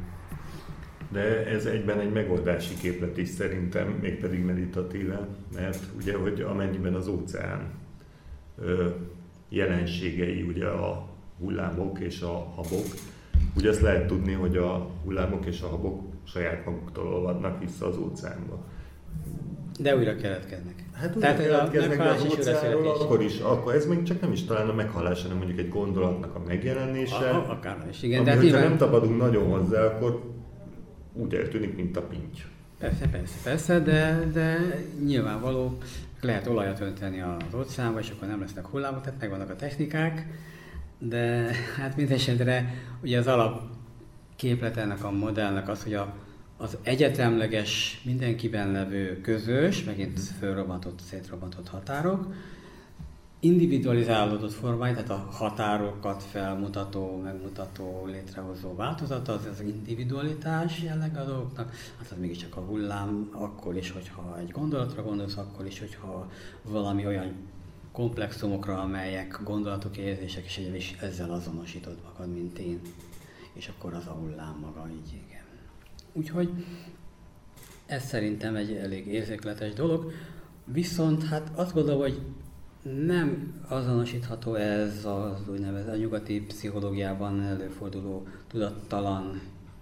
[SPEAKER 2] De ez egyben egy megoldási képlet is szerintem, mégpedig meditatíven, mert ugye, hogy amennyiben az óceán ö, jelenségei, ugye a hullámok és a habok, ugye azt lehet tudni, hogy a hullámok és a habok saját maguktól olvadnak vissza az óceánba.
[SPEAKER 3] De újra keletkeznek.
[SPEAKER 2] Hát újra keletkeznek, de az óceánról akkor is, akkor ez még csak nem is talán a meghalás, hanem mondjuk egy gondolatnak a megjelenése.
[SPEAKER 3] A, akár is, igen.
[SPEAKER 2] Ami,
[SPEAKER 3] de
[SPEAKER 2] hogyha
[SPEAKER 3] nyilván...
[SPEAKER 2] nem tapadunk nagyon hozzá, akkor úgy eltűnik, mint a pinty.
[SPEAKER 3] Persze, persze, persze, de, de nyilvánvaló, lehet olajat önteni az óceánba, és akkor nem lesznek hullámok, tehát megvannak a technikák, de hát mindesetre ugye az alapképlet ennek a modellnek az, hogy a, az egyetemleges, mindenkiben levő közös, megint fölrobbantott, szétrobbantott határok, individualizálódott formája, tehát a határokat felmutató, megmutató, létrehozó változata, az az individualitás jelleg a dolgoknak, hát az mégiscsak a hullám, akkor is, hogyha egy gondolatra gondolsz, akkor is, hogyha valami olyan komplexumokra, amelyek gondolatok, érzések, és egyébként is ezzel azonosítod magad, mint én, és akkor az a hullám maga, így igen. Úgyhogy ez szerintem egy elég érzékletes dolog, viszont hát azt gondolom, hogy nem azonosítható ez az úgynevezett nyugati pszichológiában előforduló tudattalan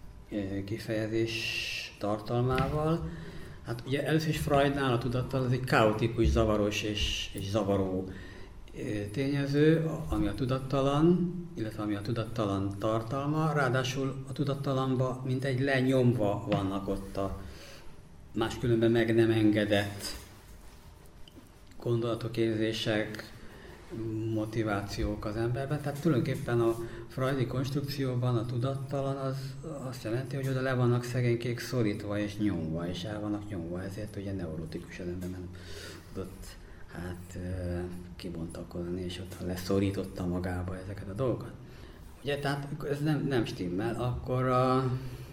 [SPEAKER 3] kifejezés tartalmával. Hát ugye először is Freudnál a tudattalan az egy kaotikus, zavaros és, és zavaró tényező, ami a tudattalan, illetve ami a tudattalan tartalma, ráadásul a tudattalanba mint egy lenyomva vannak ott a máskülönben meg nem engedett gondolatok, érzések, motivációk az emberben. Tehát tulajdonképpen a freudi konstrukcióban a tudattalan az azt jelenti, hogy oda le vannak szegénykék szorítva és nyomva, és el vannak nyomva, ezért ugye neurotikus az ember nem tudott hát kibontakozni, és ott leszorította magába ezeket a dolgokat. Ugye, tehát ez nem, nem stimmel, akkor a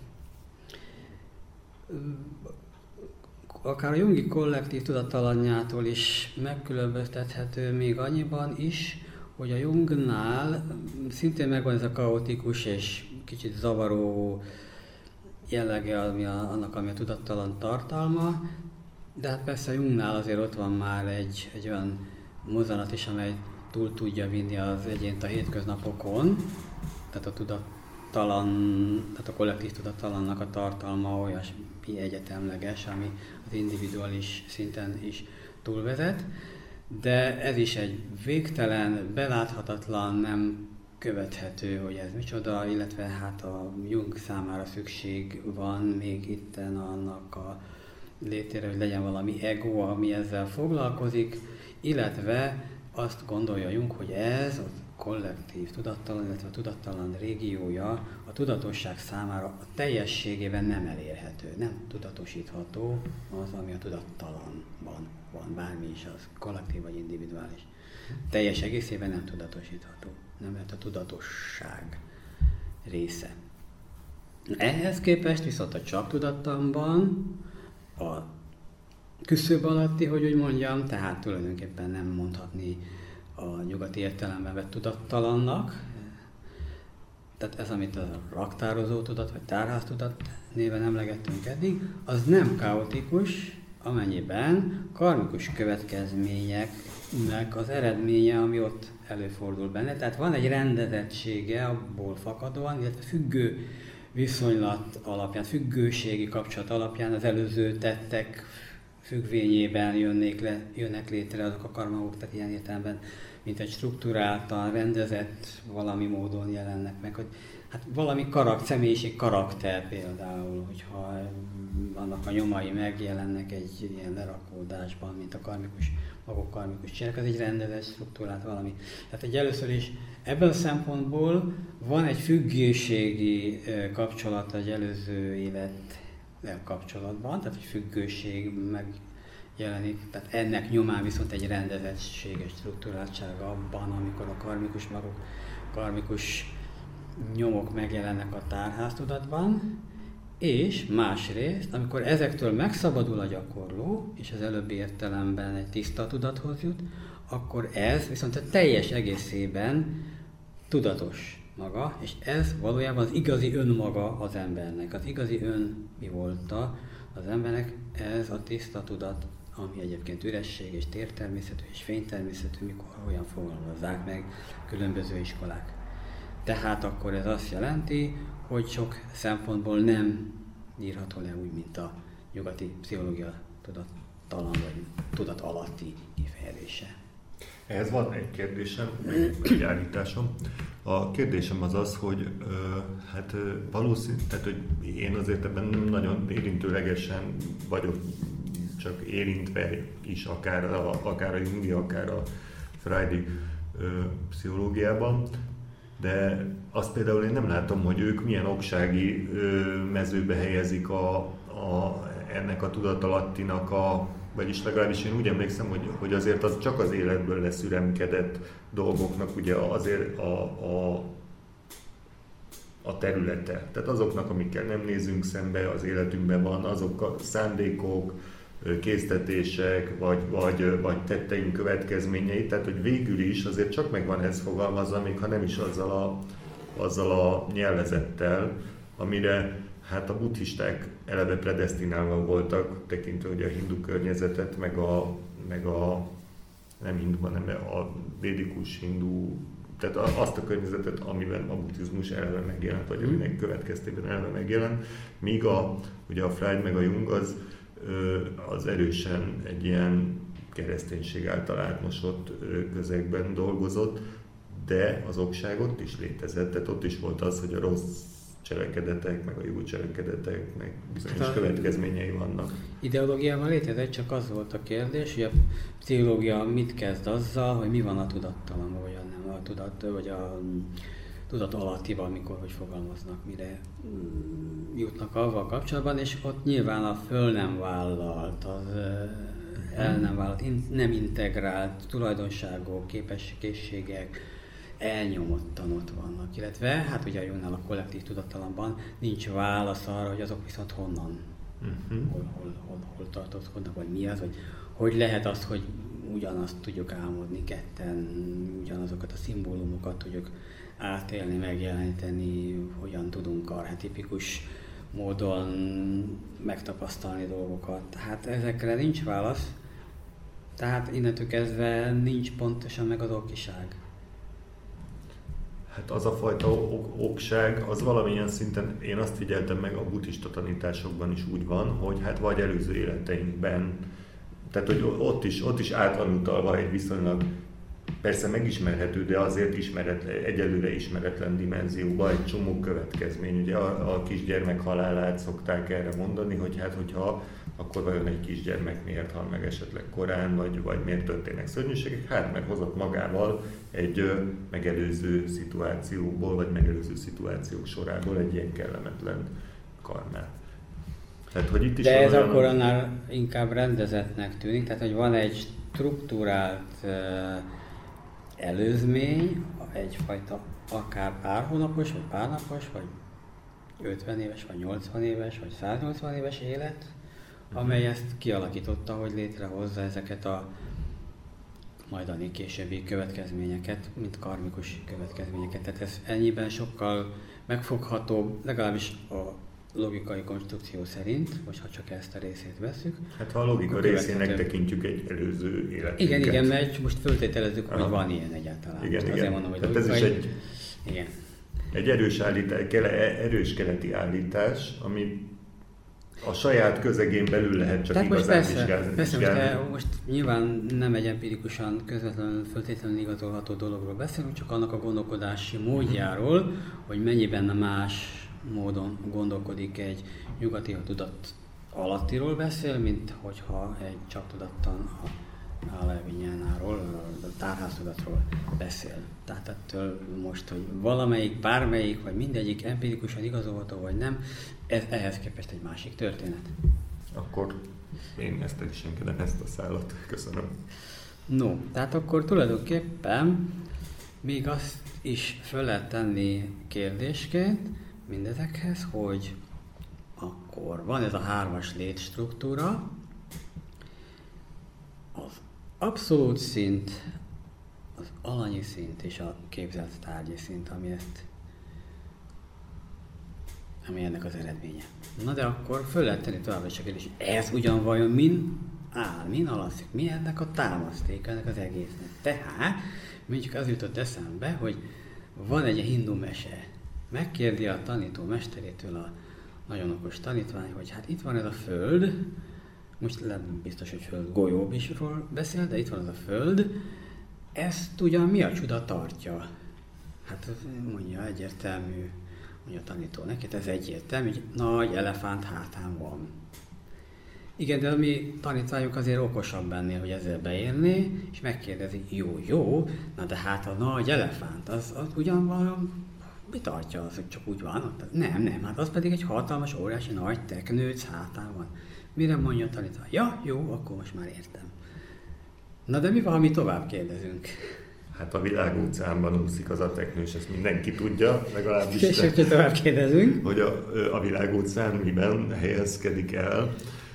[SPEAKER 3] akár a jungi kollektív tudattalanjától is megkülönböztethető még annyiban is, hogy a Jungnál szintén megvan ez a kaotikus és kicsit zavaró jellege ami a, annak, ami a tudattalan tartalma, de hát persze a Jungnál azért ott van már egy, egy olyan mozzanat is, amely túl tudja vinni az egyént a hétköznapokon, tehát a tudattalan, tehát a kollektív tudattalannak a tartalma olyasmi egyetemleges, ami az individuális szinten is túlvezet, de ez is egy végtelen, beláthatatlan, nem követhető, hogy ez micsoda, illetve hát a Jung számára szükség van még itten annak a létére, hogy legyen valami ego, ami ezzel foglalkozik, illetve azt gondolja Jung, hogy ez a kollektív tudattalan, illetve a tudattalan régiója a tudatosság számára a teljességében nem elérhető, nem tudatosítható az, ami a tudattalanban van, bármi is az, kollektív vagy individuális. Teljes egészében nem tudatosítható, nem lehet a tudatosság része. Ehhez képest viszont a csak tudattalanban a küszöb alatti, hogy úgy mondjam, tehát tulajdonképpen nem mondhatni a nyugati értelemben vett tudattalannak, tehát ez, amit a raktározó tudat, vagy tárháztudat néven emlegettünk eddig, az nem kaotikus, amennyiben karmikus következményeknek az eredménye, ami ott előfordul benne. Tehát van egy rendezettsége abból fakadóan, illetve függő viszonylat alapján, függőségi kapcsolat alapján az előző tettek függvényében jönnék le, jönnek létre azok a karmagok, tehát ilyen értelemben, mint egy struktúráltan, rendezett valami módon jelennek meg, hogy hát valami karak, személyiség karakter például, hogyha annak a nyomai megjelennek egy ilyen lerakódásban, mint a karmikus, maguk karmikus csinálják, az egy rendezett struktúrált valami. Tehát egy először is ebből a szempontból van egy függőségi kapcsolat egy előző élet kapcsolatban, tehát egy függőség jelenik, tehát ennek nyomán viszont egy rendezettséges struktúráltsága abban, amikor a karmikus magok, karmikus nyomok megjelennek a tárháztudatban, és másrészt, amikor ezektől megszabadul a gyakorló, és az előbbi értelemben egy tiszta tudathoz jut, akkor ez viszont a teljes egészében tudatos maga, és ez valójában az igazi önmaga az embernek. Az igazi ön mi volta az embernek, ez a tiszta tudat, ami egyébként üresség és tértermészetű és fénytermészetű, mikor olyan fogalmazzák meg különböző iskolák. Tehát akkor ez azt jelenti, hogy sok szempontból nem írható le úgy, mint a nyugati pszichológia tudattalan vagy tudat alatti kifejezése.
[SPEAKER 2] Ehhez van egy kérdésem, egy állításom. A kérdésem az az, hogy ö, hát valószínű, tehát hogy én azért ebben nagyon érintőlegesen vagyok, csak érintve is, akár a, akár a Jungi, akár a Freudi ö, pszichológiában, de azt például én nem látom, hogy ők milyen oksági ö, mezőbe helyezik a, a, ennek a tudatalattinak a, vagyis legalábbis én úgy emlékszem, hogy, hogy azért az csak az életből leszüremkedett dolgoknak ugye azért a, a, a területe. Tehát azoknak, amikkel nem nézünk szembe, az életünkben van, azok a szándékok, késztetések, vagy, vagy, vagy tetteink következményei, tehát hogy végül is azért csak meg van ez fogalmazva, még ha nem is azzal a, azzal a nyelvezettel, amire hát a buddhisták eleve predesztinálva voltak, tekintve ugye a hindu környezetet, meg a, meg a nem hindu, hanem a védikus hindu, tehát azt a környezetet, amiben a buddhizmus eleve megjelent, vagy aminek következtében eleve megjelent, míg a, ugye a Freud meg a Jung az, az erősen egy ilyen kereszténység által átmosott közegben dolgozott, de az okság ott is létezett, tehát ott is volt az, hogy a rossz cselekedetek, meg a jó cselekedeteknek bizonyos a következményei vannak.
[SPEAKER 3] Ideológiában létezett, csak az volt a kérdés, hogy a pszichológia mit kezd azzal, hogy mi van a tudattalanban, vagy a nem a tudat, vagy a tudat alattival, amikor hogy fogalmaznak, mire jutnak avval kapcsolatban, és ott nyilván a föl nem vállalt, az el nem vállalt, nem integrált tulajdonságok, képességek, elnyomottan ott vannak, illetve hát ugye a Jungnál a kollektív tudattalanban nincs válasz arra, hogy azok viszont honnan, uh-huh. hol, hol, hol, hol tartózkodnak, vagy mi az, vagy hogy lehet az, hogy ugyanazt tudjuk álmodni ketten, ugyanazokat a szimbólumokat tudjuk átélni, megjeleníteni, hogyan tudunk archetipikus módon megtapasztalni dolgokat. Hát ezekre nincs válasz, tehát innentől kezdve nincs pontosan meg az okiság.
[SPEAKER 2] Hát az a fajta okság, az valamilyen szinten, én azt figyeltem meg a buddhista tanításokban is úgy van, hogy hát vagy előző életeinkben, tehát hogy ott is, ott is át van utalva egy viszonylag persze megismerhető, de azért ismeretlen, egyelőre ismeretlen dimenzióba egy csomó következmény. Ugye a, a kisgyermek halálát szokták erre mondani, hogy hát hogyha akkor vajon egy kisgyermek miért hal meg esetleg korán, vagy, vagy miért történnek szörnyűségek? Hát mert hozott magával egy ö, megelőző szituációból, vagy megelőző szituációk sorából egy ilyen kellemetlen karmát. Tehát, hogy itt is
[SPEAKER 3] de ez
[SPEAKER 2] olyan...
[SPEAKER 3] akkor annál inkább rendezettnek tűnik, tehát hogy van egy struktúrált uh, előzmény, egyfajta akár pár hónapos, vagy pár napos, vagy ötven éves, vagy nyolcvan éves, vagy száznyolcvan éves élet, amely ezt kialakította, hogy létrehozza ezeket a majdani későbbi következményeket, mint karmikus következményeket. Tehát ez ennyiben sokkal megfoghatóbb, legalábbis a logikai konstrukció szerint, most ha csak ezt a részét vesszük.
[SPEAKER 2] Hát ha a logika részének tekintjük egy előző életünket.
[SPEAKER 3] Igen, igen, mert most föltételezzük,
[SPEAKER 2] aha,
[SPEAKER 3] hogy van ilyen egyáltalán.
[SPEAKER 2] Igen, igen.
[SPEAKER 3] Azért mondom, hogy
[SPEAKER 2] tehát ez is egy,
[SPEAKER 3] igen.
[SPEAKER 2] egy erős, állítás, erős keleti állítás, ami a saját közegén belül lehet csak
[SPEAKER 3] tehát
[SPEAKER 2] igazán
[SPEAKER 3] most
[SPEAKER 2] vizsgálni.
[SPEAKER 3] Persze, most, most nyilván nem egy empirikusan, közvetlenül föltétlenül igazolható dologról beszélünk, csak annak a gondolkodási módjáról, hogy mennyiben más módon gondolkodik egy nyugati, a tudat alattiról beszél, mint hogyha egy csak tudattan a Levinyánáról, a tárháztudatról beszél. Tehát ettől most, hogy valamelyik, bármelyik, vagy mindegyik empirikusan igazolható, vagy nem, ez ehhez képest egy másik történet.
[SPEAKER 2] Akkor Én ezt is engedem, ezt a szállat. Köszönöm.
[SPEAKER 3] No, tehát akkor tulajdonképpen még azt is föl lehet tenni kérdésként mindezekhez, hogy akkor van ez a hármas létstruktúra, az abszolút szint, az alanyi szint és a képzelt tárgyi szint, ami, ezt, ami ennek az eredménye. Na de akkor föl lehet tenni továbbra is a kérdés, hogy ez ugyan vajon min áll, min alapszik, mi ennek a támasztéka ennek az egésznek. Tehát mondjuk az jutott eszembe, hogy van egy hindu mese, megkérdi a tanító mesterétől a nagyon okos tanítvány, hogy hát itt van ez a föld, most nem biztos, hogy föld golyóbisról beszél, de itt van ez a föld, ezt ugyan mi a csuda tartja? Hát mondja egyértelmű, mondja a tanító neki, ez egyértelmű, hogy nagy elefánt hátán van. Igen, de a mi tanítványunk azért okosabb ennél, hogy ezzel beérné, és megkérdezi, jó, jó, na de hát a nagy elefánt, az, az ugyan valami, mi tartja az, hogy csak úgy van? Nem, nem, hát az pedig egy hatalmas, óriási, nagy teknőc hátán van. Mire mondja a tanítvány? Ja, jó, akkor most már értem. Na de mi van, ha mi tovább kérdezünk?
[SPEAKER 2] Hát a világóceánban úszik az a teknős, ezt mindenki tudja, legalábbis.
[SPEAKER 3] És hogyha tovább kérdezünk?
[SPEAKER 2] Hogy a, a világóceán miben helyezkedik el?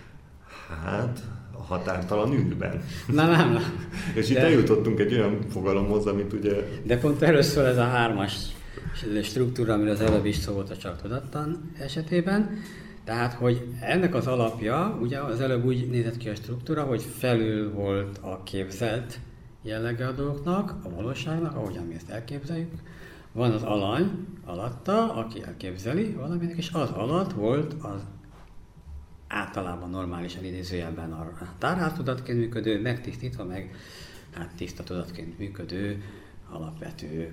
[SPEAKER 2] Hát a határtalan űrben.
[SPEAKER 3] Na nem, nem.
[SPEAKER 2] És itt de... eljutottunk egy olyan fogalomhoz, amit ugye...
[SPEAKER 3] De pont először ez a hármas struktúra, amiről az előbb is szó volt a csak tudattan esetében. Tehát, hogy ennek az alapja, ugye az előbb úgy nézett ki a struktúra, hogy felül volt a képzelt jellege a dolgoknak, a valóságnak, ahogyan mi ezt elképzeljük. Van az alany alatta, aki elképzeli valaminek, és az alatt volt az általában normálisan idézőjelben a tárháztudatként működő, megtisztítva, meg hát tiszta tudatként működő, alapvető,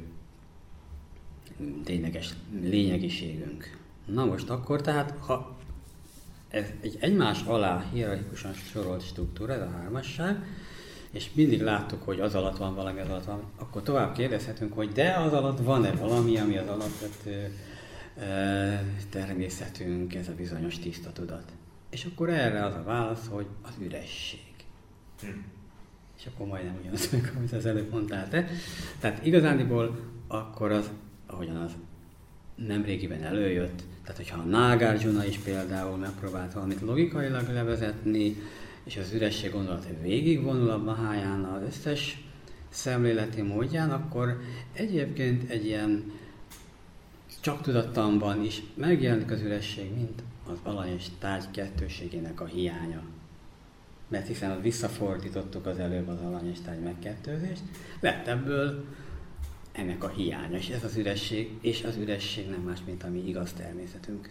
[SPEAKER 3] tényleges lényegiségünk. Na most akkor tehát, ha ez egy egymás alá hierarchikusan sorolt struktúra, ez a hármasság, és mindig láttuk, hogy az alatt van valami, az alatt van, akkor tovább kérdezhetünk, hogy de az alatt van-e valami, ami az alapvető e, természetünk, ez a bizonyos tiszta tudat. És akkor erre az a válasz, hogy az üresség. Hm. És akkor majdnem ugyanaz, amit az előbb mondtál te. Tehát igazándiból akkor az, ahogyan az nemrégiben előjött, tehát hogyha a Nagarjuna is például megpróbált valamit logikailag levezetni, és az üresség gondolat végigvonul a Mahayana az összes szemléleti módján, akkor egyébként egy ilyen csak tudattanban is megjelenik az üresség, mint az alany és tárgy kettőségének a hiánya. Mert hiszen visszafordítottuk az előbb az alany és tárgy megkettőzést, lett ebből ennek a hiánya, és ez az üresség, és az üresség nem más, mint a mi igaz természetünk.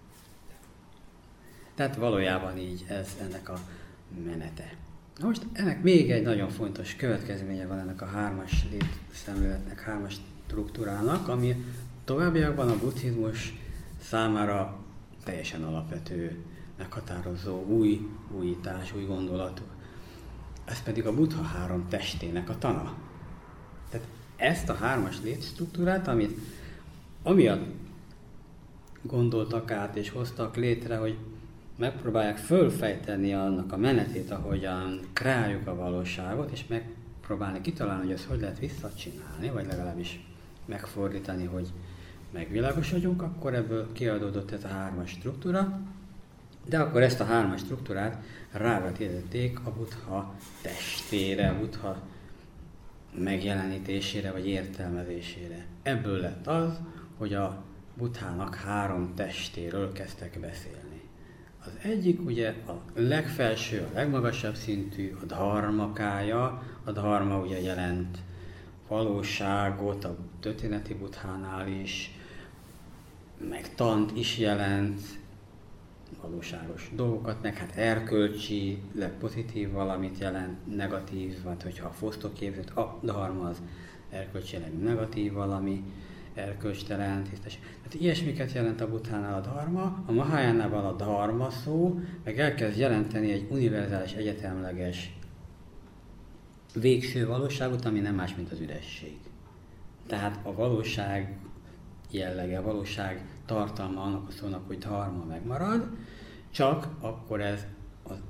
[SPEAKER 3] Tehát valójában így ez ennek a menete. Na most ennek még egy nagyon fontos következménye van ennek a hármas létszemléletnek, hármas struktúrának, ami továbbiakban a buddhizmus számára teljesen alapvető, meghatározó új újítás, új gondolatú. Ez pedig a Buddha három testének a tana. Tehát ezt a hármas létstruktúrát, amit amiatt gondoltak át és hoztak létre, hogy megpróbálják fölfejteni annak a menetét, ahogyan kreáljuk a valóságot, és megpróbálni kitalálni, hogy ezt hogy lehet visszacsinálni, vagy legalábbis megfordítani, hogy megvilágosodjunk, akkor ebből kiadódott ez a hármas struktúra, de akkor ezt a hármas struktúrát rávetítették a Buddha testére, a Buddha megjelenítésére vagy értelmezésére. Ebből lett az, hogy a Buddhának három testéről kezdtek beszélni. Az egyik ugye a legfelső, a legmagasabb szintű, a dharmakája. A dharma ugye jelent valóságot a történeti Buddhánál is, meg tant is jelent, valóságos dolgokat, meg hát erkölcsi, pozitív valamit jelent, negatív, vagy hogyha a fosztóképzet, a dharma az erkölcsileg negatív valami, erkölcstelen, tisztes. Tehát ilyesmiket jelent a Buddhánál a dharma, a Mahayánában a dharma szó, meg elkezd jelenteni egy univerzális, egyetemleges végső valóságot, ami nem más, mint az üresség. Tehát a valóság jellege, a valóság tartalma annak a szónak, hogy dharma megmarad, csak akkor ez az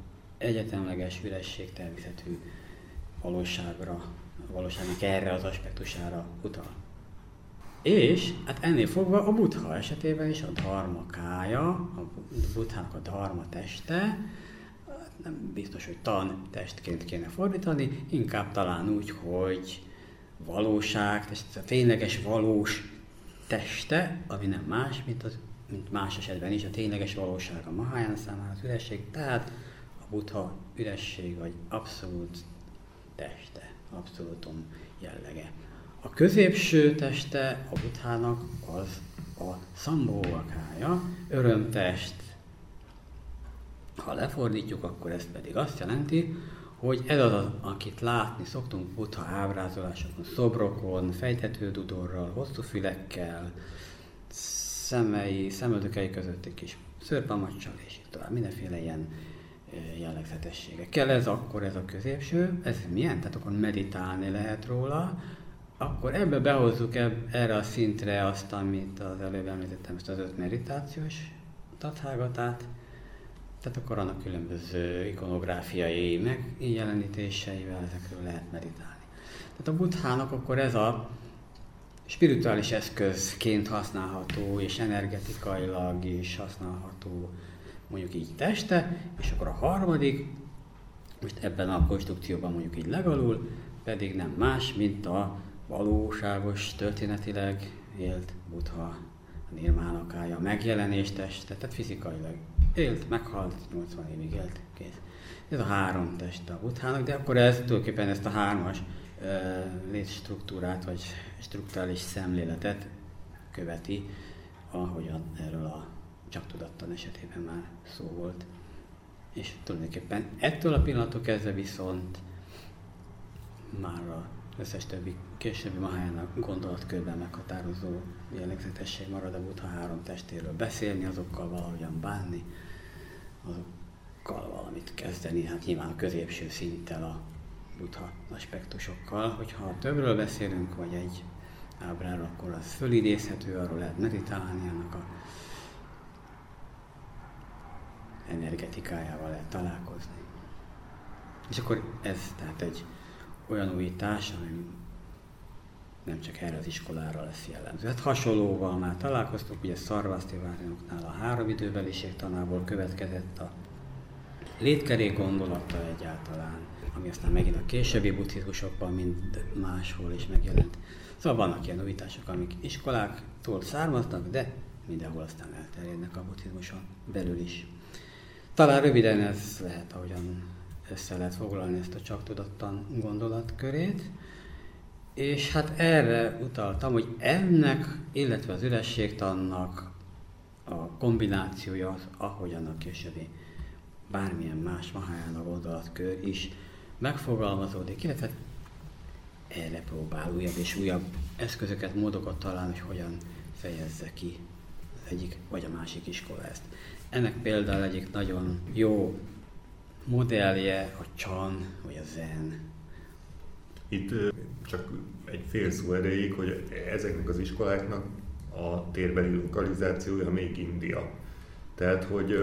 [SPEAKER 3] egyetemleges üresség természetű valóságra, valóságnak erre az aspektusára utal. És hát ennél fogva a Buddha esetében is a dharmakája, a Buddhának a dharma teste, nem biztos, hogy tan testként kéne fordítani, inkább talán úgy, hogy valóság, a tényleges valós teste, ami nem más, mint, az, mint más esetben is a tényleges valóság a Mahāyāna számára az üresség, tehát a Buddha üresség vagy abszolút teste, abszolútum jellege. A középső teste a Buddhának az a szambhóvakája, örömtest. Ha lefordítjuk, akkor ez pedig azt jelenti, hogy ez az, akit látni szoktunk Buddha ábrázolásokon, szobrokon, fejthető dudorral, hosszú fülekkel, szemei, szemöldökei között egy kis szőrpamacsal, és így tovább, mindenféle ilyen jellegzetességekkel. Ez akkor ez a középső, ez milyen? Tehát akkor meditálni lehet róla, akkor ebbe behozzuk eb, erre a szintre azt, amit az előbb említettem, ezt az öt meditációs tathágatát, tehát akkor annak különböző ikonográfiai megjelenítéseivel ezekről lehet meditálni. Tehát a Buddhának akkor ez a spirituális eszközként használható és energetikailag is használható mondjuk így teste, és akkor a harmadik, most ebben a konstrukcióban mondjuk így legalul, pedig nem más, mint a valóságos, történetileg élt Buddha, a nirmánakája, megjelenés teste, tehát fizikailag élt, meghalt, nyolcvan évig élt, kész. Ez a három teste a Buddhának, de akkor ez tulajdonképpen ezt a hármas uh, létstruktúrát, vagy strukturális szemléletet követi, ahogyan erről a csak tudattan esetében már szó volt. És tulajdonképpen ettől a pillanattól kezdve viszont már a összes többi későbbi Mahāyāna gondolatkörben meghatározó jellegzetesség marad a Buddha három testéről beszélni, azokkal valahogyan bánni, azokkal valamit kezdeni, hát nyilván a középső szinttel a Buddha aspektusokkal. Hogyha többről beszélünk, vagy egy ábráról, akkor az fölidézhető, arról lehet meditálni, annak a energetikájával lehet találkozni. És akkor ez tehát egy olyan újítás, ami nem csak erre az iskolára lesz jellemző. Hát hasonlóval már találkoztunk, ugye Szarvasztivárjánoknál a három időbeliség tanából következett a létkerék gondolata egyáltalán, ami aztán megint a későbbi buddhizmusokban, mind máshol is megjelent. Szóval vannak ilyen újítások, amik iskoláktól származnak, de mindenhol aztán elterjednek a buddhizmuson belül is. Talán röviden ez lehet, ahogyan össze lehet foglalni ezt a csak tudattan gondolatkörét, és hát erre utaltam, hogy ennek, illetve az ürességtannak a kombinációja az, ahogyan a későbbi bármilyen más Mahāyāna gondolatkör is megfogalmazódik, illetve erre próbál újabb és újabb eszközöket, módokat találni, hogy hogyan fejezze ki az egyik vagy a másik iskola ezt. Ennek például egyik nagyon jó modellje a Chan vagy a Zen.
[SPEAKER 2] Itt csak egy fél szó erejéig, hogy ezeknek az iskoláknak a térbeli lokalizációja még India. Tehát, hogy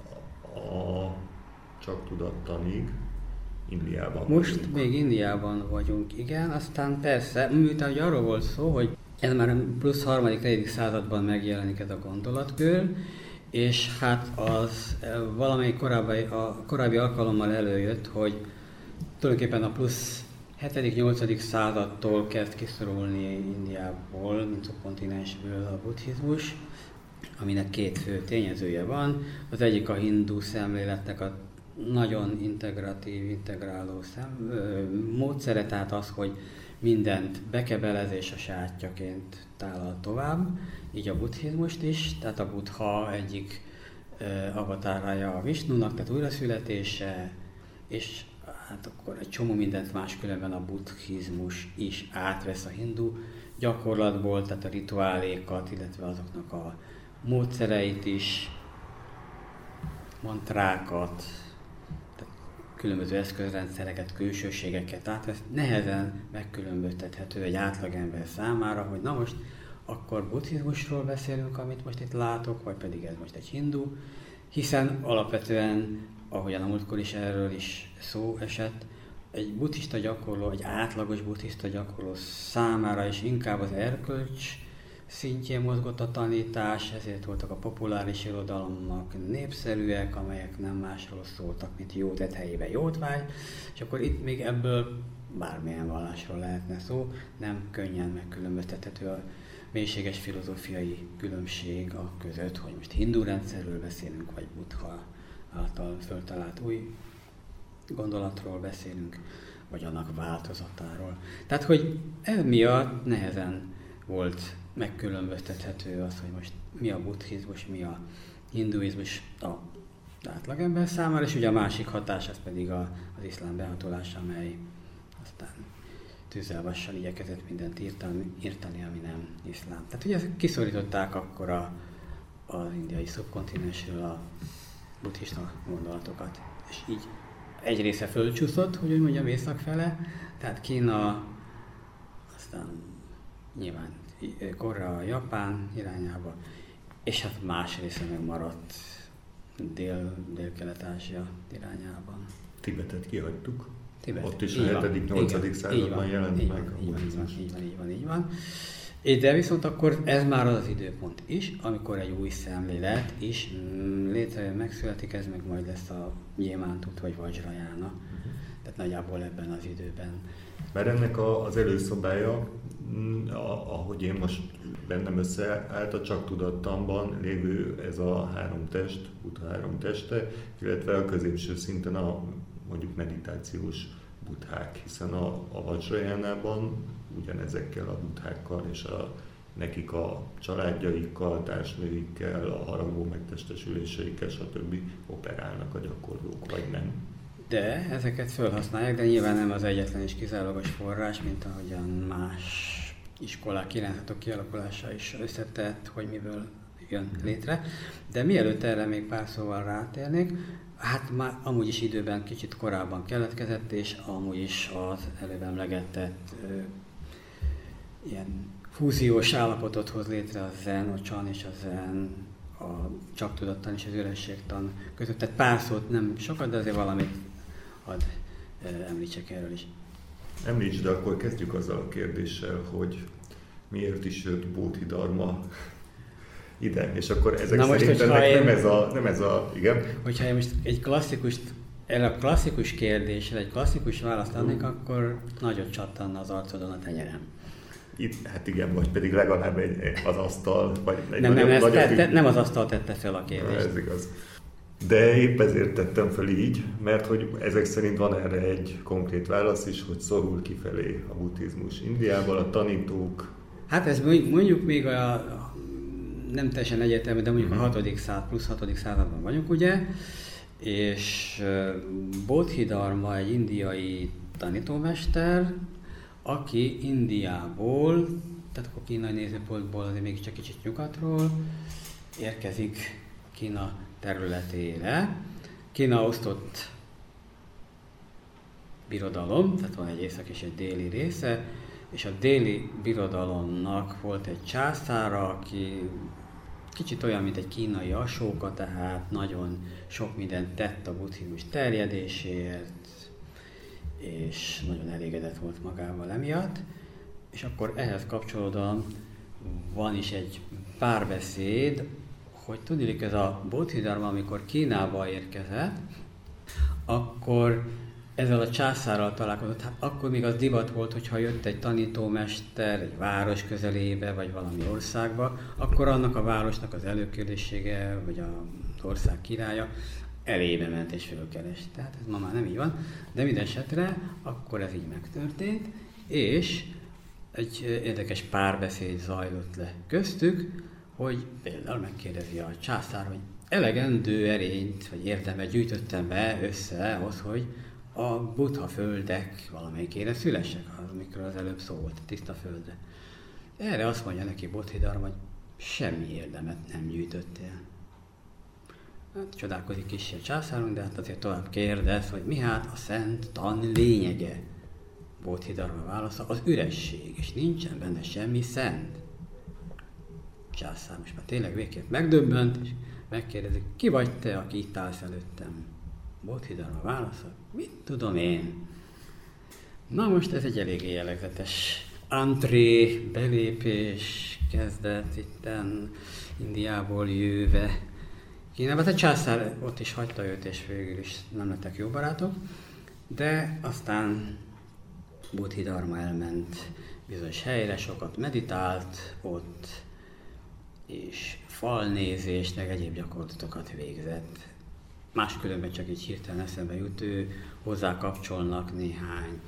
[SPEAKER 2] a csak tudattanig Indiában
[SPEAKER 3] Most
[SPEAKER 2] vagyunk.
[SPEAKER 3] még Indiában vagyunk, igen, aztán persze, miután hogy arról volt szó, hogy ez már plusz harmadik, negyedik században megjelenik ez a gondolatkör, és hát az valamelyik korábbi, a korábbi alkalommal előjött, hogy tulajdonképpen a plusz hetedik nyolcadik századtól kezd kiszorulni Indiából, mint a kontinensből a buddhizmus, aminek két fő tényezője van. Az egyik a hindu szemléletnek a nagyon integratív, integráló szem, ö, módszere, tehát az, hogy mindent bekebelez és a sajátjaként tálal tovább, így a buddhizmust is, tehát a Buddha egyik ö, avatárája a Visnunak, tehát újraszületése, és hát akkor egy csomó mindent máskülönben a buddhizmus is átvesz a hindu gyakorlatból, tehát a rituálékat, illetve azoknak a módszereit is, mantrákat, tehát különböző eszközrendszereket, külsőségeket átvesz, nehezen megkülönböztethető egy átlagember számára, hogy na most akkor buddhizmusról beszélünk, amit most itt látok, vagy pedig ez most egy hindu hiszen alapvetően, ahogyan a múltkor is erről is szó esett, egy buddhista gyakorló, egy átlagos buddhista gyakorló számára is inkább az erkölcs szintjén mozgott a tanítás, ezért voltak a populáris irodalomnak népszerűek, amelyek nem másról szóltak, mint jó tett helyébe jót vágy, és akkor itt még ebből bármilyen vallásról lehetne szó, nem könnyen megkülönböztethető a mélységes filozófiai különbség a között, hogy most hindu rendszerről beszélünk, vagy Buddha által föltalált új gondolatról beszélünk, vagy annak változatáról. Tehát, hogy emiatt nehezen volt megkülönböztethető az, hogy most mi a buddhizmus, mi a hinduizmus a átlagember számára, és ugye a másik hatás az pedig a, az iszlám behatolása, amely aztán tűzzel-vassal igyekezett mindent írtani, írtani, ami nem iszlám. Tehát ugye kiszorították akkor a, az indiai szubkontinensről a buddhista gondolatokat, és így egy része fölcsúszott, hogy úgy mondjam, észak fele, tehát Kína, aztán nyilván Korea, Japán irányába, és hát más része meg maradt dél, Dél-Kelet-Ázsia irányában.
[SPEAKER 2] Tibetet kihagytuk.
[SPEAKER 3] Tibet.
[SPEAKER 2] Ott is a hetedik-nyolcadik században jelent
[SPEAKER 3] így
[SPEAKER 2] meg
[SPEAKER 3] van,
[SPEAKER 2] a
[SPEAKER 3] így van,
[SPEAKER 2] buddhizmus.
[SPEAKER 3] így van, így van, így van. De viszont akkor ez már az az időpont is, amikor egy új szemlélet is létrejön, megszületik, ez meg majd lesz a Gyémántút vagy Vajrajána. Uh-huh. Tehát nagyjából ebben az időben.
[SPEAKER 2] Mert ennek a, az előszobája, ahogy én most bennem összeállt, a csak tudattamban lévő ez a három test, Buddha három teste, illetve a középső szinten a mondjuk meditációs buddhák, hiszen a, a Vajrayánában ugyanezekkel a buddhákkal és a, nekik a családjaikkal, társnőikkel, a haragvó megtestesüléseikkel, stb. Operálnak a gyakorlók, vagy nem?
[SPEAKER 3] De ezeket felhasználják, de nyilván nem az egyetlen és kizárólagos forrás, mint ahogyan más iskolák irányzatok kialakulása is összetett, hogy miből jön létre. De mielőtt erre még pár szóval rátérnék, hát már amúgy is időben kicsit korábban keletkezett, és amúgy is az előbb emlegetett ö, ilyen fúziós állapotot hoz létre a zen, a chan és a zen, a csak tudattan és az ürességtan között. Tehát pár szót, nem sokat, de azért valamit hadd ö, említsek erről is.
[SPEAKER 2] Említs, de akkor kezdjük azzal a kérdéssel, hogy miért is jött Bodhidharma ide, és akkor ezek
[SPEAKER 3] Na
[SPEAKER 2] szerint ennek
[SPEAKER 3] én,
[SPEAKER 2] nem ez a, nem ez a, igen?
[SPEAKER 3] Hogyha én most egy klasszikus, erre a klasszikus kérdésre egy klasszikus választ adnék, uh. akkor nagyot csattanna az arcodon a tenyerem.
[SPEAKER 2] Itt, hát igen, vagy pedig legalább egy, az asztal, vagy egy
[SPEAKER 3] nem,
[SPEAKER 2] nagyobb,
[SPEAKER 3] nem,
[SPEAKER 2] nagyobb,
[SPEAKER 3] te, te, nem az asztal tette fel a kérdést.
[SPEAKER 2] Ez igaz. De épp ezért tettem fel így, mert hogy ezek szerint van erre egy konkrét válasz is, hogy szorul kifelé a buddhizmus Indiában, a tanítók.
[SPEAKER 3] Hát ez mondjuk még a, nem teljesen egyértelmű, de mondjuk uh-huh. a hatodik század plusz hatodik században vagyunk, ugye, és Bodhidharma egy indiai tanítómester, aki Indiából, tehát akkor kínai nézőpontból, azért még csak kicsit nyugatról érkezik Kína területére. Kína osztott birodalom, tehát van egy észak és egy déli része, és a déli birodalomnak volt egy császára, aki kicsit olyan, mint egy kínai Asóka, tehát nagyon sok mindent tett a buddhizmus terjedéséért, és nagyon elégedett volt magával emiatt. És akkor ehhez kapcsolódóan van is egy párbeszéd, hogy tudniillik, ez a Bodhidharma, amikor Kínába érkezett, akkor ezzel a császárral találkozott. Hát akkor még az divat volt, hogyha jött egy tanítómester egy város közelébe, vagy valami országba, akkor annak a városnak az előkérdéssége, vagy az ország királya elébe ment és fölkerest. Tehát ez ma már nem így van, de minden esetre akkor ez így megtörtént, és egy érdekes párbeszéd zajlott le köztük, hogy például megkérdezi a császár, hogy elegendő erényt vagy érdemet gyűjtöttem be össze ahhoz, hogy a buddha földek valamelyikére szülessek, amikről az előbb szó volt, a tiszta földre. Erre azt mondja neki Bodhidharma, hogy semmi érdemet nem gyűjtöttél. Hát csodálkozik kicsi a császárunk, de hát azért tovább kérdez, hogy mi hát a szent tan lényege. Bodhidharma válasza, az üresség, és nincsen benne semmi szent. Császár most már tényleg végképp megdöbbent, és megkérdezik, ki vagy te, aki itt állsz előttem? Bodhidharma válaszol, mit tudom én? Na most ez egy eléggé jellegzetes antré, belépés, kezdet itten Indiából jöve Kínába. A császár ott is hagyta őt, és végül is nem lettek jó barátok, de aztán Bodhidharma elment bizonyos helyre, sokat meditált ott, és falnézést, meg egyéb gyakorlatokat végzett. Máskülönben csak így hirtelen eszembe jut, ő hozzá kapcsolnak néhány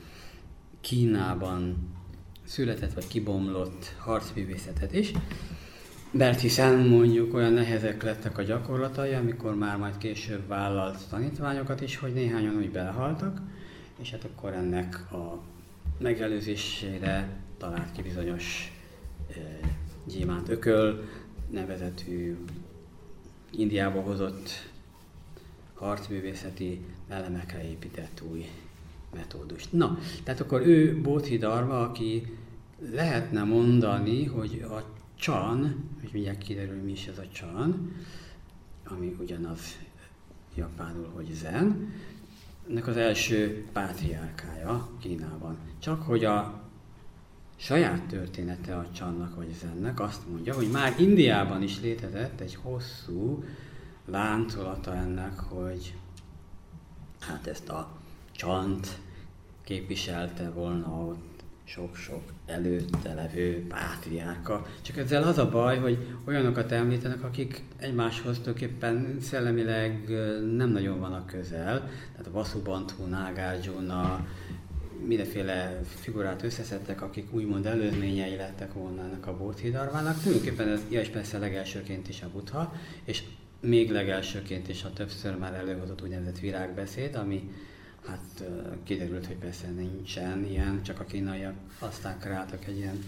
[SPEAKER 3] Kínában született vagy kibomlott harcművészetet is, mert hiszen mondjuk olyan nehezek lettek a gyakorlatai, amikor már majd később vállalt tanítványokat is, hogy néhányan úgy belehaltak, és hát akkor ennek a megelőzésére talált ki bizonyos e, gyémánt ököl nevezetű Indiába hozott harcművészeti elemekre épített új metódust. Na, tehát akkor ő Bodhidharma, aki lehetne mondani, hogy a Chan, és mindjárt kiderül, mi is ez a Chan, ami ugyanaz japánul, hogy Zen, ennek az első pátriárkája Kínában. Csak hogy a saját története a Channak vagy Zennek azt mondja, hogy már Indiában is létezett egy hosszú láncolata ennek, hogy hát ezt a Chant képviselte volna ott sok-sok előtte levő pátriárka. Csak ezzel az a baj, hogy olyanokat említenek, akik egymáshoz tulajdonképpen szellemileg nem nagyon vannak közel. Tehát a Vasubandhu, Nagarjuna, mindenféle figurát összeszedtek, akik úgymond előzményei lettek volna ennek a Bodhidharmának. Tulajdonképpen ez, ja, és persze legelsőként is a Buddha, és még legelsőként is a többször már előhozott úgynevezett virágbeszéd, ami hát kiderült, hogy persze nincsen ilyen, csak a kínaiak aztán kreáltak egy ilyen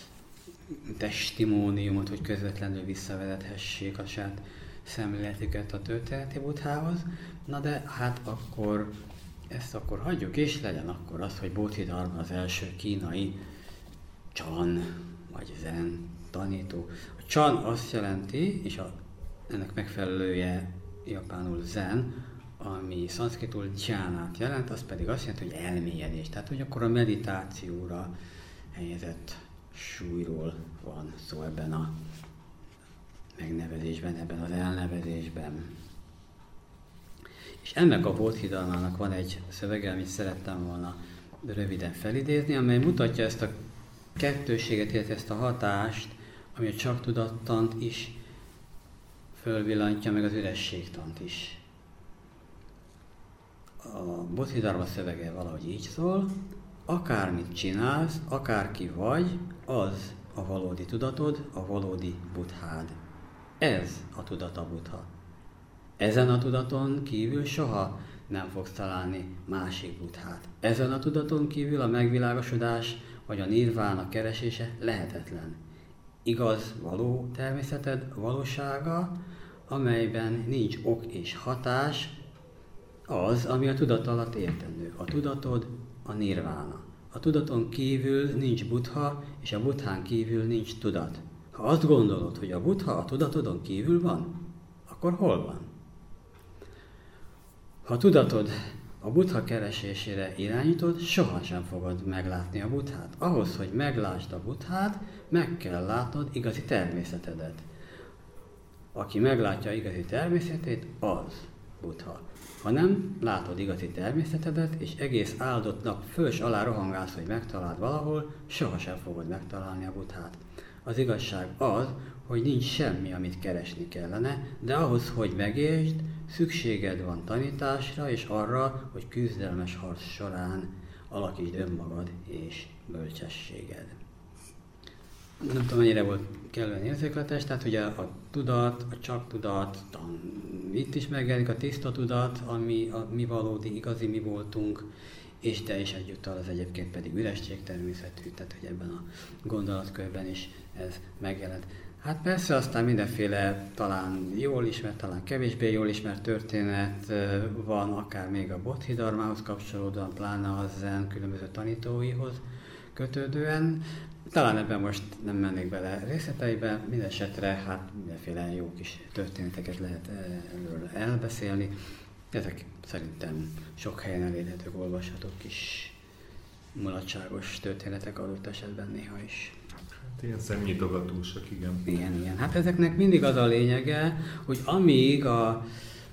[SPEAKER 3] testimóniumot, hogy közvetlenül visszavedethessék a saját szemléletüket a történeti Buddhához. Na de hát akkor ezt akkor hagyjuk, és legyen akkor az, hogy Bodhidharma az első kínai Chan, vagy Zen tanító. A Chan azt jelenti, és a, ennek megfelelője japánul Zen, ami szanszkritul dhyánát jelent, az pedig azt jelenti, hogy elmélyedés. Tehát, hogy akkor a meditációra helyezett súlyról van szó ebben a megnevezésben, ebben az elnevezésben. És ennek a Bodhidharmának van egy szövege, amit szerettem volna röviden felidézni, amely mutatja ezt a kettőséget, illetve ezt a hatást, ami a csak tudattant is fölvillantja, meg az ürességtant is. A Bodhidharma szövege valahogy így szól, akármit csinálsz, akárki vagy, az a valódi tudatod, a valódi Buddhád. Ez a tudat a Buddha. Ezen a tudaton kívül soha nem fogsz találni másik Buddhát. Ezen a tudaton kívül a megvilágosodás vagy a nirvána keresése lehetetlen. Igaz, való természeted valósága, amelyben nincs ok és hatás, az, ami a tudat alatt értendő. A tudatod a nirvána. A tudaton kívül nincs Buddha, és a Buddhán kívül nincs tudat. Ha azt gondolod, hogy a Buddha a tudatodon kívül van, akkor hol van? Ha a tudatod a Buddha keresésére irányítod, sohasem fogod meglátni a Buddhát. Ahhoz, hogy meglásd a Buddhát, meg kell látnod igazi természetedet. Aki meglátja igazi természetét, az Buddha. Ha nem látod igazi természetedet, és egész áldott nap föl s alá rohangálsz, hogy megtaláld valahol, sohasem fogod megtalálni a Buddhát. Az igazság az, hogy nincs semmi, amit keresni kellene, de ahhoz, hogy megértsd, szükséged van tanításra és arra, hogy küzdelmes harc során alakítsd önmagad és bölcsességed. Nem tudom, mennyire volt kellően érzékletes, tehát ugye a tudat, a csak tudat, itt is megjelenik a tiszta tudat, ami a mi valódi, igazi mi voltunk, és de is egyúttal az egyébként pedig üresség természetű, tehát hogy ebben a gondolatkörben is ez megjelent. Hát persze aztán mindenféle talán jól ismert, talán kevésbé jól ismert történet van, akár még a Bodhidharmához kapcsolódóan, pláne a Zen különböző tanítóihoz kötődően. Talán ebben most nem mennék bele részleteibe, mindesetre hát mindenféle jó kis történeteket lehet erről elbeszélni. Ezek szerintem sok helyen elérhetők, olvashatók kis mulatságos történetek adott esetben néha is.
[SPEAKER 2] Hát ilyen szemnyitogatósak, igen.
[SPEAKER 3] Igen, igen. Hát ezeknek mindig az a lényege, hogy amíg a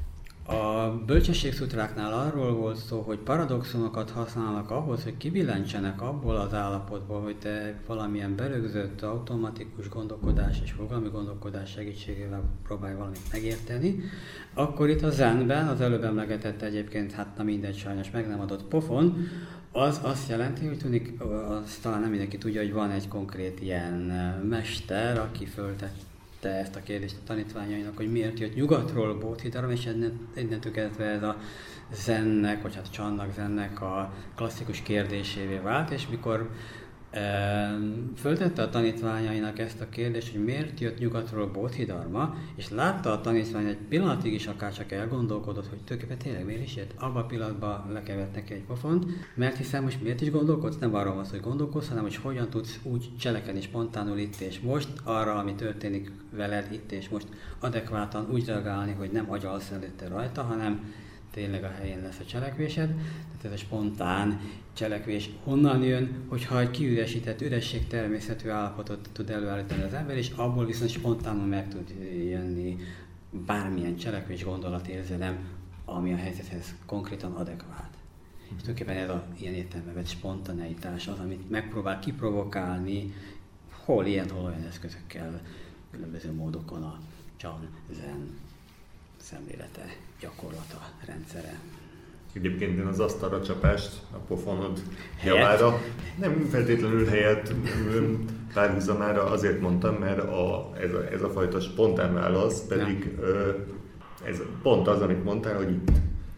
[SPEAKER 3] A bölcsességszutráknál arról volt szó, hogy paradoxonokat használnak ahhoz, hogy kibillentsenek abból az állapotból, hogy te valamilyen berögzött automatikus gondolkodás és fogalmi gondolkodás segítségével próbálj valamit megérteni, akkor itt a zenben, az előbb emlegetett egyébként, hát na mindegy, sajnos meg nem adott pofon, az azt jelenti, hogy tudnik, az talán nem mindenki tudja, hogy van egy konkrét ilyen mester, aki föltett te ezt a kérdést a tanítványainak, hogy miért jött nyugatról Bodhidharma, és innentől kezdve ez a zennek, vagy hát csannak zennek a klasszikus kérdésévé vált, és mikor e, föltette a tanítványainak ezt a kérdést, hogy miért jött nyugatról Bodhidharma, és látta a tanítvány egy pillanatig is akár csak elgondolkodott, hogy tulajdonképpen tényleg miért is jött, abban a pillanatban lekevett neki egy pofont, mert hiszen most miért is gondolkodsz, nem arról van szó, hogy gondolkodsz, hanem hogy hogyan tudsz úgy cselekedni spontánul itt és most, arra, ami történik veled itt és most, adekvátan úgy reagálni, hogy nem agyalsz előtte rajta, hanem tényleg a helyén lesz a cselekvésed. Tehát ez a spontán cselekvés honnan jön, hogyha egy kiüresített üresség természetű állapotot tud előállítani az ember, és abból viszont spontánul meg tud jönni bármilyen cselekvés, gondolat, érzelem, ami a helyzethez konkrétan adekvát. És tulajdonképpen ez a ilyen értelemben vett spontaneitás az, amit megpróbál kiprovokálni, hol ilyen, hol olyan eszközökkel, különböző módokon a chan, zen szemlélete, gyakorlata, rendszere.
[SPEAKER 2] Egyébként én az asztalra csapást a pofonod javára, nem feltétlenül helyett párhuzamára azért mondtam, mert a, ez, a, ez a fajta spontán válasz pedig ö, ez pont az, amit mondtál, hogy itt.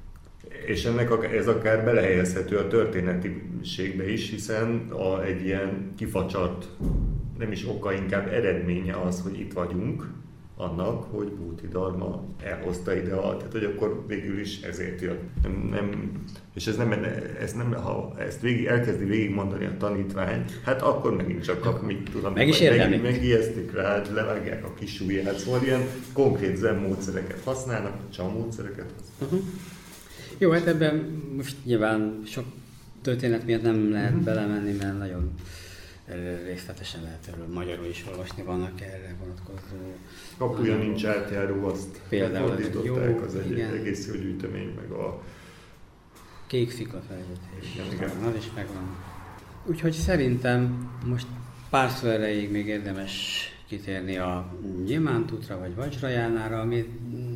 [SPEAKER 2] És ennek a, ez akár belehelyezhető a történetiségbe is, hiszen a, egy ilyen kifacsart, nem is oka, inkább eredménye az, hogy itt vagyunk, annak, hogy Bodhidharma elhozta ide, a, tehát hogy akkor végül is ezért jött. Nem, nem, és ez nem, ez nem, ha ezt végig, elkezdi végigmondani a tanítvány, hát akkor megint csak kap, mit tudom,
[SPEAKER 3] meg is érdemlik.
[SPEAKER 2] Meg, megijesztik rá, levágják a kis ujját, szóval ilyen konkrét zen módszereket használnak, csan módszereket használnak.
[SPEAKER 3] Uh-huh. Jó, hát ebben most nyilván sok történet miatt nem lehet uh-huh. belemenni, mert nagyon részletesen lehet erről magyarul is olvasni, vannak erre vonatkozó.
[SPEAKER 2] Kapuja nincs átjáró, azt fordították, az egy igen. egész jó gyűjtemény, meg a
[SPEAKER 3] kék szikla felejtés, az is megvan. Úgyhogy szerintem most pár szó erejéig még érdemes kitérni a Gyémántutra vagy Vajrajánára, ami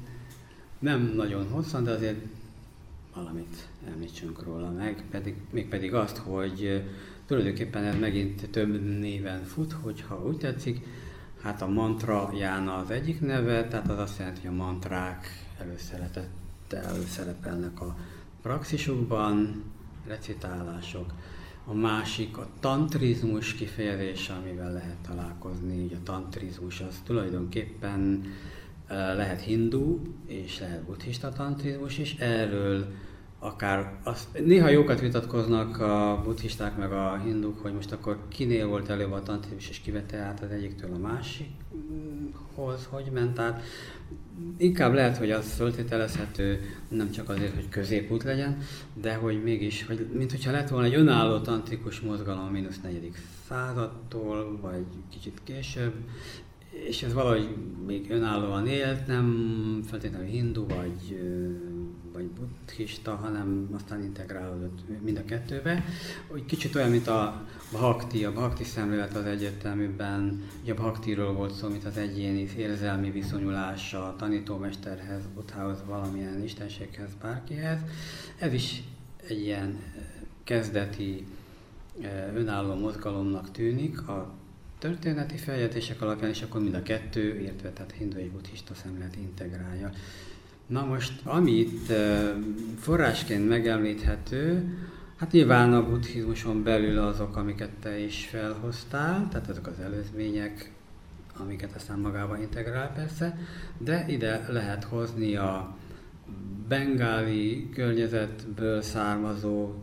[SPEAKER 3] nem nagyon hosszan, de azért valamit említsünk róla meg, pedig, mégpedig azt, hogy tulajdonképpen ez megint több néven fut, hogyha úgy tetszik. Hát a mantra Jána az egyik neve, tehát az azt jelenti, hogy a mantrák előszeretettel szerepelnek a praxisukban, recitálások. A másik a tantrizmus kifejezés, amivel lehet találkozni. Ugye a tantrizmus az tulajdonképpen lehet hindu és lehet buddhista tantrizmus is. Erről akár azt, néha jókat vitatkoznak a buddhisták meg a hinduk, hogy most akkor kinél volt előbb a tantrizmus és kivette át az egyiktől a másikhoz, hogy ment át. Inkább lehet, hogy az föltételezhető nem csak azért, hogy középút legyen, de hogy mégis, hogy, mint hogyha lett volna egy önálló tantrikus mozgalom a mínusz negyedik századtól, vagy kicsit később, és ez valahogy még önállóan élt, nem feltétlenül hindu vagy, vagy buddhista, hanem aztán integrálódott mind a kettőbe. Úgy kicsit olyan, mint a bhakti, a bhakti szemlélet az egyértelműbben, ugye a bhaktiről volt szó, mint az egyéni érzelmi viszonyulása a tanítómesterhez, buddhához, valamilyen istenséghez, bárkihez. Ez is egy ilyen kezdeti önálló mozgalomnak tűnik a történeti feljegyzések alapján, és akkor mind a kettő, értve, tehát hindu és buddhista szemlélet integrálja. Na most, amit forrásként megemlíthető, hát nyilván a buddhizmuson belül azok, amiket te is felhoztál, tehát azok az előzmények, amiket aztán magába integrál persze, de ide lehet hozni a bengáli környezetből származó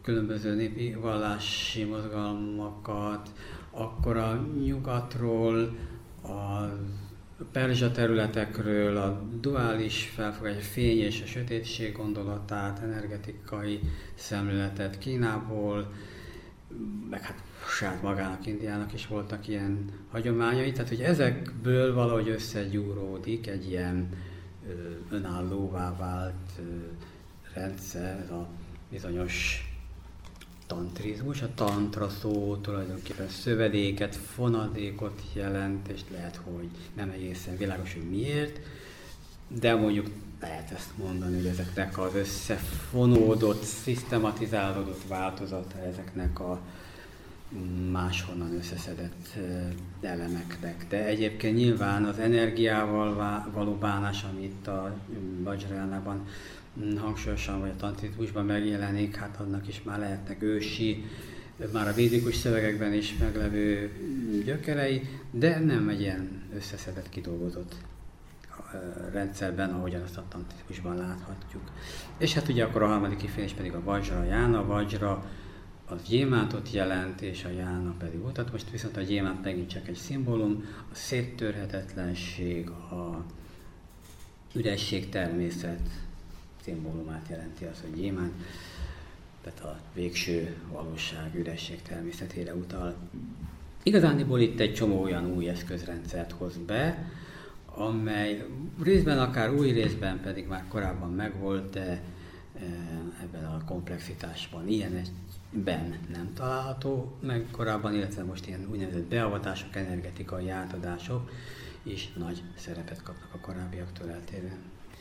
[SPEAKER 3] különböző népi vallási mozgalmakat, akkor a nyugatról, a perzsa területekről, a duális felfogás, a fény és a sötétség gondolatát, energetikai szemléletet Kínából, meg hát saját magának, Indiának is voltak ilyen hagyományai, tehát hogy ezekből valahogy összegyúródik egy ilyen ö, önállóvá vált ö, rendszer, ez a bizonyos tantrizmus. A tantra szó tulajdonképpen szövedéket, fonadékot jelent, és lehet, hogy nem egészen világos, hogy miért, de mondjuk lehet ezt mondani, hogy ezeknek az összefonódott, szisztematizálódott változata ezeknek a máshonnan összeszedett elemeknek. De egyébként nyilván az energiával való bánás, ami itt a Vajrayánában hangsúlyosan vagy a tantrizmusban megjelenik, hát annak is már lehetnek ősi, már a védikus szövegekben is meglevő gyökerei, de nem egy ilyen összeszedett, kidolgozott rendszerben, ahogyan azt a tantrizmusban láthatjuk. És hát ugye akkor a harmadik kifejezés pedig a Vajrayána. A Vajra az gyémántot jelent, és a jána pedig volt. Tehát most viszont a gyémánt megint csak egy szimbólum, a széttörhetetlenség, a üresség természet szimbólumát jelenti az, hogy gyémánt, tehát a végső valóság üresség természetére utal. Igazániból itt egy csomó olyan új eszközrendszert hoz be, amely részben akár új, részben pedig már korábban megvolt, de ebben a komplexitásban ilyen ben nem található meg korábban, illetve most ilyen úgynevezett beavatások, energetikai átadások is nagy szerepet kapnak a korábbiaktól eltérően.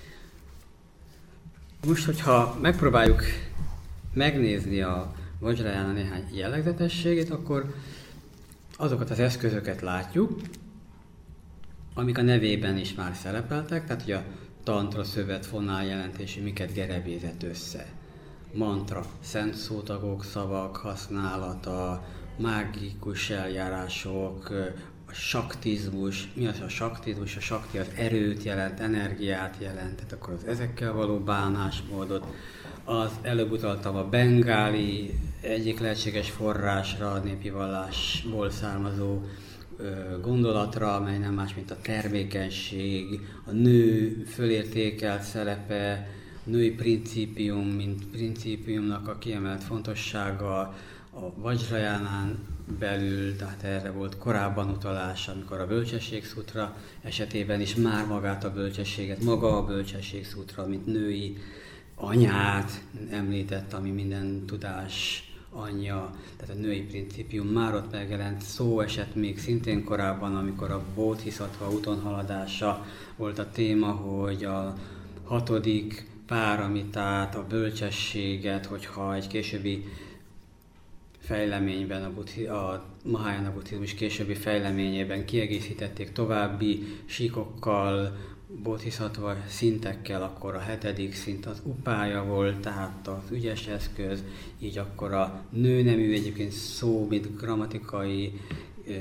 [SPEAKER 3] Most, hogyha megpróbáljuk megnézni a Vajrayána néhány jellegzetességét, akkor azokat az eszközöket látjuk, amik a nevében is már szerepeltek, tehát hogy a tantra szövet fonál jelentési miket gerebézett össze. Mantra, szent szótagok, szavak használata, mágikus eljárások, a saktizmus. Mi az a saktizmus? A sakti az erőt jelent, energiát jelent, tehát akkor az ezekkel való bánásmódot. Az előbb utaltam a bengáli egyik lehetséges forrásra, a népi vallásból származó gondolatra, amely nem más, mint a termékenység, a nő fölértékelt szerepe, a női principium, mint principiumnak a kiemelt fontossága a Vajrayánán belül, tehát erre volt korábban utalás, amikor a Bölcsesség Szutra esetében is már magát a bölcsességet, maga a Bölcsesség Szutra, mint női anyát említett, ami minden tudás anyja, tehát a női principium már ott megjelent, szó esett még szintén korábban, amikor a Bodhisattva útonhaladása volt a téma, hogy a hatodik páramitát, a bölcsességet, hogyha egy későbbi fejleményben, a, buddhi, a Mahayana buddhizmus későbbi fejleményében kiegészítették további síkokkal, Bodhisattva szintekkel, akkor a hetedik szint az upája volt, tehát az ügyes eszköz, így akkor a nőnemű egyébként szó, mint grammatikai ö,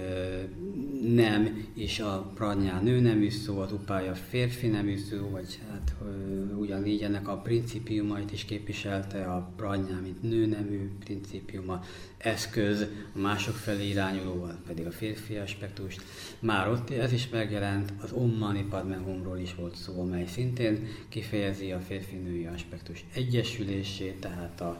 [SPEAKER 3] nem, és a prajná nőnemű szó, az upája férfi nemű szó, vagy hát ö, ugyanígy ennek a principiumait is képviselte, a prajná, mint nőnemű principiuma, eszköz, a mások felé irányuló, pedig a férfi aspektust. Már ott ez is megjelent, az Om Mani Padme Humról is volt szó, amely szintén kifejezi a férfi-női aspektus egyesülését, tehát a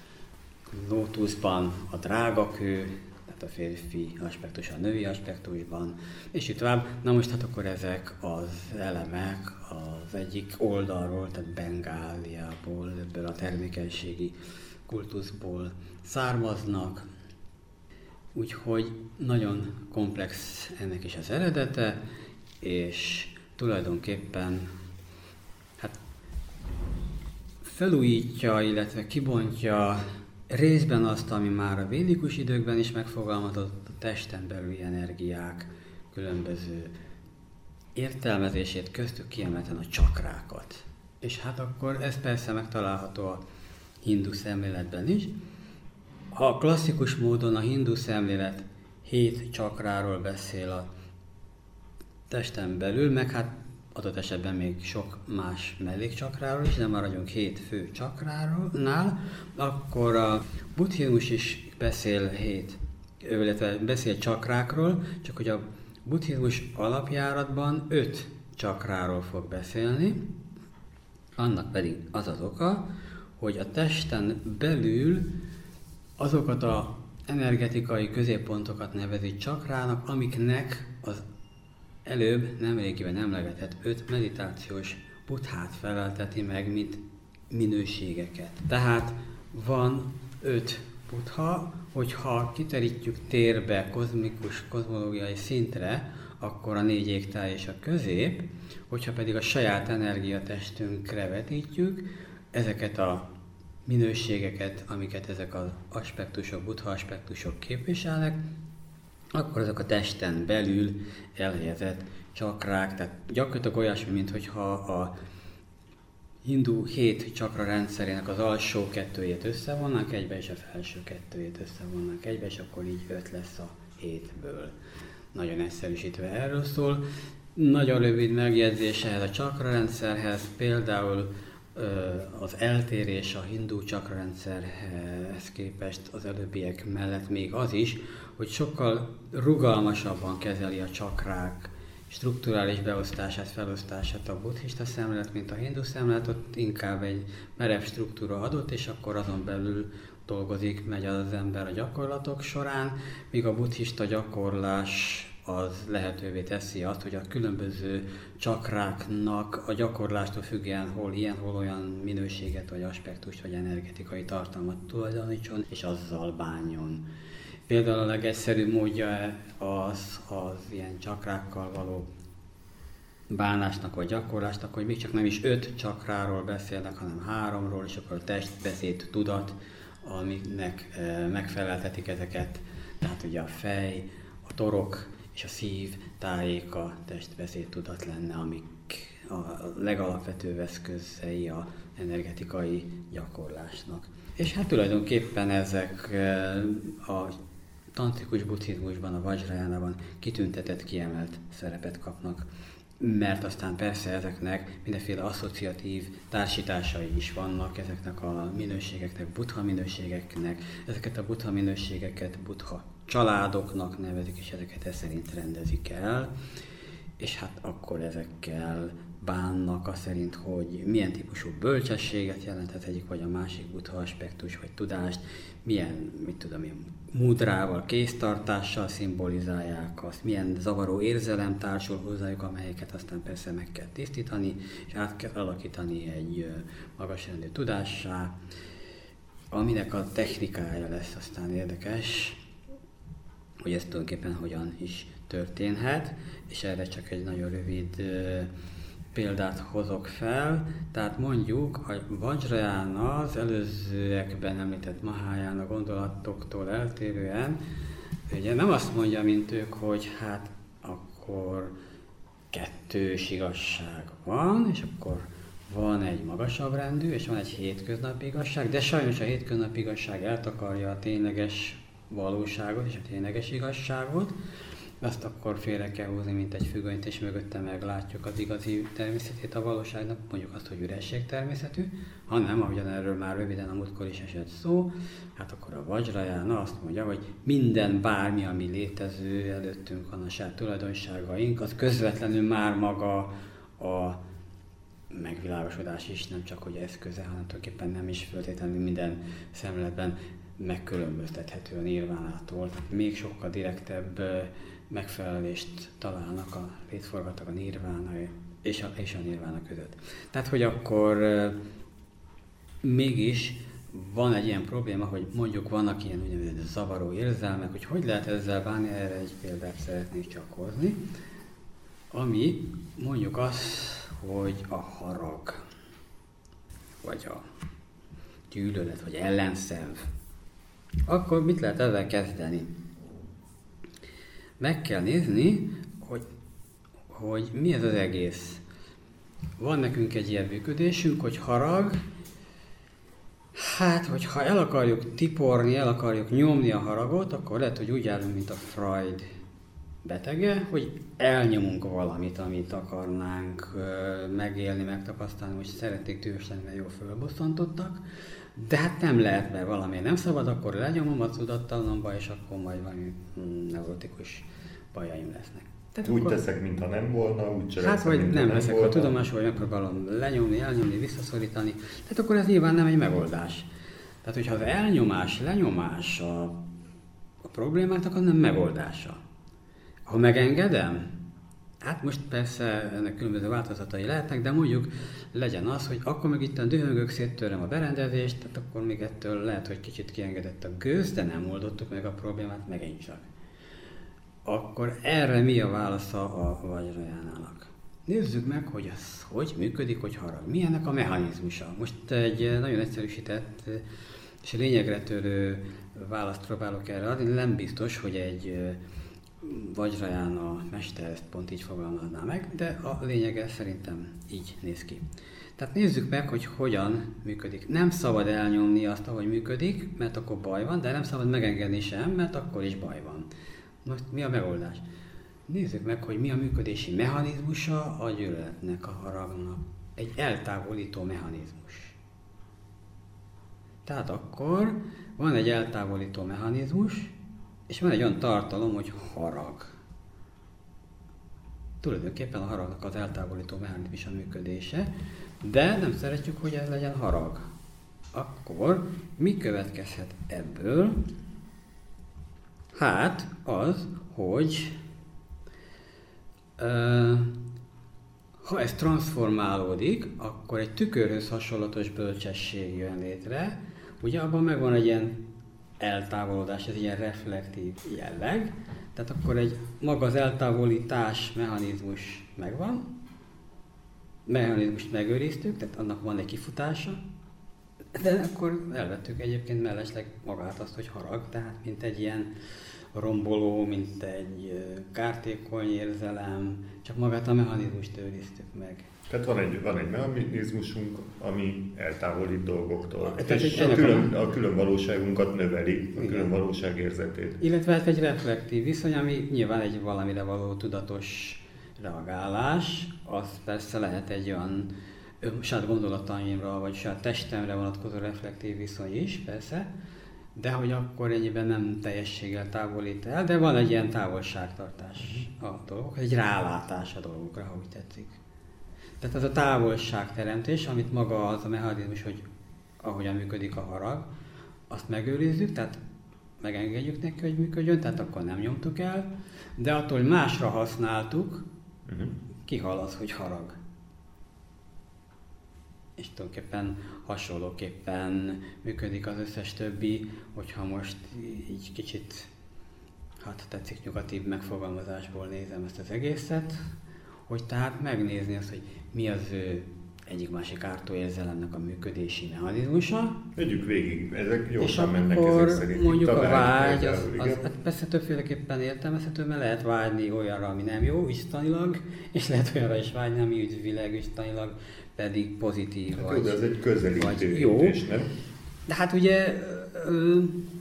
[SPEAKER 3] lótuszban a drágakő, tehát a férfi aspektus a női aspektusban, és így tovább. Na most hát akkor ezek az elemek az egyik oldalról, tehát Bengáliából, ebből a termékenységi kultuszból származnak, úgyhogy nagyon komplex ennek is az eredete, és tulajdonképpen hát felújítja, illetve kibontja részben azt, ami már a védikus időkben is megfogalmazott, a testen belüli energiák különböző értelmezését, köztük kiemelten a csakrákat. És hát akkor ez persze megtalálható a hindu szemléletben is. Ha klasszikus módon a hindu szemlélet hét csakráról beszél a testen belül, meg hát adott esetben még sok más mellékcsakráról is, de maradjunk hét fő csakránál, akkor a buddhizmus is beszél hét, illetve beszél csakrákról, csak hogy a buddhizmus alapjáratban öt csakráról fog beszélni, annak pedig az az oka, hogy a testen belül azokat az energetikai középpontokat nevezi csakrának, amiknek az előbb nemrégiben emlegetett öt meditációs buddhát felelteti meg, mint minőségeket. Tehát van öt buddha, hogyha kiterítjük térbe, kozmikus, kozmológiai szintre, akkor a négy égtáj és a közép, hogyha pedig a saját energiatestünkre vetítjük, ezeket a minőségeket, amiket ezek az aspektusok, buddha aspektusok képviselnek, akkor azok a testen belül elhelyezett csakrák, tehát gyakorlatilag olyasmi, mintha a hindu hét csakra rendszerének az alsó kettőjét összevonnánk egybe, és a felső kettőjét összevonnánk egybe, és akkor így öt lesz a hétből. Nagyon egyszerűsítve erről szól. Nagyon rövid megjegyzés ehhez a csakrarendszerhez, például az eltérés a hindu csakrarendszerhez képest az előbbiek mellett még az is, hogy sokkal rugalmasabban kezeli a csakrák strukturális beosztását, felosztását a buddhista szemlélet, mint a hindu szemlélet, ott inkább egy merev struktúra adott, és akkor azon belül dolgozik, megy az ember a gyakorlatok során, míg a buddhista gyakorlás az lehetővé teszi azt, hogy a különböző csakráknak a gyakorlástól függően hol ilyen, hol olyan minőséget, vagy aspektust, vagy energetikai tartalmat tulajdonítson, és azzal bánjon. Például a legegyszerűbb módja az az ilyen csakrákkal való bánásnak vagy gyakorlásnak, hogy még csak nem is öt csakráról beszélnek, hanem háromról, és akkor a test, beszéd, tudat, amiknek e, megfeleltetik ezeket, tehát ugye a fej, a torok és a szív tájéka testbeszéd tudat lenne, amik a legalapvetőbb eszközei a energetikai gyakorlásnak. És hát tulajdonképpen ezek a tantrikus buddhizmusban, a vajrayánában kitüntetett, kiemelt szerepet kapnak, mert aztán persze ezeknek mindenféle asszociatív társításai is vannak, ezeknek a minőségeknek, buddha minőségeknek, ezeket a buddha minőségeket buddha családoknak nevezik, és ezeket ez szerint rendezik el, és hát akkor ezekkel bánnak az szerint, hogy milyen típusú bölcsességet jelenthet egyik vagy a másik buddha aspektus, vagy tudást, milyen, mit tudom én, mudrával, kéztartással szimbolizálják azt, milyen zavaró érzelem társul hozzájuk, amelyeket aztán persze meg kell tisztítani, és át kell alakítani egy magasrendű tudássá, aminek a technikája lesz aztán érdekes, hogy ez tulajdonképpen hogyan is történhet, és erre csak egy nagyon rövid uh, példát hozok fel. Tehát mondjuk a Vajrayána az előzőekben említett Mahayana gondolatoktól eltérően, ugye nem azt mondja, mint ők, hogy hát akkor kettős igazság van, és akkor van egy magasabb rendű, és van egy hétköznapi igazság, de sajnos a hétköznapi igazság eltakarja a tényleges valóságot és a tényleges igazságot, azt akkor félre kell húzni, mint egy függönyt, és mögötte meglátjuk az igazi természetét a valóságnak, mondjuk azt, hogy üresség természetű, hanem, ahogyan erről már röviden a múltkor is esett szó, hát akkor a Vajrayána azt mondja, hogy minden bármi, ami létező előttünk van, a saját tulajdonságaink, az közvetlenül már maga a megvilágosodás is, nem csak hogy eszköze, hanem tulajdonképpen nem is feltétlenül minden szemléletben megkülönböztethető a nirvánától, tehát még sokkal direktebb megfelelést találnak a létforgatag, a nirvána és a, és a nirvána között. Tehát, hogy akkor mégis van egy ilyen probléma, hogy mondjuk vannak ilyen úgynevezett zavaró érzelmek, hogy hogy lehet ezzel bánni, erre egy példát szeretnék csak hozni, ami mondjuk az, hogy a harag, vagy a gyűlölet, vagy ellenszenv. Akkor mit lehet ezzel kezdeni? Meg kell nézni, hogy, hogy mi ez az egész. Van nekünk egy ilyen működésünk, hogy harag, hát, hogyha el akarjuk tiporni, el akarjuk nyomni a haragot, akkor lehet, hogy úgy járunk, mint a Freud betege, hogy elnyomunk valamit, amit akarnánk megélni, megtapasztalni, most szeretnék tűrös lenni, mert jól fölbosszantottak, de hát nem lehet, mert valami nem szabad, akkor lenyomom a tudattalamba, és akkor majd valami neurotikus bajaim lesznek.
[SPEAKER 2] Tehát úgy akkor, teszek, mintha nem volna, úgy cselekszem,
[SPEAKER 3] hát vagy nem veszek a tudomásról, vagy megpróbálom lenyomni, elnyomni, visszaszorítani. Tehát akkor ez nyilván nem egy megoldás. Tehát, hogyha az elnyomás, lenyomás a, a problémát, akkor nem megoldása. Ha megengedem, hát most persze ennek különböző változatai lehetnek, de mondjuk legyen az, hogy akkor meg itt a dühöngök, széttöröm a berendezést, tehát akkor még ettől lehet, hogy kicsit kiengedett a gőz, de nem oldottuk meg a problémát, megint csak. Akkor erre mi a válasza a Vajrajánának? Nézzük meg, hogy ez hogy működik, hogy harag. Mi ennek a mechanizmusa? Most egy nagyon egyszerűsített és lényegre törő választ próbálok erre adni. Nem biztos, hogy egy Vajrajána mester ezt pont így fogalmazná meg, de a lényege szerintem így néz ki. Tehát nézzük meg, hogy hogyan működik. Nem szabad elnyomni azt, ahogy működik, mert akkor baj van, de nem szabad megengedni sem, mert akkor is baj van. Most mi a megoldás? Nézzük meg, hogy mi a működési mechanizmusa a gyűlöletnek, a haragnak. Egy eltávolító mechanizmus. Tehát akkor van egy eltávolító mechanizmus, és van egy olyan tartalom, hogy harag. Tulajdonképpen a haragnak az eltávolító mechanizmus a működése, de nem szeretjük, hogy ez legyen harag. Akkor mi következhet ebből? Hát az, hogy uh, ha ez transformálódik, akkor egy tükörhöz hasonlatos bölcsesség jön létre. Ugye abban megvan egy ilyen eltávolodás, ez egy ilyen reflektív jelleg. Tehát akkor egy maga az eltávolítás mechanizmus megvan. Mechanizmust megőriztük, tehát annak van egy kifutása. De akkor elvettük egyébként mellesleg magát azt, hogy harag, tehát mint egy ilyen romboló, mint egy kártékony érzelem, csak magát a mechanizmust őriztük meg.
[SPEAKER 2] Tehát van egy, van egy mechanizmusunk, ami eltávolít dolgoktól,
[SPEAKER 3] tehát
[SPEAKER 2] és a külön, a külön valóságunkat növeli, a külön valóság érzetét.
[SPEAKER 3] Illetve hát egy reflektív viszony, ami nyilván egy valamire való tudatos reagálás, az persze lehet egy olyan saját gondolataimra, vagy saját testemre vonatkozó reflektív viszony is, persze, de hogy akkor ennyiben nem teljességgel távolít el, de van egy ilyen távolságtartás a dolgok, egy rálátás a dolgokra, ha úgy tetszik. Tehát az a távolságteremtés, amit maga az a mechanizmus, hogy ahogyan működik a harag, azt megőrizzük, tehát megengedjük neki, hogy működjön, tehát akkor nem nyomtuk el, de attól, hogy másra használtuk, uh-huh. kihal az, hogy harag. És tulajdonképpen hasonlóképpen működik az összes többi, hogyha most így kicsit, hát tetszik nyugatibb megfogalmazásból nézem ezt az egészet, hogy tehát megnézni azt, hogy mi az ő egyik-másik ártóérzelemnek a működési mechanizmusa.
[SPEAKER 2] Vegyük végig, ezek jól
[SPEAKER 3] és
[SPEAKER 2] mennek
[SPEAKER 3] akkor
[SPEAKER 2] ezek szerint.
[SPEAKER 3] mondjuk a vágy, az, az, az persze többféleképpen értelmezhető, mert lehet vágyni olyanra, ami nem jó istanilag, és lehet olyanra is vágyni, ami üdvileg istanilag, pedig pozitív.
[SPEAKER 2] Hát
[SPEAKER 3] vagy,
[SPEAKER 2] jó, de ez egy közelítés,
[SPEAKER 3] jó.
[SPEAKER 2] Nem?
[SPEAKER 3] De hát ugye, ö,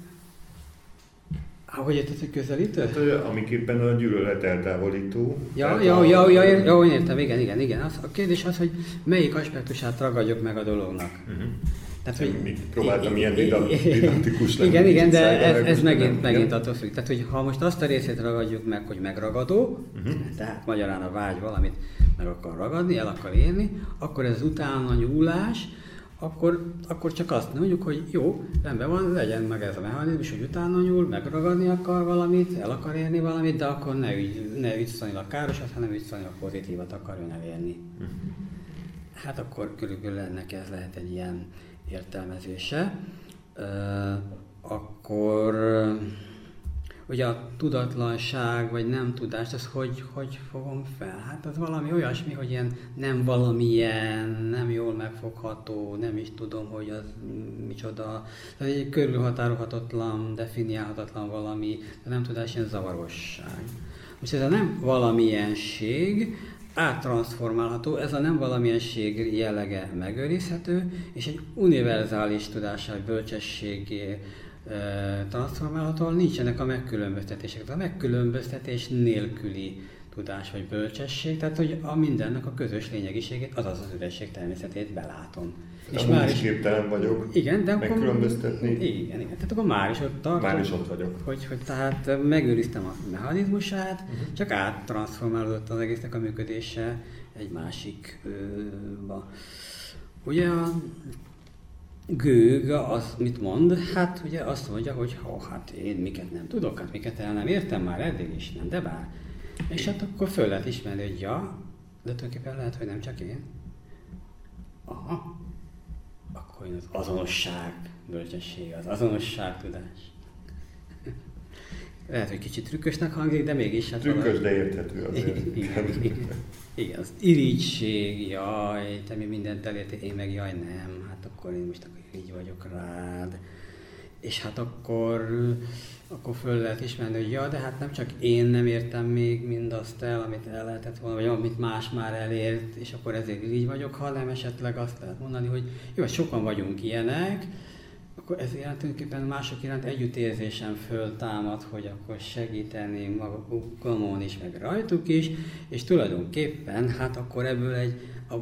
[SPEAKER 3] ahogy érted, hogy közelítő?
[SPEAKER 2] Hát, amiképpen a gyűlölet eltávolító.
[SPEAKER 3] Ja, ja, a... ja, ja, ja, ja, én értem, igen, igen, igen. Az, a kérdés az, hogy melyik aspektusát ragadjuk meg a dolognak. Uh-huh.
[SPEAKER 2] Tehát, hogy még próbáltam ilyen didaktikus lenni.
[SPEAKER 3] Igen, igen, de ez, ez megint, megint attól függ. Tehát, hogy ha most azt a részét ragadjuk meg, hogy megragadó, uh-huh. tehát magyarán a vágy valamit meg akar ragadni, el akar érni, akkor ez utána nyúlás, akkor, akkor csak azt mondjuk, hogy jó, rendben van, legyen meg ez a mechanizmus, hogy utána nyúl, megragadni akar valamit, el akar érni valamit, de akkor ne, ügy, ne viszonylag károsat, hanem viszonylag pozitívat akarjon elérni. Uh-huh. Hát akkor körülbelül ennek ez lehet egy ilyen értelmezése. Uh, akkor uh, ugye a tudatlanság, vagy nem tudás, az hogy, hogy fogom fel? Hát az valami olyasmi, hogy ilyen nem valamilyen, nem jól megfogható, nem is tudom, hogy az micsoda. Tehát egy körülhatárolhatatlan, definiálhatatlan valami, de nem tudás, ilyen zavarosság. Most ez a nem valamilyenség, áttranszformálható, ez a nem valamilyenség jellege megőrizhető, és egy univerzális tudásság, bölcsességé transformálható, nincsenek a megkülönböztetések. A megkülönböztetés nélküli tudás vagy bölcsesség, tehát hogy a mindennek a közös lényegiségét, azaz az üresség természetét belátom.
[SPEAKER 2] És amúgy már is képtelen vagyok
[SPEAKER 3] igen, de
[SPEAKER 2] megkülönböztetni.
[SPEAKER 3] Akkor, igen, igen, tehát akkor már is ott tartom.
[SPEAKER 2] Már is ott vagyok.
[SPEAKER 3] Hogy, hogy tehát megőriztem a mechanizmusát, uh-huh. csak áttranszformálódott az egésznek a működése egy másikba. Ugye a Gőg az mit mond? Hát ugye azt mondja, hogy ó, hát én miket nem tudok, hát miket el nem értem már eddig is, nem, de bár. És hát akkor föl lehet ismerni, hogy ja, de tulajdonképpen lehet, hogy nem csak én. Aha. Akkor jön az azonosság, bölcsesség, az azonosság tudás. Lehet, hogy kicsit trükkösnek hangzik, de mégis... Hát
[SPEAKER 2] trükkös,
[SPEAKER 3] valahogy...
[SPEAKER 2] de érthető azért.
[SPEAKER 3] Igen, igen. Igen, az irigység, jaj, te mi mindent elértél, én meg jaj nem, hát akkor én most akkor így vagyok rád. És hát akkor, akkor föl lehet ismerni, hogy ja, de hát nem csak én nem értem még mindazt el, amit el lehetett volna, vagy amit más már elért, és akkor ezért így vagyok, hanem esetleg azt lehet mondani, hogy jó, sokan vagyunk ilyenek, akkor ez tulajdonképpen mások iránt együttérzésem föltámad, hogy akkor segíteni magunkon is, meg rajtuk is, és tulajdonképpen hát akkor ebből egy, a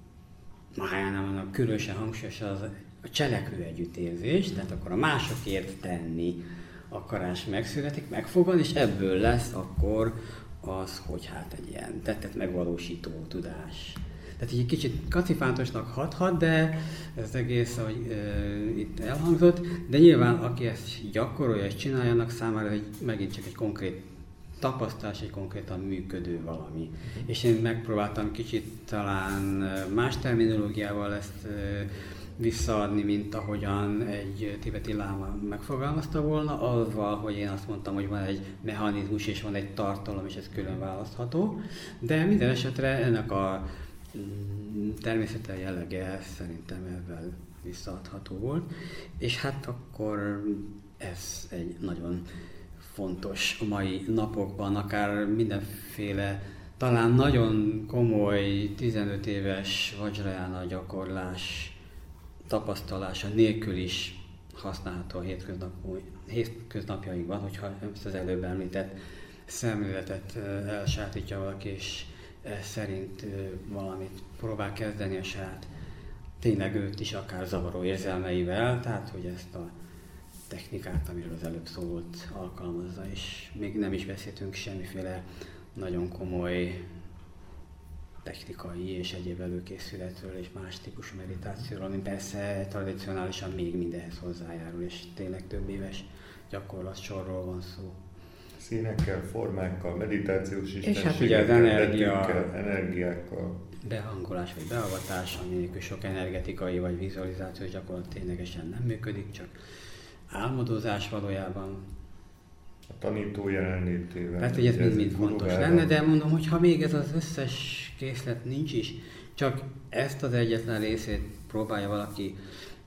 [SPEAKER 3] Mahayana vannak különösen hangsúlyos az a cselekvő együttérzés, tehát akkor a másokért tenni akarás megszületik, megfogad, és ebből lesz akkor az, hogy hát egy ilyen tettet megvalósító tudás. Tehát így egy kicsit kacifántosnak hathat, de ez egész, ahogy e, itt elhangzott, de nyilván aki ezt gyakorolja és csinálja, annak számára egy, megint csak egy konkrét tapasztalás, egy konkrétan működő valami. Uh-huh. És én megpróbáltam kicsit talán más terminológiával ezt e, visszaadni, mint ahogyan egy tibeti láma megfogalmazta volna, azzal, hogy én azt mondtam, hogy van egy mechanizmus és van egy tartalom, és ez külön választható, de minden esetre ennek a természete jellege szerintem ebben visszaadható volt, és hát akkor ez egy nagyon fontos a mai napokban, akár mindenféle, talán nagyon komoly tizenöt éves vajrayana gyakorlás tapasztalása nélkül is használható a hétköznapjainkban, hogyha ezt az előbb említett szemléletet elsajátítja valaki, és szerint valamit próbál kezdeni a saját, tényleg őt is akár zavaró érzelmeivel, tehát hogy ezt a technikát, amiről az előbb szó volt, alkalmazza, és még nem is beszéltünk semmiféle nagyon komoly technikai és egyéb előkészületről és más típusú meditációról, ami persze tradicionálisan még mindenhez hozzájárul, és tényleg több éves gyakorlatsorról van szó.
[SPEAKER 2] Színekkel, formákkal, meditációs
[SPEAKER 3] és hát ugye az energia,
[SPEAKER 2] energiákkal.
[SPEAKER 3] Behangolás vagy beavatás, aminélkül sok energetikai vagy vizualizációs gyakorlat ténylegesen nem működik, csak álmodozás valójában.
[SPEAKER 2] A tanító jelenlétével.
[SPEAKER 3] Tehát, hogy ez mind-mind fontos lenne, de mondom, hogy ha még ez az összes készlet nincs is, csak ezt az egyetlen részét próbálja valaki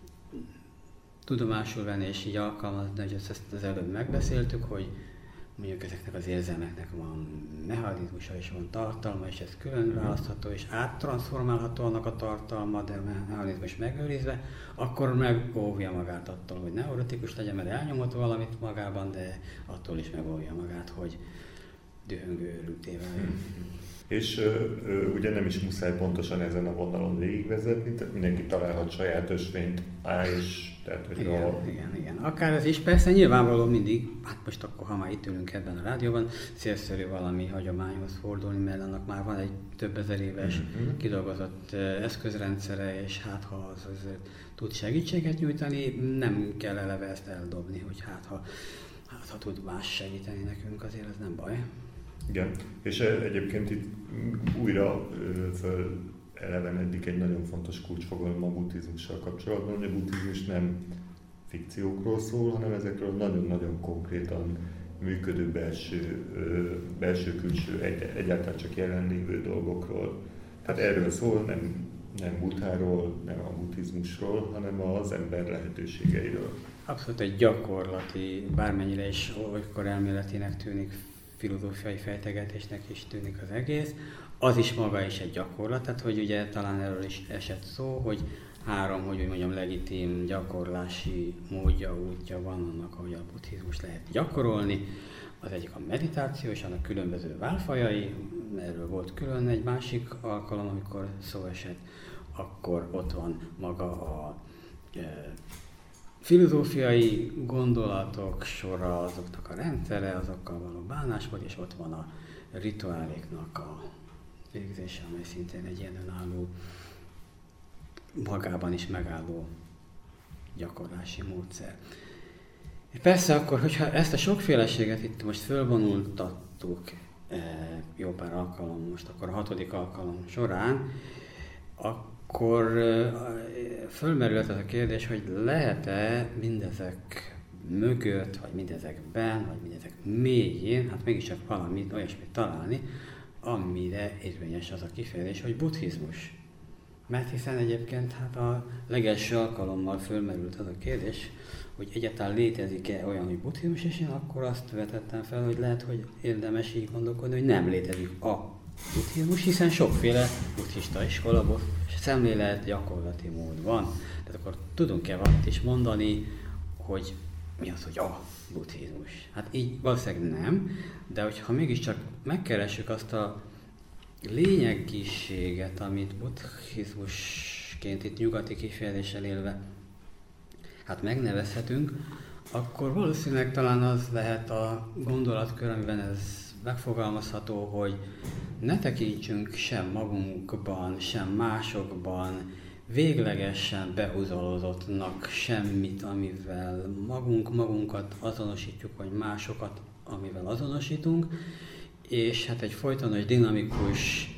[SPEAKER 3] tudomásul venni és így alkalmazni, hogy ezt az előbb megbeszéltük, hogy mondjuk ezeknek az érzelmeknek van mechanizmusa és van tartalma, és ez külön választható, és áttranszformálható annak a tartalma, de a mechanizmus megőrizve, akkor megóvja magát attól, hogy neurotikus legyen, mert elnyomott valamit magában, de attól is megóvja magát, hogy dühöngő őrülté váljon.
[SPEAKER 2] És ö, ö, ugye nem is muszáj pontosan ezen a vonalon végigvezetni, tehát mindenki találhat saját ösvényt, á, és tehát, hogy
[SPEAKER 3] igen,
[SPEAKER 2] a...
[SPEAKER 3] igen, igen. Akár ez is, persze nyilvánvaló mindig, hát most akkor, ha már itt ülünk ebben a rádióban, célszerű valami hagyományhoz fordulni, mert annak már van egy több ezer éves mm-hmm. kidolgozott eszközrendszere, és hát ha az, az tud segítséget nyújtani, nem kell eleve ezt eldobni, hogy hát ha, hát ha tud más segíteni nekünk, azért ez nem baj.
[SPEAKER 2] Igen, és egyébként itt újra föl elevenedik egy nagyon fontos kulcsfogalom a buddhizmussal kapcsolatban, hogy a buddhizmus nem fikciókról szól, hanem ezekről nagyon-nagyon konkrétan működő belső, belső-külső, egy, egyáltalán csak jelenlévő dolgokról. Tehát erről szól, nem, nem Buddháról, nem a buddhizmusról, hanem az ember lehetőségeiről.
[SPEAKER 3] Abszolút egy gyakorlati, bármennyire is olykor elméletinek tűnik, filozófiai fejtegetésnek is tűnik az egész, az is maga is egy gyakorlat, tehát hogy ugye talán erről is esett szó, hogy három, hogy úgy mondjam, legitim gyakorlási módja, útja van annak, ahogy a buddhizmus lehet gyakorolni. Az egyik a meditáció, és annak különböző válfajai, erről volt külön egy másik alkalom, amikor szó esett, akkor ott van maga a e, filozófiai gondolatok sora, azoknak a rendszere, azokkal való bánásmód, és ott van a rituáléknak a végzése, amely szintén egy ilyen önálló, magában is megálló gyakorlási módszer. Persze akkor, hogyha ezt a sokféleséget itt most fölvonultattuk e, jó pár alkalom, most akkor a hatodik alkalom során, akkor e, fölmerült az a kérdés, hogy lehet-e mindezek mögött, vagy mindezekben, vagy mindezek mélyén, hát mégiscsak valamit, olyasmit találni, amire érvényes az a kifejezés, hogy buddhizmus. Mert hiszen egyébként hát a legelső alkalommal fölmerült az a kérdés, hogy egyáltalán létezik-e olyan, hogy buddhizmus, és én akkor azt vetettem fel, hogy lehet, hogy érdemes így gondolkodni, hogy nem létezik a buddhizmus, hiszen sokféle buddhista iskola, szemlélet, gyakorlati mód van. Tehát akkor tudunk-e valamit is mondani, hogy mi az, hogy a buddhizmus? Hát így valószínűleg nem, de hogyha mégiscsak megkeressük azt a lényegiséget, amit buddhizmusként itt nyugati kifejezéssel élve hát megnevezhetünk, akkor valószínűleg talán az lehet a gondolatkör, amiben ez megfogalmazható, hogy ne tekintsünk sem magunkban, sem másokban véglegesen behúzalozottnak semmit, amivel magunk magunkat azonosítjuk, vagy másokat, amivel azonosítunk, és hát egy folytonos, dinamikus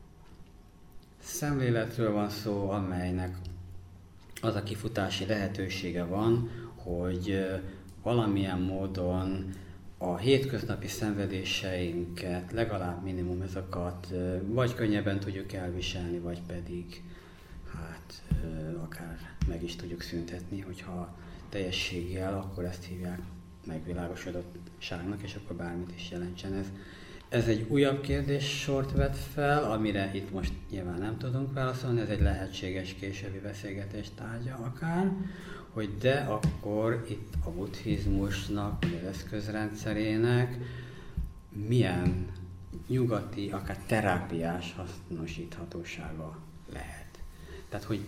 [SPEAKER 3] szemléletről van szó, amelynek az a kifutási lehetősége van, hogy valamilyen módon a hétköznapi szenvedéseinket, legalább minimum ezeket vagy könnyebben tudjuk elviselni, vagy pedig hát akár meg is tudjuk szüntetni, hogyha teljességgel, akkor ezt hívják megvilágosodottságnak, és akkor bármit is jelentsen ez. Ez egy újabb kérdéssort vet fel, amire itt most nyilván nem tudunk válaszolni, ez egy lehetséges későbbi beszélgetés tárgya akár, hogy de akkor itt a buddhizmusnak, vagy az eszközrendszerének milyen nyugati, akár terápiás hasznosíthatósága lehet. Tehát, hogy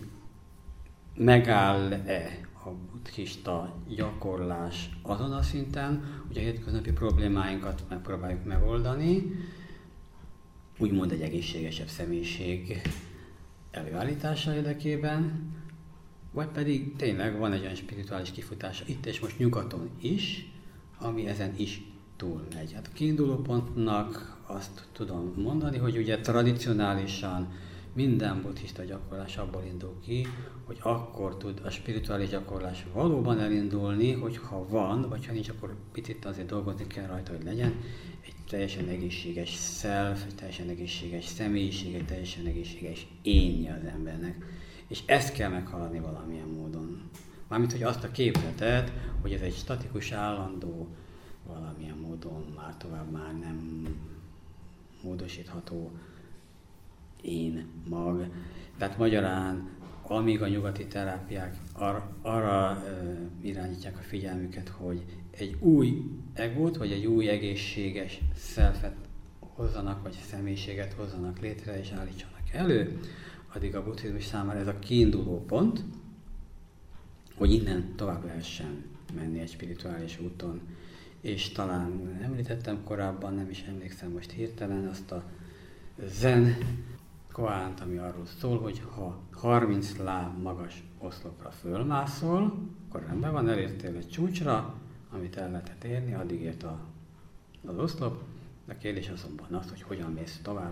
[SPEAKER 3] megáll-e a buddhista gyakorlás azon a szinten, hogy a hétköznapi problémáinkat megpróbáljuk megoldani, úgymond egy egészségesebb személyiség előállítása érdekében, vagy pedig tényleg van egy olyan spirituális kifutása itt és most nyugaton is, ami ezen is túlmegy. Hát a kiinduló pontnak azt tudom mondani, hogy ugye tradicionálisan minden buddhista gyakorlás abból indul ki, hogy akkor tud a spirituális gyakorlás valóban elindulni, hogyha van, vagy ha nincs, akkor picit azért dolgozni kell rajta, hogy legyen egy teljesen egészséges self, egy teljesen egészséges személyiség, egy teljesen egészséges énje az embernek. És ezt kell meghaladni valamilyen módon. Mármint, hogy azt a képletet, hogy ez egy statikus, állandó, valamilyen módon már tovább már nem módosítható én mag. Tehát magyarán, amíg a nyugati terápiák ar- arra uh, irányítják a figyelmüket, hogy egy új egót, vagy egy új egészséges selfet hozzanak, vagy személyiséget hozzanak létre és állítsanak elő, addig a buddhizmus számára ez a kiinduló pont, hogy innen tovább lehessen menni egy spirituális úton. És talán említettem korábban, nem is emlékszem most hirtelen, azt a zen koánt, ami arról szól, hogy ha harminc láb magas oszlopra fölmászol, akkor rendben van, elértél egy csúcsra, amit el lehetett érni, addig ért a, az oszlop, de a kérdés azonban az, hogy hogyan mész tovább.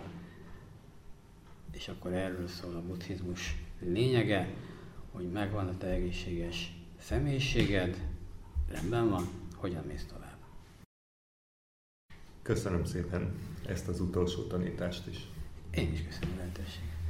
[SPEAKER 3] És akkor erről szól a buddhizmus lényege, hogy megvan a te egészséges személyiséged, rendben van, hogyan mész tovább.
[SPEAKER 2] Köszönöm szépen ezt az utolsó tanítást is.
[SPEAKER 3] Én is köszönöm a lehetőséget.